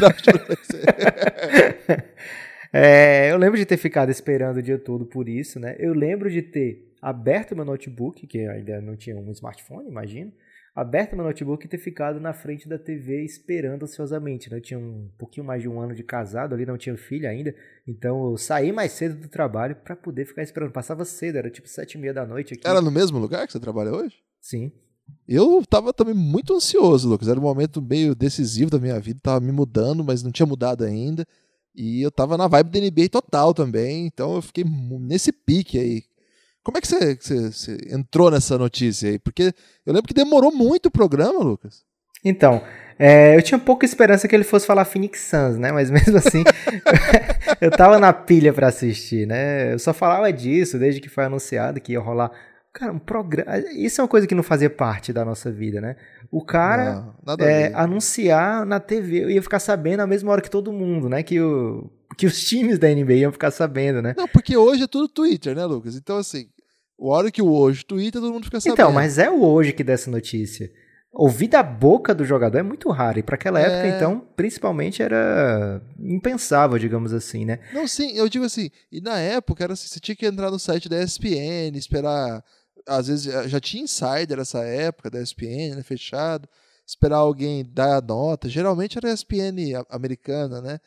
Eu lembro de ter ficado esperando o dia todo por isso, né? Eu lembro de ter aberto meu notebook, que ainda não tinha um smartphone, imagino. Aberto meu notebook e ter ficado na frente da TV esperando ansiosamente, né? Eu tinha um pouquinho mais de um ano de casado ali, não tinha filho ainda, então eu saí mais cedo do trabalho para poder ficar esperando. Passava cedo, era tipo 7h30 da noite aqui. Era no mesmo lugar que você trabalha hoje? Sim. Eu tava também muito ansioso, Lucas, era um momento meio decisivo da minha vida, tava me mudando, mas não tinha mudado ainda, e eu tava na vibe da NBA total também, então eu fiquei nesse pique aí. Como é que você entrou nessa notícia aí? Porque eu lembro que demorou muito o programa, Lucas. Então, Eu tinha pouca esperança que ele fosse falar Phoenix Suns, né? Mas mesmo assim, eu tava na pilha pra assistir, né? Eu só falava disso desde que foi anunciado que ia rolar. Cara, um programa... Isso é uma coisa que não fazia parte da nossa vida, né? O cara anunciar na TV, eu ia ficar sabendo na mesma hora que todo mundo, né? Que os times da NBA iam ficar sabendo, né? Não, porque hoje é tudo Twitter, né, Lucas? Então, assim, a hora que o hoje Twitter, todo mundo fica sabendo. Então, mas é o hoje que dá essa notícia. Ouvir da boca do jogador é muito raro. E para aquela época, então, principalmente era impensável, digamos assim, né? Não, sim, eu digo assim, e na época era assim, você tinha que entrar no site da ESPN, esperar, às vezes já tinha insider nessa época da ESPN, né, fechado, esperar alguém dar a nota, geralmente era a ESPN americana, né?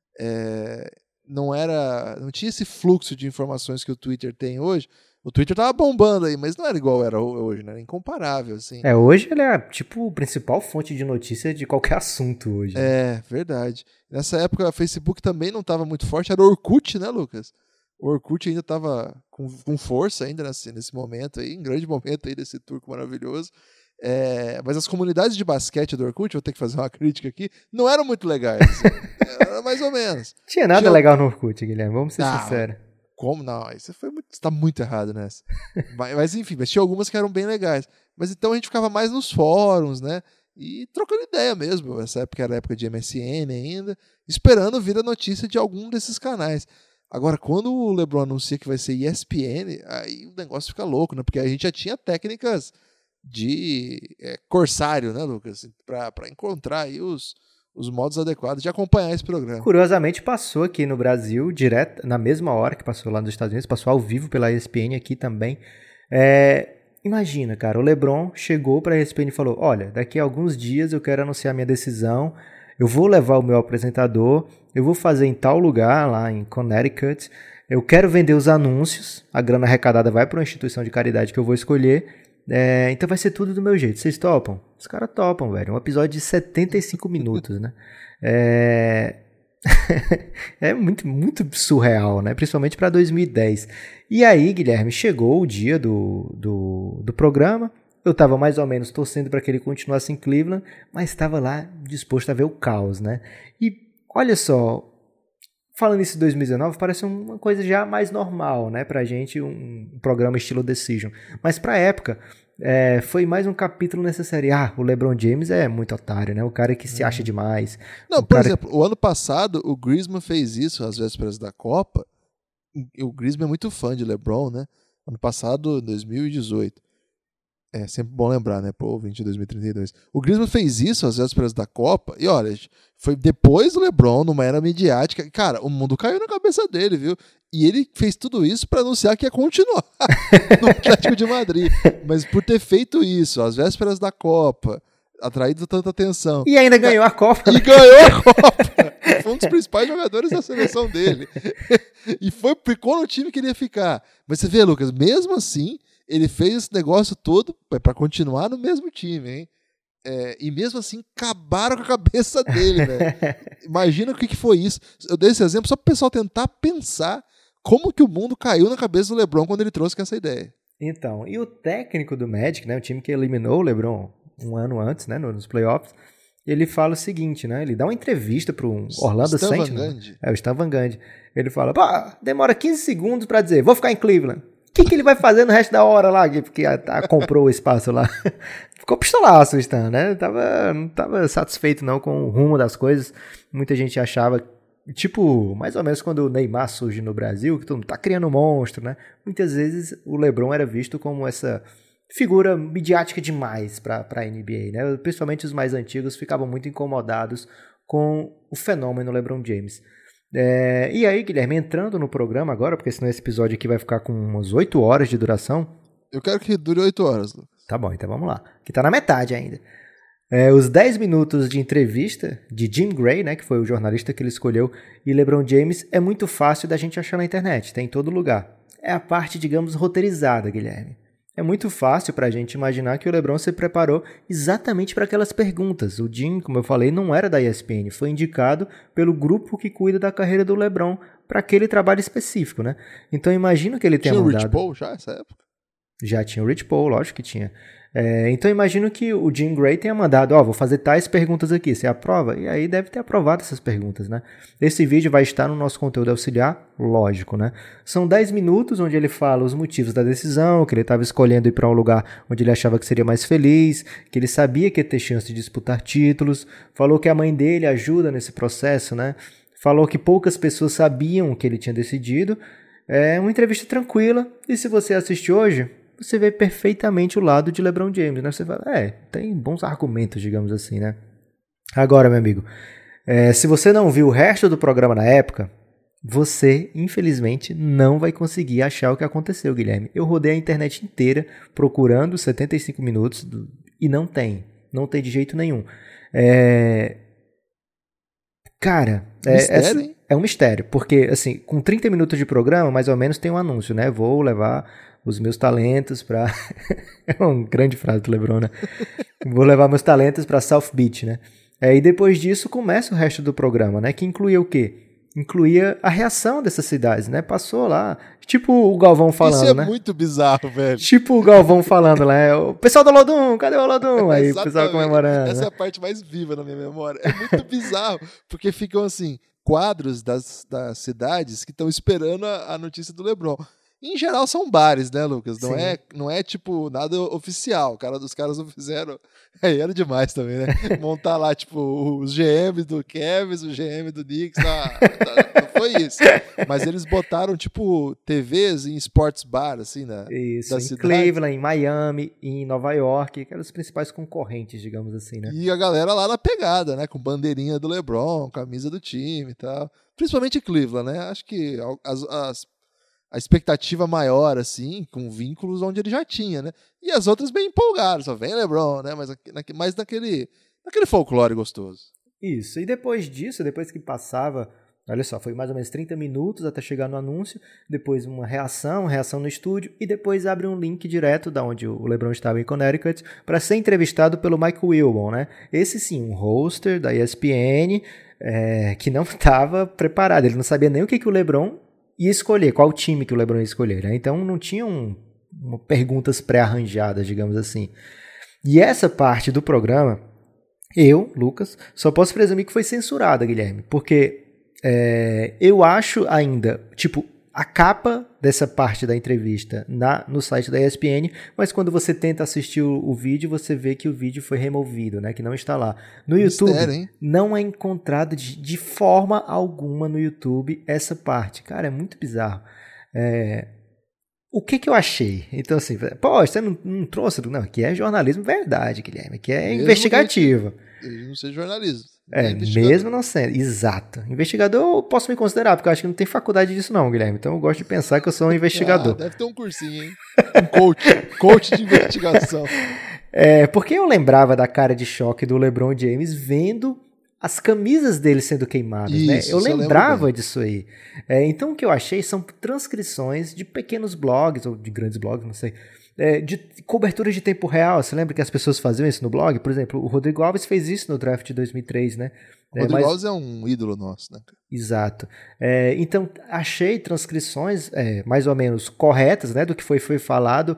Não tinha esse fluxo de informações que o Twitter tem hoje. O Twitter tava bombando aí, mas não era igual era hoje, né? Era incomparável, assim. Hoje ele é, tipo, a principal fonte de notícia de qualquer assunto hoje. Né? Verdade. Nessa época, o Facebook também não tava muito forte, era o Orkut, né, Lucas? O Orkut ainda tava com força ainda nesse momento aí, um grande momento aí desse turco maravilhoso. Mas as comunidades de basquete do Orkut, vou ter que fazer uma crítica aqui, não eram muito legais. Assim. Era mais ou menos. Tinha nada legal no Orkut, Guilherme, vamos ser sinceros. Como? Não, você tá muito errado nessa. mas enfim, tinha algumas que eram bem legais. Mas então a gente ficava mais nos fóruns, né? E trocando ideia mesmo. Essa época era a época de MSN ainda, esperando vir a notícia de algum desses canais. Agora, quando o LeBron anuncia que vai ser ESPN, aí o negócio fica louco, né? Porque a gente já tinha técnicas de corsário, né, Lucas? Para encontrar aí os modos adequados de acompanhar esse programa. Curiosamente, passou aqui no Brasil, direto, na mesma hora que passou lá nos Estados Unidos, passou ao vivo pela ESPN aqui também. Imagina, cara, o LeBron chegou para a ESPN e falou, olha, daqui a alguns dias eu quero anunciar minha decisão, eu vou levar o meu apresentador, eu vou fazer em tal lugar, lá em Connecticut, eu quero vender os anúncios, a grana arrecadada vai para uma instituição de caridade que eu vou escolher, então vai ser tudo do meu jeito. Vocês topam? Os caras topam, velho. Um episódio de 75 minutos, né? É muito, muito surreal, né? Principalmente para 2010. E aí, Guilherme, chegou o dia do programa. Eu estava mais ou menos torcendo para que ele continuasse em Cleveland, mas estava lá disposto a ver o caos, né? E olha só, falando isso em 2019, parece uma coisa já mais normal, né, pra gente, um programa estilo Decision. Mas pra época, foi mais um capítulo nessa série. O LeBron James é muito otário, né? O cara que se acha demais. Não, por exemplo, o ano passado, o Griezmann fez isso às vésperas da Copa. O Griezmann é muito fã de LeBron, né? Ano passado, 2018. Sempre bom lembrar, né? Pô, 2032. O Griezmann fez isso às vésperas da Copa. E olha, foi depois do LeBron, numa era midiática. Cara, o mundo caiu na cabeça dele, viu? E ele fez tudo isso para anunciar que ia continuar no Atlético de Madrid. Mas por ter feito isso às vésperas da Copa, atraído tanta atenção. E ainda ganhou a Copa. E ganhou a Copa. Foi um dos principais jogadores da seleção dele. E ficou no time que ele ia ficar. Mas você vê, Lucas, mesmo assim, ele fez esse negócio todo para continuar no mesmo time, hein? E mesmo assim, acabaram com a cabeça dele, velho. Imagina o que foi isso. Eu dei esse exemplo só para o pessoal tentar pensar como que o mundo caiu na cabeça do LeBron quando ele trouxe essa ideia. Então, e o técnico do Magic, né, o time que eliminou o LeBron um ano antes, né, nos playoffs, ele fala o seguinte, né, ele dá uma entrevista para o Orlando Sentinel. O Stan Van Gundy. Ele fala, demora 15 segundos para dizer, vou ficar em Cleveland. O que ele vai fazer no resto da hora lá? Porque comprou o espaço lá. Ficou pistolaço o Stan, né? Não tava satisfeito não com o rumo das coisas. Muita gente achava, tipo, mais ou menos quando o Neymar surge no Brasil, que todo mundo tá criando um monstro, né? Muitas vezes o LeBron era visto como essa figura midiática demais para a NBA, né? Principalmente os mais antigos ficavam muito incomodados com o fenômeno LeBron James. E aí, Guilherme, entrando no programa agora, porque senão esse episódio aqui vai ficar com umas 8 horas de duração. Eu quero que dure 8 horas, Lucas. Tá bom, então vamos lá. Que tá na metade ainda. Os 10 minutos de entrevista de Jim Gray, né, que foi o jornalista que ele escolheu, e LeBron James, é muito fácil da gente achar na internet, tem em todo lugar. É a parte, digamos, roteirizada, Guilherme. É muito fácil para a gente imaginar que o LeBron se preparou exatamente para aquelas perguntas. O Jim, como eu falei, não era da ESPN, foi indicado pelo grupo que cuida da carreira do LeBron para aquele trabalho específico, né? Então imagino que ele tenha mudado. Tinha o Rich Paul já nessa época? Já tinha o Rich Paul, lógico que tinha. Então imagino que o Jim Gray tenha mandado, vou fazer tais perguntas aqui, você aprova? E aí deve ter aprovado essas perguntas, né? Esse vídeo vai estar no nosso conteúdo auxiliar, lógico, né? São 10 minutos onde ele fala os motivos da decisão, que ele estava escolhendo ir para um lugar onde ele achava que seria mais feliz, que ele sabia que ia ter chance de disputar títulos, falou que a mãe dele ajuda nesse processo, né? Falou que poucas pessoas sabiam o que ele tinha decidido. É uma entrevista tranquila, e se você assistir hoje, você vê perfeitamente o lado de LeBron James, né? Você fala, tem bons argumentos, digamos assim, né? Agora, meu amigo, se você não viu o resto do programa na época, você, infelizmente, não vai conseguir achar o que aconteceu, Guilherme. Eu rodei a internet inteira procurando 75 minutos e não tem de jeito nenhum. Cara, é um mistério, porque, assim, com 30 minutos de programa, mais ou menos tem um anúncio, né? Vou levar os meus talentos para... é uma grande frase do LeBron, né? Vou levar meus talentos para South Beach, né? E depois disso começa o resto do programa, né? Que incluía o quê? Incluía a reação dessas cidades, né? Passou lá, tipo o Galvão falando, né? Isso é muito bizarro, velho. Tipo o Galvão falando lá, o pessoal do Olodum, cadê o Olodum? Aí o pessoal comemorando. Essa é a parte mais viva na minha memória. É muito bizarro, porque ficam assim, quadros das cidades que estão esperando a notícia do LeBron. Em geral são bares, né, Lucas? Não é tipo nada oficial. Os caras não fizeram. Aí era demais também, né? Montar lá, tipo, os GM do Cavs, o GM do Knicks. Não foi isso. Mas eles botaram, tipo, TVs em sports bar, assim, isso, em Cleveland, em Miami, em Nova York, que eram os principais concorrentes, digamos assim, né? E a galera lá na pegada, né? Com bandeirinha do LeBron, camisa do time e tal. Principalmente Cleveland, né? Acho que a expectativa maior, assim, com vínculos onde ele já tinha, né? E as outras bem empolgadas, só vem LeBron, né? Mas naquele folclore gostoso. Isso, e depois disso, depois que passava, olha só, foi mais ou menos 30 minutos até chegar no anúncio, depois uma reação no estúdio, e depois abre um link direto da onde o LeBron estava em Connecticut para ser entrevistado pelo Mike Wilbon, né? Esse sim, um hoster da ESPN, que não estava preparado, ele não sabia nem o que o LeBron ia escolher, qual time que o LeBron ia escolher, né? Então não tinham perguntas pré-arranjadas, digamos assim. E essa parte do programa, eu, Lucas, só posso presumir que foi censurada, Guilherme, porque eu acho ainda, tipo, a capa dessa parte da entrevista no site da ESPN, mas quando você tenta assistir o vídeo, você vê que o vídeo foi removido, né? Que não está lá. No YouTube, não é encontrado de forma alguma no YouTube essa parte. Cara, é muito bizarro. O que eu achei? Então, assim, você não trouxe? Não, aqui é jornalismo verdade, Guilherme. Aqui é investigativo. Eu não sei jornalismo. Mesmo não sendo. Exato. Investigador eu posso me considerar, porque eu acho que não tem faculdade disso não, Guilherme. Então eu gosto de pensar que eu sou um investigador. Deve ter um cursinho, hein? Um coach de investigação. Porque eu lembrava da cara de choque do LeBron James vendo as camisas dele sendo queimadas, né? Eu lembrava disso aí. Então o que eu achei são transcrições de pequenos blogs, ou de grandes blogs, não sei, de coberturas de tempo real. Você lembra que as pessoas faziam isso no blog? Por exemplo, o Rodrigo Alves fez isso no draft de 2003, né? O Rodrigo Alves é um ídolo nosso, né? Exato. Então, achei transcrições mais ou menos corretas, né, do que foi falado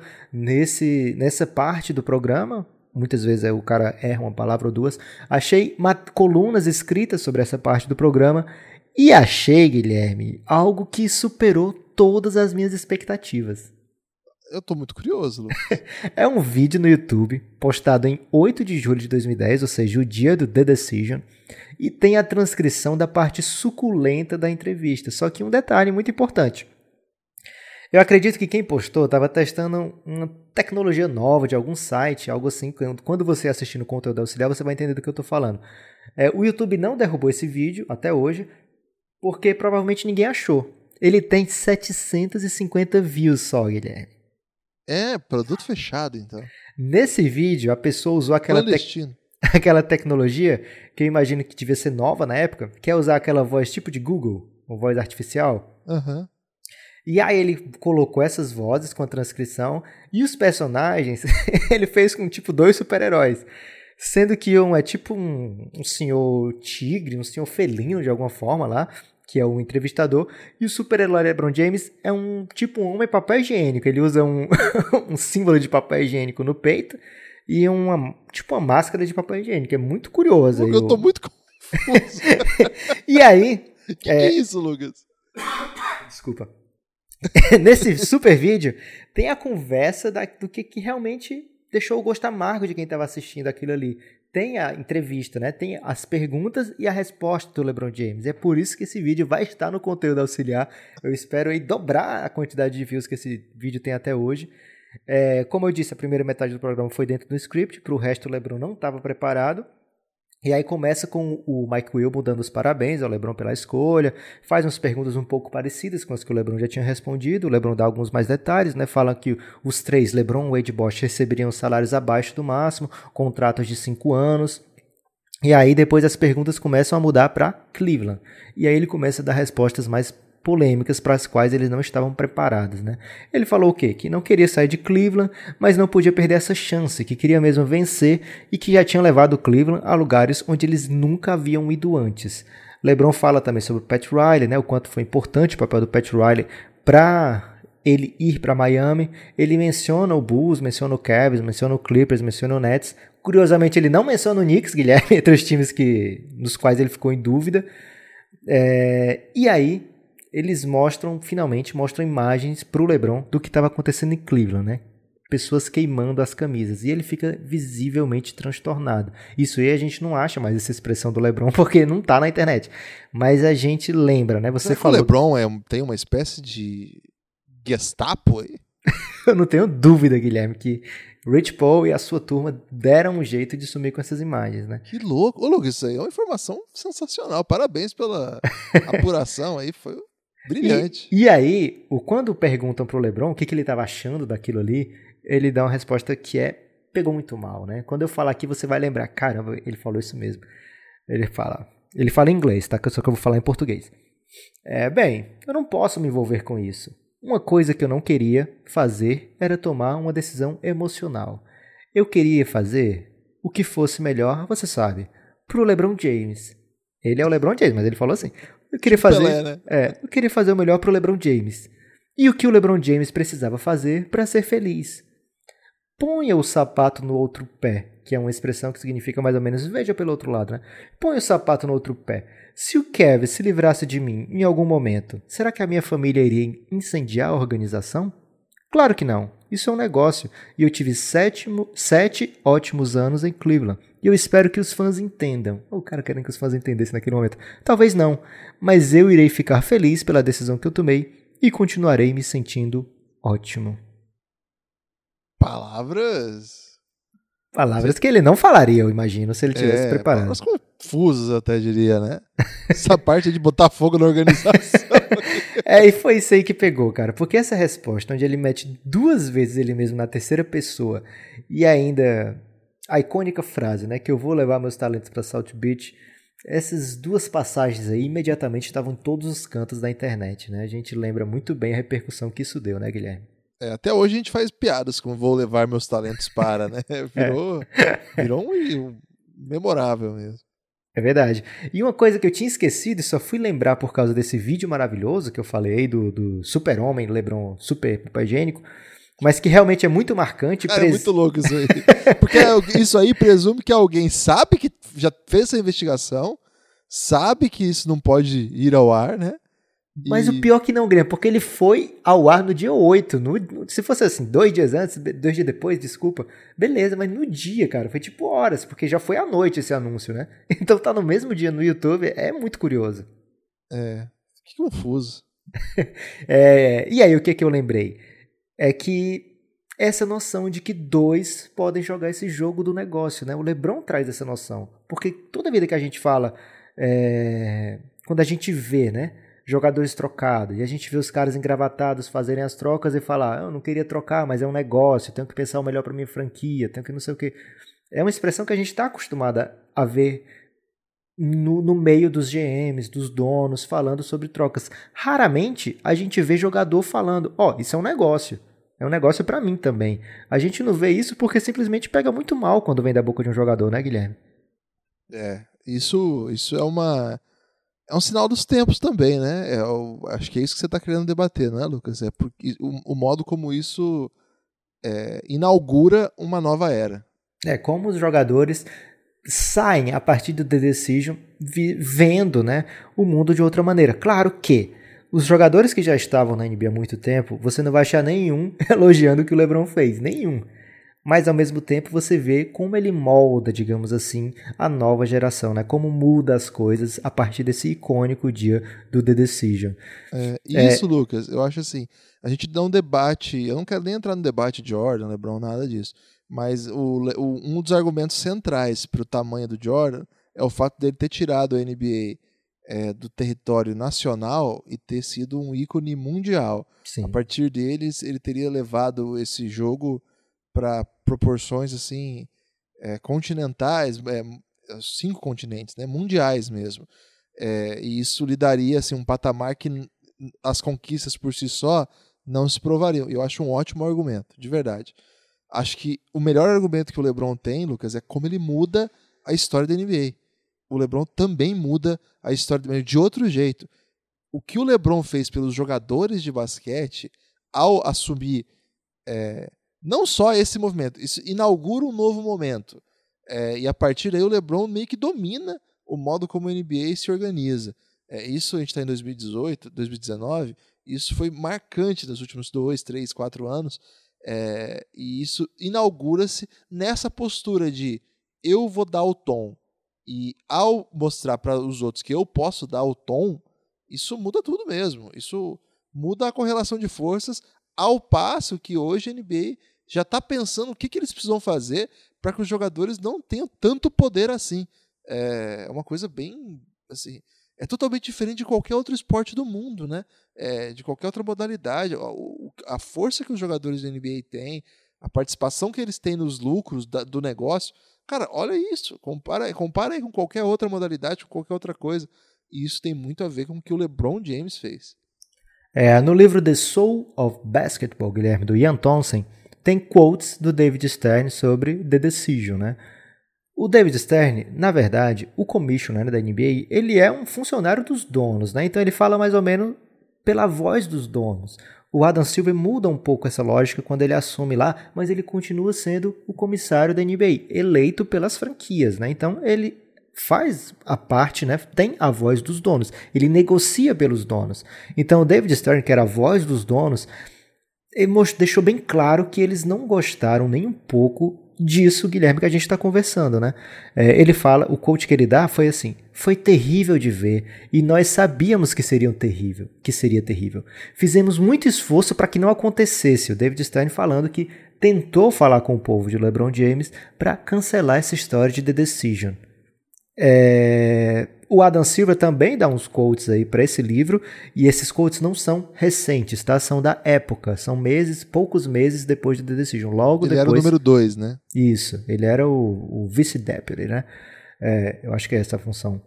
nessa parte do programa. Muitas vezes o cara erra uma palavra ou duas. Achei colunas escritas sobre essa parte do programa e achei, Guilherme, algo que superou todas as minhas expectativas. Eu tô muito curioso, Lu. É um vídeo no YouTube postado em 8 de julho de 2010, ou seja, o dia do The Decision, e tem a transcrição da parte suculenta da entrevista. Só que um detalhe muito importante. Eu acredito que quem postou estava testando uma tecnologia nova de algum site, algo assim. Quando você assistir no conteúdo auxiliar, você vai entender do que eu estou falando. O YouTube não derrubou esse vídeo até hoje, porque provavelmente ninguém achou. Ele tem 750 views só, Guilherme. Produto fechado, então. Nesse vídeo, a pessoa usou aquela tecnologia que eu imagino que devia ser nova na época, que é usar aquela voz tipo de Google, uma voz artificial. Uhum. E aí ele colocou essas vozes com a transcrição e os personagens ele fez com tipo 2 super-heróis. Sendo que um é tipo um senhor tigre, um senhor felino de alguma forma lá, que é o entrevistador, e o super-herói LeBron James é um homem papel higiênico. Ele usa um símbolo de papel higiênico no peito, e uma máscara de papel higiênico. É muito curioso. Lucas, eu tô muito confuso. E aí... que é isso, Lucas? Desculpa. Nesse super vídeo, tem a conversa do que realmente deixou o gosto amargo de quem estava assistindo aquilo ali. Tem a entrevista, né? Tem as perguntas e a resposta do LeBron James. É por isso que esse vídeo vai estar no conteúdo auxiliar. Eu espero aí dobrar a quantidade de views que esse vídeo tem até hoje. Como eu disse, a primeira metade do programa foi dentro do script. Para o resto, o LeBron não estava preparado. E aí começa com o Mike Wilbon dando os parabéns ao LeBron pela escolha, faz umas perguntas um pouco parecidas com as que o LeBron já tinha respondido, o LeBron dá alguns mais detalhes, né? Fala que os três, LeBron, Wade e Bosh, receberiam salários abaixo do máximo, contratos de 5 anos, e aí depois as perguntas começam a mudar para Cleveland, e aí ele começa a dar respostas mais polêmicas para as quais eles não estavam preparados, né? Ele falou o quê? Que não queria sair de Cleveland, mas não podia perder essa chance, que queria mesmo vencer e que já tinham levado o Cleveland a lugares onde eles nunca haviam ido antes. LeBron fala também sobre o Pat Riley, né? O quanto foi importante o papel do Pat Riley para ele ir para Miami. Ele menciona o Bulls, menciona o Cavs, menciona o Clippers, menciona o Nets. Curiosamente, ele não menciona o Knicks, Guilherme, entre os times nos quais ele ficou em dúvida. E aí eles finalmente mostram imagens para o LeBron do que estava acontecendo em Cleveland, né? Pessoas queimando as camisas. E ele fica visivelmente transtornado. Isso aí a gente não acha mais essa expressão do LeBron, porque não tá na internet. Mas a gente lembra, né? Você falou... O LeBron tem uma espécie de Gestapo aí? Eu não tenho dúvida, Guilherme, que Rich Paul e a sua turma deram um jeito de sumir com essas imagens, né? Que louco. Ô, Lucas, isso aí é uma informação sensacional. Parabéns pela apuração aí. Foi... brilhante. E aí, quando perguntam pro LeBron o que ele estava achando daquilo ali, ele dá uma resposta que pegou muito mal, né? Quando eu falar aqui, você vai lembrar, caramba, ele falou isso mesmo. Ele fala em inglês, tá? Só que eu vou falar em português. Bem, eu não posso me envolver com isso. Uma coisa que eu não queria fazer era tomar uma decisão emocional. Eu queria fazer o que fosse melhor, você sabe, pro LeBron James. Ele é o LeBron James, mas ele falou assim... Eu queria fazer, Pelé, né? Eu queria fazer o melhor pro LeBron James. E o que o LeBron James precisava fazer para ser feliz? Ponha o sapato no outro pé, que é uma expressão que significa mais ou menos veja pelo outro lado, né? Ponha o sapato no outro pé. Se o Kevin se livrasse de mim em algum momento, será que a minha família iria incendiar a organização? Claro que não. Isso é um negócio. E eu tive 7 ótimos anos em Cleveland. E eu espero que os fãs entendam. O cara querendo que os fãs entendessem naquele momento. Talvez não. Mas eu irei ficar feliz pela decisão que eu tomei e continuarei me sentindo ótimo. Palavras que ele não falaria, eu imagino, se ele tivesse preparado. Palavras confusas, até diria, né? Essa parte de botar fogo na organização. E foi isso aí que pegou, cara. Porque essa resposta, onde ele mete 2 vezes ele mesmo na terceira pessoa e ainda a icônica frase, né? Que eu vou levar meus talentos para South Beach. Essas 2 passagens aí imediatamente estavam em todos os cantos da internet, né? A gente lembra muito bem a repercussão que isso deu, né, Guilherme? Até hoje a gente faz piadas com vou levar meus talentos para, né? Virou um memorável mesmo. É verdade. E uma coisa que eu tinha esquecido e só fui lembrar por causa desse vídeo maravilhoso que eu falei do super-homem, LeBron super papel higiênico, mas que realmente é muito marcante. É muito louco isso aí. Porque isso aí presume que alguém sabe que já fez essa investigação, sabe que isso não pode ir ao ar, né? Mas o pior que não, Guilherme, porque ele foi ao ar no dia 8. Se fosse assim, 2 dias antes, 2 dias depois, desculpa. Beleza, mas no dia, cara, foi tipo horas, porque já foi à noite esse anúncio, né? Então tá no mesmo dia no YouTube, é muito curioso. Que confuso. E aí, o que eu lembrei? É que essa noção de que 2 podem jogar esse jogo do negócio, né? O LeBron traz essa noção. Porque toda vida que a gente fala, quando a gente vê, né? Jogadores trocados, e a gente vê os caras engravatados fazerem as trocas e falar, eu não queria trocar, mas é um negócio, tenho que pensar o melhor para minha franquia, tenho que não sei o quê. É uma expressão que a gente está acostumada a ver no meio dos GMs, dos donos, falando sobre trocas. Raramente a gente vê jogador falando, isso é um negócio para mim também. A gente não vê isso porque simplesmente pega muito mal quando vem da boca de um jogador, né, Guilherme? Isso é um sinal dos tempos também, né? Acho que é isso que você está querendo debater, não é, Lucas? É porque o modo como isso inaugura uma nova era. Como os jogadores saem a partir do The Decision vendo, né, o mundo de outra maneira. Claro que os jogadores que já estavam na NBA há muito tempo, você não vai achar nenhum elogiando o que o LeBron fez, nenhum. Mas ao mesmo tempo você vê como ele molda, digamos assim, a nova geração, né? Como muda as coisas a partir desse icônico dia do The Decision. Lucas, eu acho assim, a gente não debate, eu não quero nem entrar no debate de Jordan, LeBron, nada disso, mas um dos argumentos centrais para o tamanho do Jordan é o fato dele ter tirado a NBA do território nacional e ter sido um ícone mundial. Sim. A partir deles, ele teria levado esse jogo para proporções assim continentais, 5 continentes, né, mundiais mesmo. E isso lhe daria assim, um patamar que as conquistas por si só não se provariam. Eu acho um ótimo argumento, de verdade. Acho que o melhor argumento que o LeBron tem, Lucas, é como ele muda a história da NBA. O LeBron também muda a história da NBA de outro jeito. O que o LeBron fez pelos jogadores de basquete ao assumir não só esse movimento, isso inaugura um novo momento. E a partir daí o LeBron meio que domina o modo como a NBA se organiza. Isso a gente está em 2018, 2019, isso foi marcante nos últimos 2, 3, 4 anos. E isso inaugura-se nessa postura de eu vou dar o tom, e ao mostrar para os outros que eu posso dar o tom, isso muda tudo mesmo, isso muda a correlação de forças, ao passo que hoje a NBA já está pensando o que eles precisam fazer para que os jogadores não tenham tanto poder assim. É uma coisa bem assim, é totalmente diferente de qualquer outro esporte do mundo, né? De qualquer outra modalidade. A força que os jogadores da NBA têm, a participação que eles têm nos lucros do negócio. Cara, olha isso. Compara aí com qualquer outra modalidade, com qualquer outra coisa. E isso tem muito a ver com o que o LeBron James fez. No livro The Soul of Basketball, Guilherme, do Ian Thompson, tem quotes do David Stern sobre The Decision, né? O David Stern, na verdade, o commissioner, né, da NBA, ele é um funcionário dos donos, né? Então ele fala mais ou menos pela voz dos donos. O Adam Silver muda um pouco essa lógica quando ele assume lá, mas ele continua sendo o comissário da NBA, eleito pelas franquias, né? Então ele faz a parte, né? Tem a voz dos donos, ele negocia pelos donos. Então o David Stern, que era a voz dos donos, ele deixou bem claro que eles não gostaram nem um pouco disso, Guilherme, que a gente está conversando, né? Ele fala, o quote que ele dá foi assim: foi terrível de ver e nós sabíamos que seria terrível. Fizemos muito esforço para que não acontecesse. O David Stern falando que tentou falar com o povo de LeBron James para cancelar essa história de The Decision. O Adam Silver também dá uns quotes aí para esse livro, e esses quotes não são recentes, tá? São da época, são poucos meses depois de The Decision. Logo ele depois, era o número 2, né? Isso, ele era o vice-deputy, né? Eu acho que é essa a função.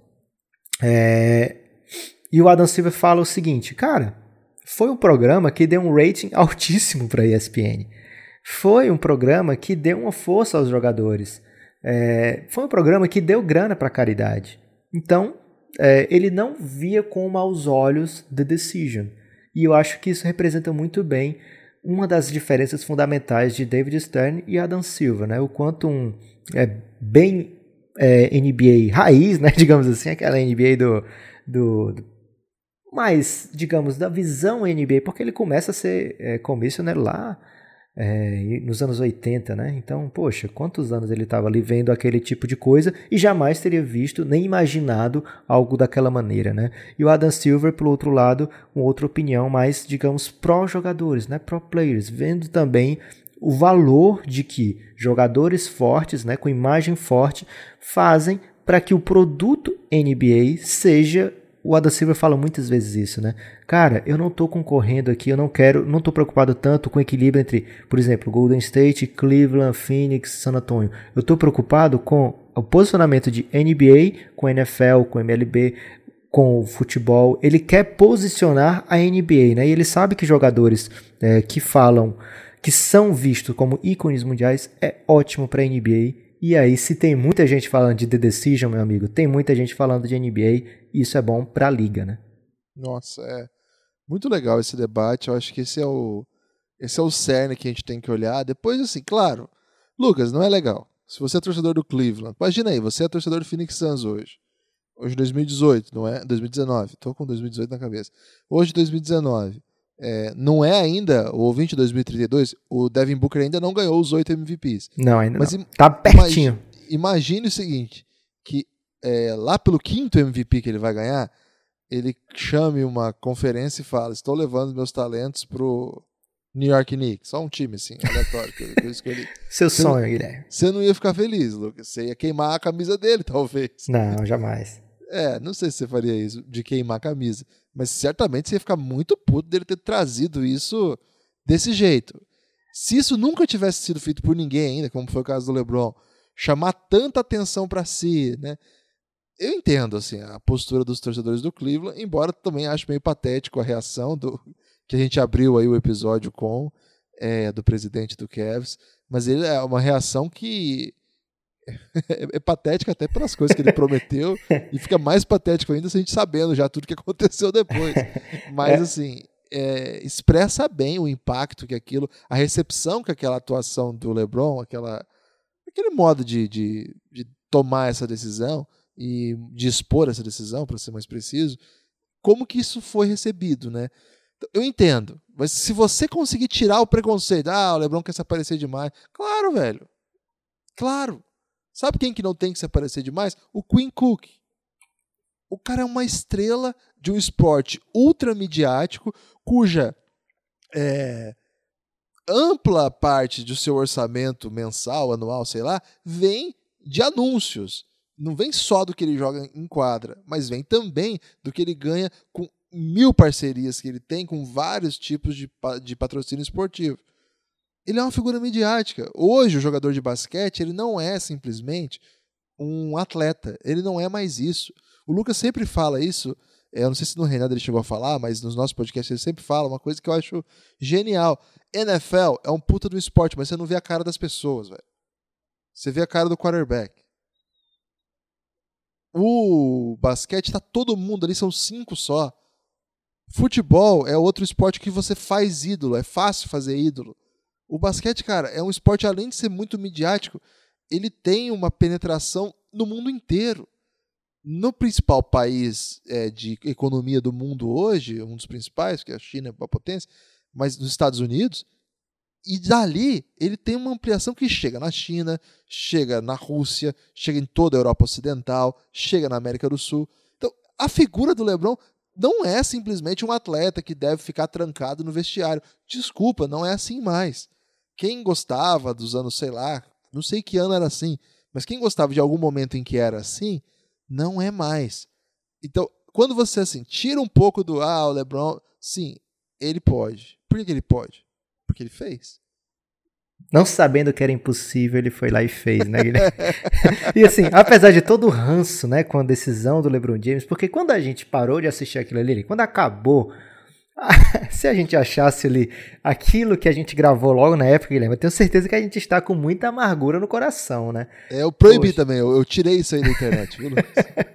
E o Adam Silver fala o seguinte: cara, foi um programa que deu um rating altíssimo para a ESPN. Foi um programa que deu uma força aos jogadores. Foi um programa que deu grana para a caridade. Então, ele não via com maus olhos The Decision. E eu acho que isso representa muito bem uma das diferenças fundamentais de David Stern e Adam Silver, né? O quanto bem NBA raiz, né? Digamos assim, aquela NBA mais, digamos, da visão NBA, porque ele começa a ser commissioner lá nos anos 80, né? Então, poxa, quantos anos ele estava ali vendo aquele tipo de coisa e jamais teria visto, nem imaginado algo daquela maneira, né? E o Adam Silver, por outro lado, uma outra opinião mais, digamos, pró-jogadores, né? Pró-players, vendo também o valor de que jogadores fortes, né, com imagem forte, fazem para que o produto NBA seja... O Adam Silver fala muitas vezes isso, né? Cara, eu não tô concorrendo aqui, não tô preocupado tanto com o equilíbrio entre, por exemplo, Golden State, Cleveland, Phoenix, San Antonio. Eu tô preocupado com o posicionamento de NBA, com NFL, com MLB, com o futebol. Ele quer posicionar a NBA, né? E ele sabe que jogadores que são vistos como ícones mundiais é ótimo para a NBA. E aí, se tem muita gente falando de The Decision, meu amigo, tem muita gente falando de NBA, isso é bom pra liga, né? Nossa, muito legal esse debate. Eu acho que esse é o cerne que a gente tem que olhar. Depois, assim, claro, Lucas, não é legal. Se você é torcedor do Cleveland, imagina aí, você é torcedor do Phoenix Suns hoje. Hoje 2018, não é? 2019. Tô com 2018 na cabeça. Hoje 2019. Não é ainda o ouvinte 2032, o Devin Booker ainda não ganhou os 8 MVPs. Não, ainda não. Tá pertinho. Imagine o seguinte, que lá pelo 5º MVP que ele vai ganhar, ele chame uma conferência e fala: estou levando meus talentos pro New York Knicks. Só um time, assim, aleatório que eu escolhi. Seu sonho, Guilherme. Você não ia ficar feliz, Lucas. Você ia queimar a camisa dele, talvez. Não, jamais. Não sei se você faria isso, de queimar a camisa. Mas certamente você ia ficar muito puto dele ter trazido isso desse jeito. Se isso nunca tivesse sido feito por ninguém ainda, como foi o caso do LeBron, chamar tanta atenção para si, né? Eu entendo assim, a postura dos torcedores do Cleveland, embora também acho meio patético a reação que a gente abriu aí o episódio com do presidente do Cavs, mas ele é uma reação que é patética até pelas coisas que ele prometeu e fica mais patético ainda se a gente sabendo já tudo que aconteceu depois. Mas assim, expressa bem o impacto que aquilo, a recepção que aquela atuação do LeBron, aquele modo de tomar essa decisão e de expor essa decisão, para ser mais preciso, como que isso foi recebido, né? Eu entendo, mas se você conseguir tirar o preconceito, o LeBron quer se aparecer demais, claro, velho, claro. Sabe quem que não tem que se aparecer demais? O Quinn Cook. O cara é uma estrela de um esporte ultramediático, cuja ampla parte do seu orçamento mensal, anual, sei lá, vem de anúncios. Não vem só do que ele joga em quadra, mas vem também do que ele ganha com 1000 parcerias que ele tem com vários tipos de patrocínio esportivo. Ele é uma figura midiática. Hoje, o jogador de basquete, ele não é simplesmente um atleta. Ele não é mais isso. O Lucas sempre fala isso. Eu não sei se no Reinado ele chegou a falar, mas nos nossos podcasts ele sempre fala uma coisa que eu acho genial. NFL é um puta do esporte, mas você não vê a cara das pessoas, velho. Você vê a cara do quarterback. O basquete tá todo mundo ali, são 5 só. Futebol é outro esporte que você faz ídolo, é fácil fazer ídolo. O basquete, cara, é um esporte, além de ser muito midiático, ele tem uma penetração no mundo inteiro. No principal país de economia do mundo hoje, um dos principais, que é a China, a potência, mas nos Estados Unidos, e dali ele tem uma ampliação que chega na China, chega na Rússia, chega em toda a Europa Ocidental, chega na América do Sul. Então, a figura do LeBron não é simplesmente um atleta que deve ficar trancado no vestiário. Desculpa, não é assim mais. Quem gostava dos anos, sei lá, não sei que ano era assim, mas quem gostava de algum momento em que era assim, não é mais. Então, quando você assim, tira um pouco do o LeBron, sim, ele pode. Por que ele pode? Porque ele fez. Não sabendo que era impossível, ele foi lá e fez, né, Guilherme? E assim, apesar de todo o ranço, né, com a decisão do LeBron James, porque quando a gente parou de assistir aquilo ali, quando acabou, se a gente achasse ali aquilo que a gente gravou logo na época, Guilherme, eu tenho certeza que a gente está com muita amargura no coração, né? Eu proibi também, eu tirei isso aí da internet, viu, Lucas?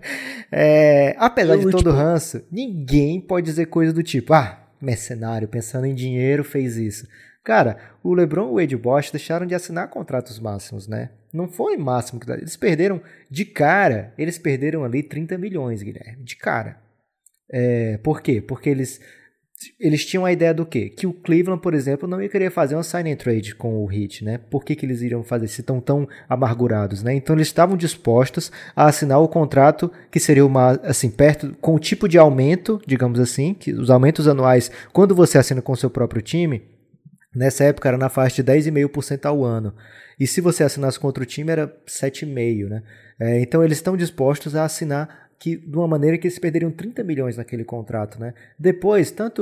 Apesar de todo o ranço, ninguém pode dizer coisa do tipo, mercenário, pensando em dinheiro, fez isso. Cara, o LeBron e o Wade Bosh deixaram de assinar contratos máximos, né? Não foi máximo que eles perderam de cara, eles perderam ali 30 milhões, Guilherme, de cara. Por quê? Porque eles tinham a ideia do quê? Que o Cleveland, por exemplo, não ia querer fazer uma sign and trade com o Heat, né? Por que eles iriam fazer se estão tão amargurados, né? Então eles estavam dispostos a assinar o contrato que seria assim, perto, com o tipo de aumento, digamos assim, que os aumentos anuais, quando você assina com o seu próprio time, nessa época era na faixa de 10,5% ao ano. E se você assinasse com outro time era 7,5%, né? Então eles estão dispostos a assinar de uma maneira que eles perderiam 30 milhões naquele contrato, né? Depois, tanto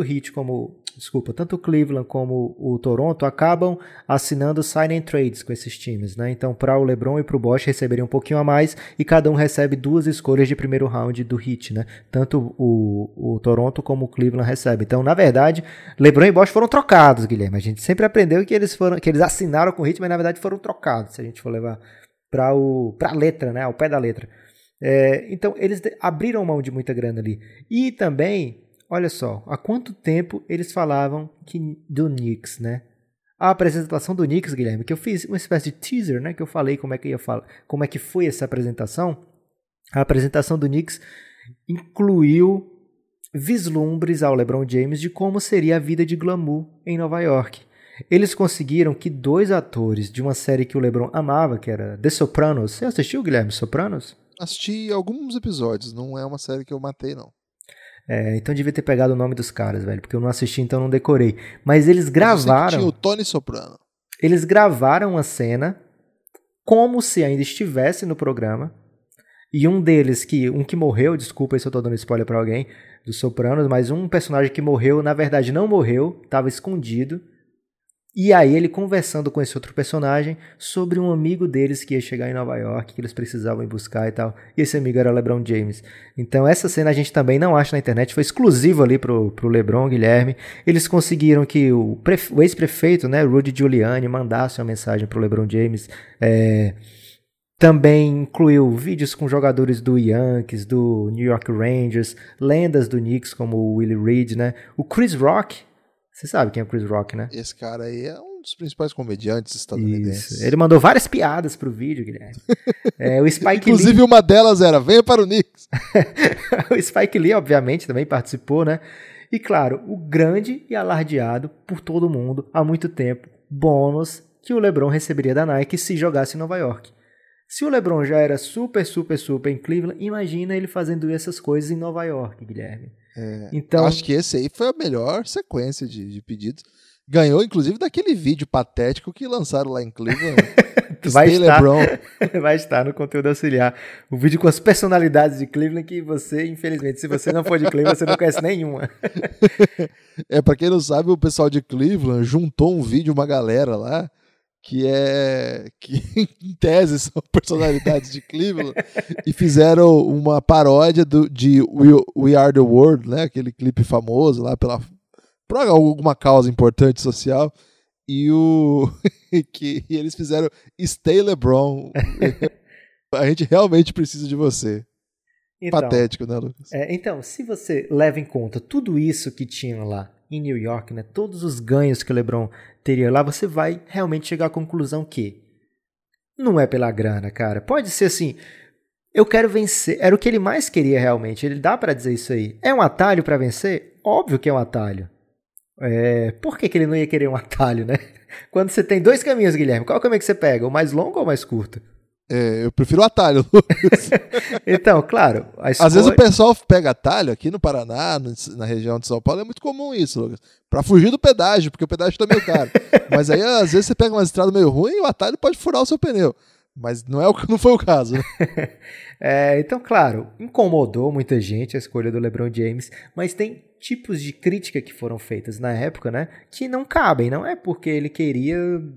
o Cleveland como o Toronto acabam assinando sign and trades com esses times, né? Então, para o LeBron e para o Bosh receberem um pouquinho a mais e cada um recebe 2 escolhas de primeiro round do Heat, né? Tanto o Toronto como o Cleveland recebem. Então, na verdade, LeBron e Bosh foram trocados, Guilherme. A gente sempre aprendeu que eles assinaram com o Heat, mas na verdade foram trocados, se a gente for levar para a letra, né? Ao pé da letra. Então, eles abriram mão de muita grana ali. E também, olha só, há quanto tempo eles falavam do Knicks, né? a apresentação do Knicks, Guilherme, que eu fiz uma espécie de teaser, né, que eu falei como é que foi essa apresentação. A apresentação do Knicks incluiu vislumbres ao LeBron James de como seria a vida de glamour em Nova York. Eles conseguiram que 2 atores de uma série que o LeBron amava, que era The Sopranos. Você assistiu, Guilherme, Sopranos? Assisti alguns episódios, não é uma série que eu matei, não. Então devia ter pegado o nome dos caras, velho, porque eu não assisti, então não decorei. Mas eles gravaram... Tinha o Tony Soprano. Eles gravaram a cena como se ainda estivesse no programa. E um deles, um que morreu, desculpa se eu tô dando spoiler pra alguém, dos Sopranos, mas um personagem que morreu, na verdade não morreu, estava escondido. E aí ele conversando com esse outro personagem sobre um amigo deles que ia chegar em Nova York, que eles precisavam ir buscar e tal. E esse amigo era LeBron James. Então essa cena a gente também não acha na internet, foi exclusivo ali pro LeBron, Guilherme. Eles conseguiram que o ex-prefeito, né, Rudy Giuliani, mandasse uma mensagem pro LeBron James. Também incluiu vídeos com jogadores do Yankees, do New York Rangers, lendas do Knicks como o Willie Reed, né? O Chris Rock. Você sabe quem é o Chris Rock, né? Esse cara aí é um dos principais comediantes estadunidenses. Isso. Ele mandou várias piadas pro vídeo, Guilherme. O Spike Inclusive Lee... uma delas era, venha para o Knicks. O Spike Lee, obviamente, também participou, né? E claro, o grande e alardeado por todo mundo há muito tempo bônus que o LeBron receberia da Nike se jogasse em Nova York. Se o LeBron já era super em Cleveland, imagina ele fazendo essas coisas em Nova York, Guilherme. Então, acho que esse aí foi a melhor sequência de pedidos. Ganhou, inclusive, daquele vídeo patético que lançaram lá em Cleveland. Vai estar no conteúdo auxiliar. O vídeo com as personalidades de Cleveland que você, infelizmente, se você não for de Cleveland, você não conhece nenhuma. Pra quem não sabe, o pessoal de Cleveland juntou um vídeo, uma galera lá, que em tese são personalidades de Cleveland, e fizeram uma paródia de We Are The World, né? Aquele clipe famoso lá por alguma causa importante social, e eles fizeram Stay LeBron. A gente realmente precisa de você. Então, patético, né, Lucas? Então, se você leva em conta tudo isso que tinha lá em New York, né, todos os ganhos que o LeBron teria lá, você vai realmente chegar à conclusão que não é pela grana, cara. Pode ser assim, eu quero vencer, era o que ele mais queria realmente, ele dá pra dizer isso aí. É um atalho pra vencer? Óbvio que é um atalho. Por que ele não ia querer um atalho, né? Quando você tem 2 caminhos, Guilherme, qual caminho que você pega? O mais longo ou o mais curto? Eu prefiro o atalho, Lucas. Então, claro. Às vezes o pessoal pega atalho aqui no Paraná, na região de São Paulo, é muito comum isso, Lucas. Pra fugir do pedágio, porque o pedágio tá meio caro. Mas aí, às vezes, você pega uma estrada meio ruim e o atalho pode furar o seu pneu. Mas não foi o caso, né? Então, claro, incomodou muita gente a escolha do LeBron James, mas tem tipos de crítica que foram feitas na época, né, que não cabem. Não é porque ele queria...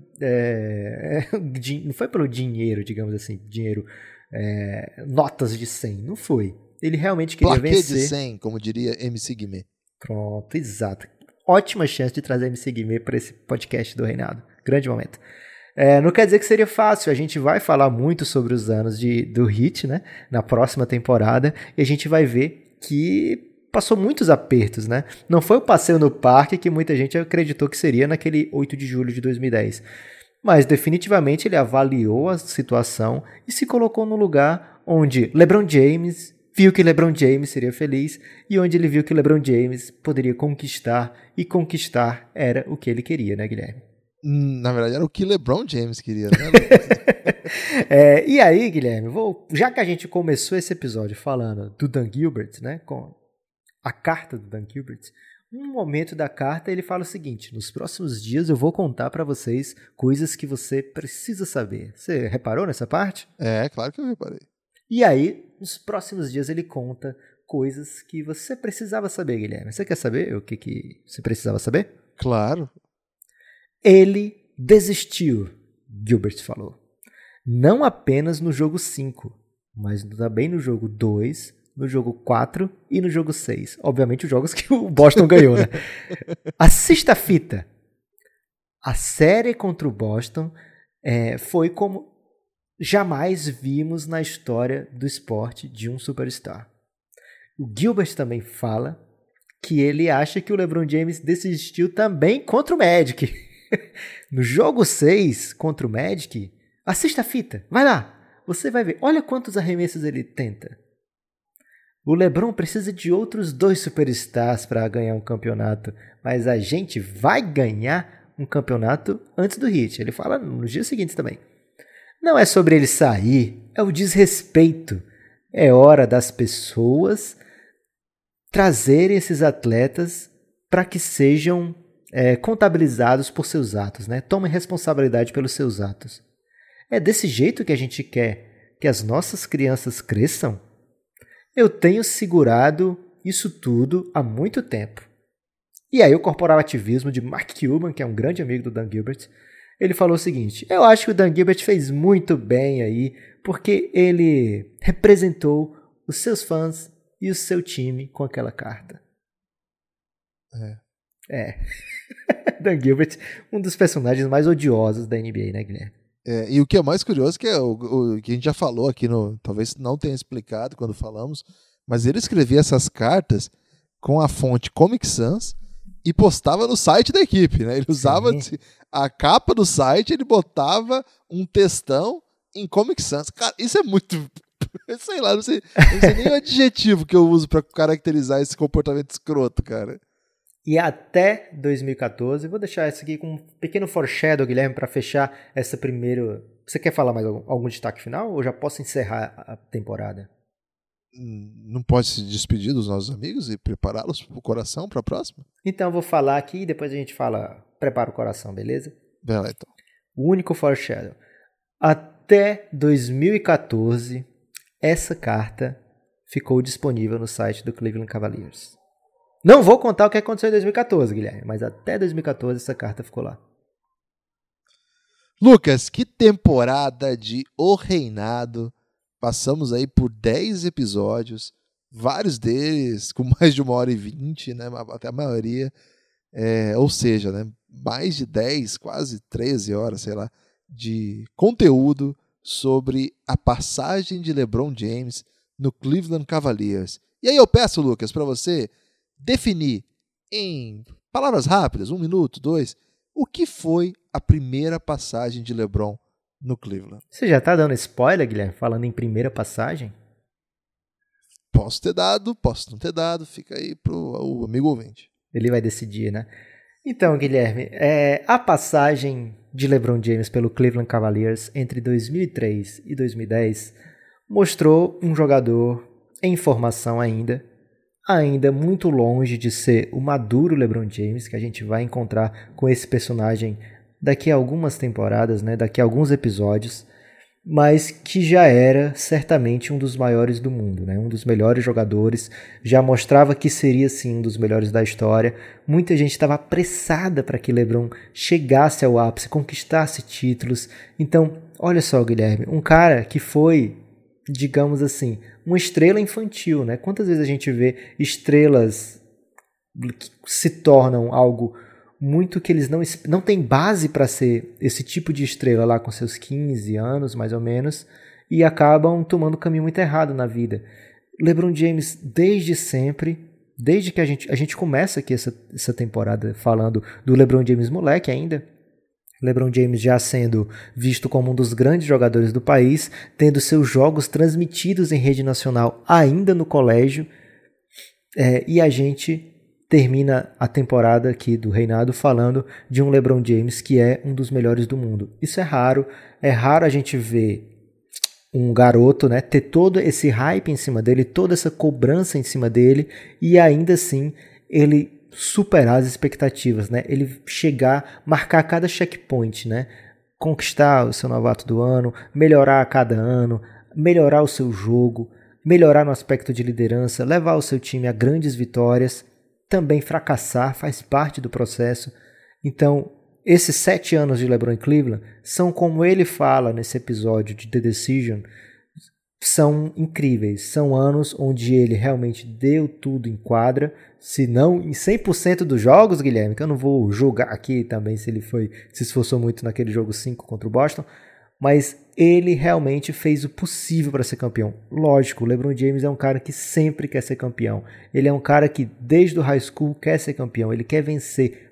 não foi pelo dinheiro, digamos assim, notas de 100, não foi. Ele realmente queria vencer. Plaquê de 100, como diria MC Guimê. Pronto, exato. Ótima chance de trazer MC Guimê para esse podcast do Reinado. Grande momento. Não quer dizer que seria fácil, a gente vai falar muito sobre os anos do Heat, né, na próxima temporada, e a gente vai ver que passou muitos apertos, né? Não foi o passeio no parque que muita gente acreditou que seria naquele 8 de julho de 2010, mas definitivamente ele avaliou a situação e se colocou no lugar onde LeBron James viu que LeBron James seria feliz e onde ele viu que LeBron James poderia conquistar, e conquistar era o que ele queria, né, Guilherme? Na verdade, era o que LeBron James queria, né? E aí, Guilherme, já que a gente começou esse episódio falando do Dan Gilbert, né, com a carta do Dan Gilbert, um momento da carta ele fala o seguinte: nos próximos dias eu vou contar pra vocês coisas que você precisa saber. Você reparou nessa parte? Claro que eu reparei. E aí, nos próximos dias ele conta coisas que você precisava saber, Guilherme. Você quer saber o que você precisava saber? Claro. Ele desistiu, Gilbert falou. Não apenas no jogo 5, mas também no jogo 2, no jogo 4 e no jogo 6. Obviamente os jogos que o Boston ganhou, né? Assista a fita. A série contra o Boston foi como jamais vimos na história do esporte de um superstar. O Gilbert também fala que ele acha que o LeBron James desistiu também contra o Magic. No jogo 6 contra o Magic, assista a fita, vai lá, você vai ver, olha quantos arremessos ele tenta. O LeBron precisa de outros 2 superstars para ganhar um campeonato, mas a gente vai ganhar um campeonato antes do Heat. Ele fala nos dias seguintes também. Não é sobre ele sair, é o desrespeito. É hora das pessoas trazerem esses atletas para que sejam contabilizados por seus atos, né? Tomem responsabilidade pelos seus atos. É desse jeito que a gente quer que as nossas crianças cresçam? Eu tenho segurado isso tudo há muito tempo. E aí o corporativismo de Mark Cuban, que é um grande amigo do Dan Gilbert, ele falou o seguinte: eu acho que o Dan Gilbert fez muito bem aí, porque ele representou os seus fãs e o seu time com aquela carta. Dan Gilbert, um dos personagens mais odiosos da NBA, né, Guilherme? E o que é mais curioso que é o que a gente já falou aqui, talvez não tenha explicado quando falamos, mas ele escrevia essas cartas com a fonte Comic Sans e postava no site da equipe, né? Ele usava a capa do site, ele botava um textão em Comic Sans. Cara, isso é muito... sei lá, não sei nem o adjetivo que eu uso pra caracterizar esse comportamento escroto, cara. E até 2014, vou deixar isso aqui com um pequeno foreshadow, Guilherme, para fechar essa primeira... Você quer falar mais algum destaque final ou já posso encerrar a temporada? Não pode se despedir dos nossos amigos e prepará-los pro coração para a próxima? Então eu vou falar aqui e depois a gente prepara o coração, beleza? Vai lá, então. O único foreshadow. Até 2014, essa carta ficou disponível no site do Cleveland Cavaliers. Não vou contar o que aconteceu em 2014, Guilherme, mas até 2014 essa carta ficou lá. Lucas, que temporada de O Reinado. Passamos aí por 10 episódios, vários deles com mais de 1h20, né, até a maioria. Ou seja, né, mais de 10, quase 13 horas, sei lá, de conteúdo sobre a passagem de LeBron James no Cleveland Cavaliers. E aí eu peço, Lucas, para você definir em palavras rápidas, 1 minuto, 2, o que foi a primeira passagem de LeBron no Cleveland. Você já tá dando spoiler, Guilherme, falando em primeira passagem? Posso ter dado, posso não ter dado, fica aí pro amigo ouvinte. Ele vai decidir, né? Então, Guilherme, a passagem de LeBron James pelo Cleveland Cavaliers entre 2003 e 2010 mostrou um jogador em formação ainda muito longe de ser o maduro LeBron James, que a gente vai encontrar com esse personagem daqui a algumas temporadas, né, daqui a alguns episódios, mas que já era certamente um dos maiores do mundo, né, um dos melhores jogadores, já mostrava que seria sim um dos melhores da história. Muita gente estava apressada para que LeBron chegasse ao ápice, conquistasse títulos. Então, olha só, Guilherme, um cara que foi, digamos assim, uma estrela infantil, né? Quantas vezes a gente vê estrelas que se tornam algo muito que eles não têm base para ser esse tipo de estrela lá com seus 15 anos, mais ou menos, e acabam tomando o caminho muito errado na vida. LeBron James, desde sempre, desde que a gente começa aqui essa temporada falando do LeBron James moleque ainda, LeBron James já sendo visto como um dos grandes jogadores do país, tendo seus jogos transmitidos em rede nacional ainda no colégio, e a gente termina a temporada aqui do Reinado falando de um LeBron James que é um dos melhores do mundo. Isso é raro a gente ver um garoto, né, ter todo esse hype em cima dele, toda essa cobrança em cima dele, e ainda assim ele superar as expectativas, né? Ele chegar, marcar cada checkpoint, né? Conquistar o seu novato do ano, melhorar a cada ano, melhorar o seu jogo, melhorar no aspecto de liderança, levar o seu time a grandes vitórias, também fracassar, faz parte do processo. Então, esses 7 anos de LeBron em Cleveland são, como ele fala nesse episódio de The Decision, são incríveis, são anos onde ele realmente deu tudo em quadra, se não em 100% dos jogos, Guilherme, que eu não vou julgar aqui também se ele se esforçou muito naquele jogo 5 contra o Boston, mas ele realmente fez o possível para ser campeão. Lógico, o LeBron James é um cara que sempre quer ser campeão, ele é um cara que desde o high school quer ser campeão, ele quer vencer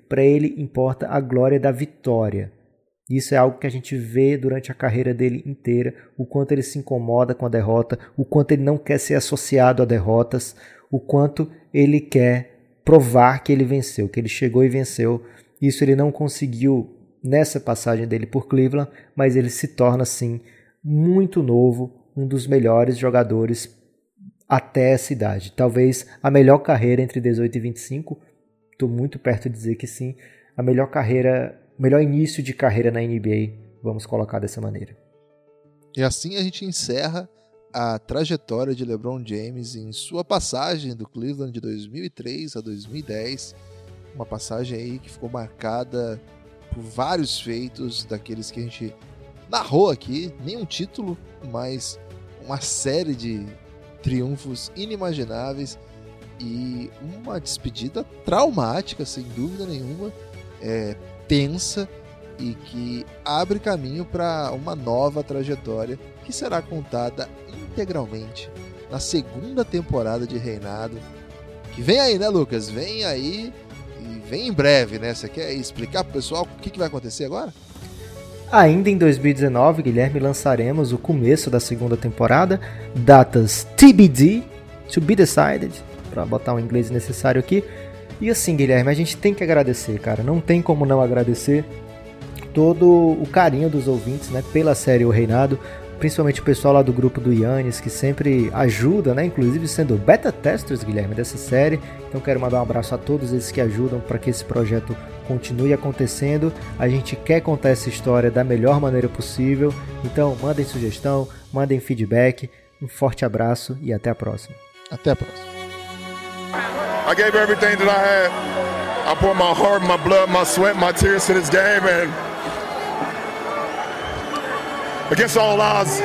Para ele importa a glória da vitória. Isso é algo que a gente vê durante a carreira dele inteira, o quanto ele se incomoda com a derrota, o quanto ele não quer ser associado a derrotas, o quanto ele quer provar que ele venceu, que ele chegou e venceu. Isso ele não conseguiu nessa passagem dele por Cleveland, mas ele se torna, sim, muito novo, um dos melhores jogadores até essa idade. Talvez a melhor carreira entre 18 e 25, estou muito perto de dizer que sim, a melhor carreira, melhor início de carreira na NBA, vamos colocar dessa maneira. E assim a gente encerra a trajetória de LeBron James em sua passagem do Cleveland de 2003 a 2010, uma passagem aí que ficou marcada por vários feitos daqueles que a gente narrou aqui, nenhum título, mas uma série de triunfos inimagináveis e uma despedida traumática, sem dúvida nenhuma, tensa e que abre caminho para uma nova trajetória que será contada integralmente na segunda temporada de Reinado, que vem aí, né, Lucas? Vem aí e vem em breve, né? Você quer explicar pro pessoal o que vai acontecer agora? Ainda em 2019, Guilherme, lançaremos o começo da segunda temporada, datas TBD, to be decided, para botar o inglês necessário aqui. E assim, Guilherme, a gente tem que agradecer, cara, não tem como não agradecer todo o carinho dos ouvintes, né, pela série O Reinado, principalmente o pessoal lá do grupo do Yannis, que sempre ajuda, né, inclusive sendo beta testers, Guilherme, dessa série. Então quero mandar um abraço a todos esses que ajudam para que esse projeto continue acontecendo. A gente quer contar essa história da melhor maneira possível, então mandem sugestão, mandem feedback, um forte abraço e até a próxima. Até a próxima. I gave everything that I had. I poured my heart, my blood, my sweat, my tears to this game, and against all odds,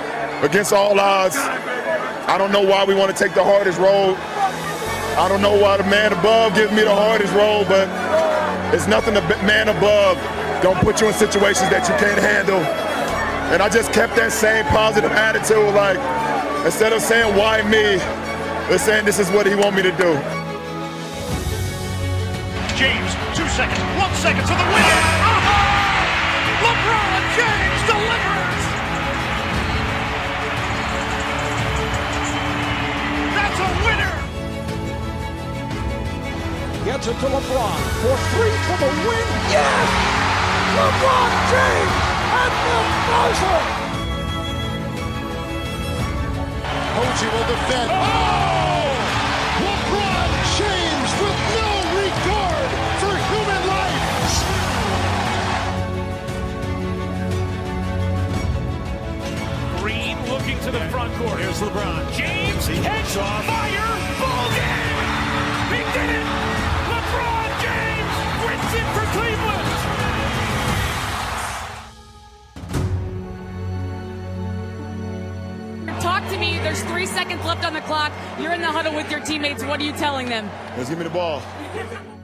I don't know why we want to take the hardest road. I don't know why the man above gives me the hardest road, but it's nothing the man above don't put you in situations that you can't handle. And I just kept that same positive attitude, like instead of saying why me, they're saying this is what he want me to do. James, 2 seconds, 1 second to the win. LeBron James delivers. That's a winner. Gets it to LeBron for 3 for the win. Yes! LeBron James at the buzzer. Posey will defend. Oh! LeBron James with no regard for human life. Green looking to the front court. Here's LeBron. James, catch, fire, ball game. He did it. LeBron James wins it for Cleveland. Talk to me. There's 3 seconds left on the clock. You're in the huddle with your teammates. What are you telling them? Let's give me the ball.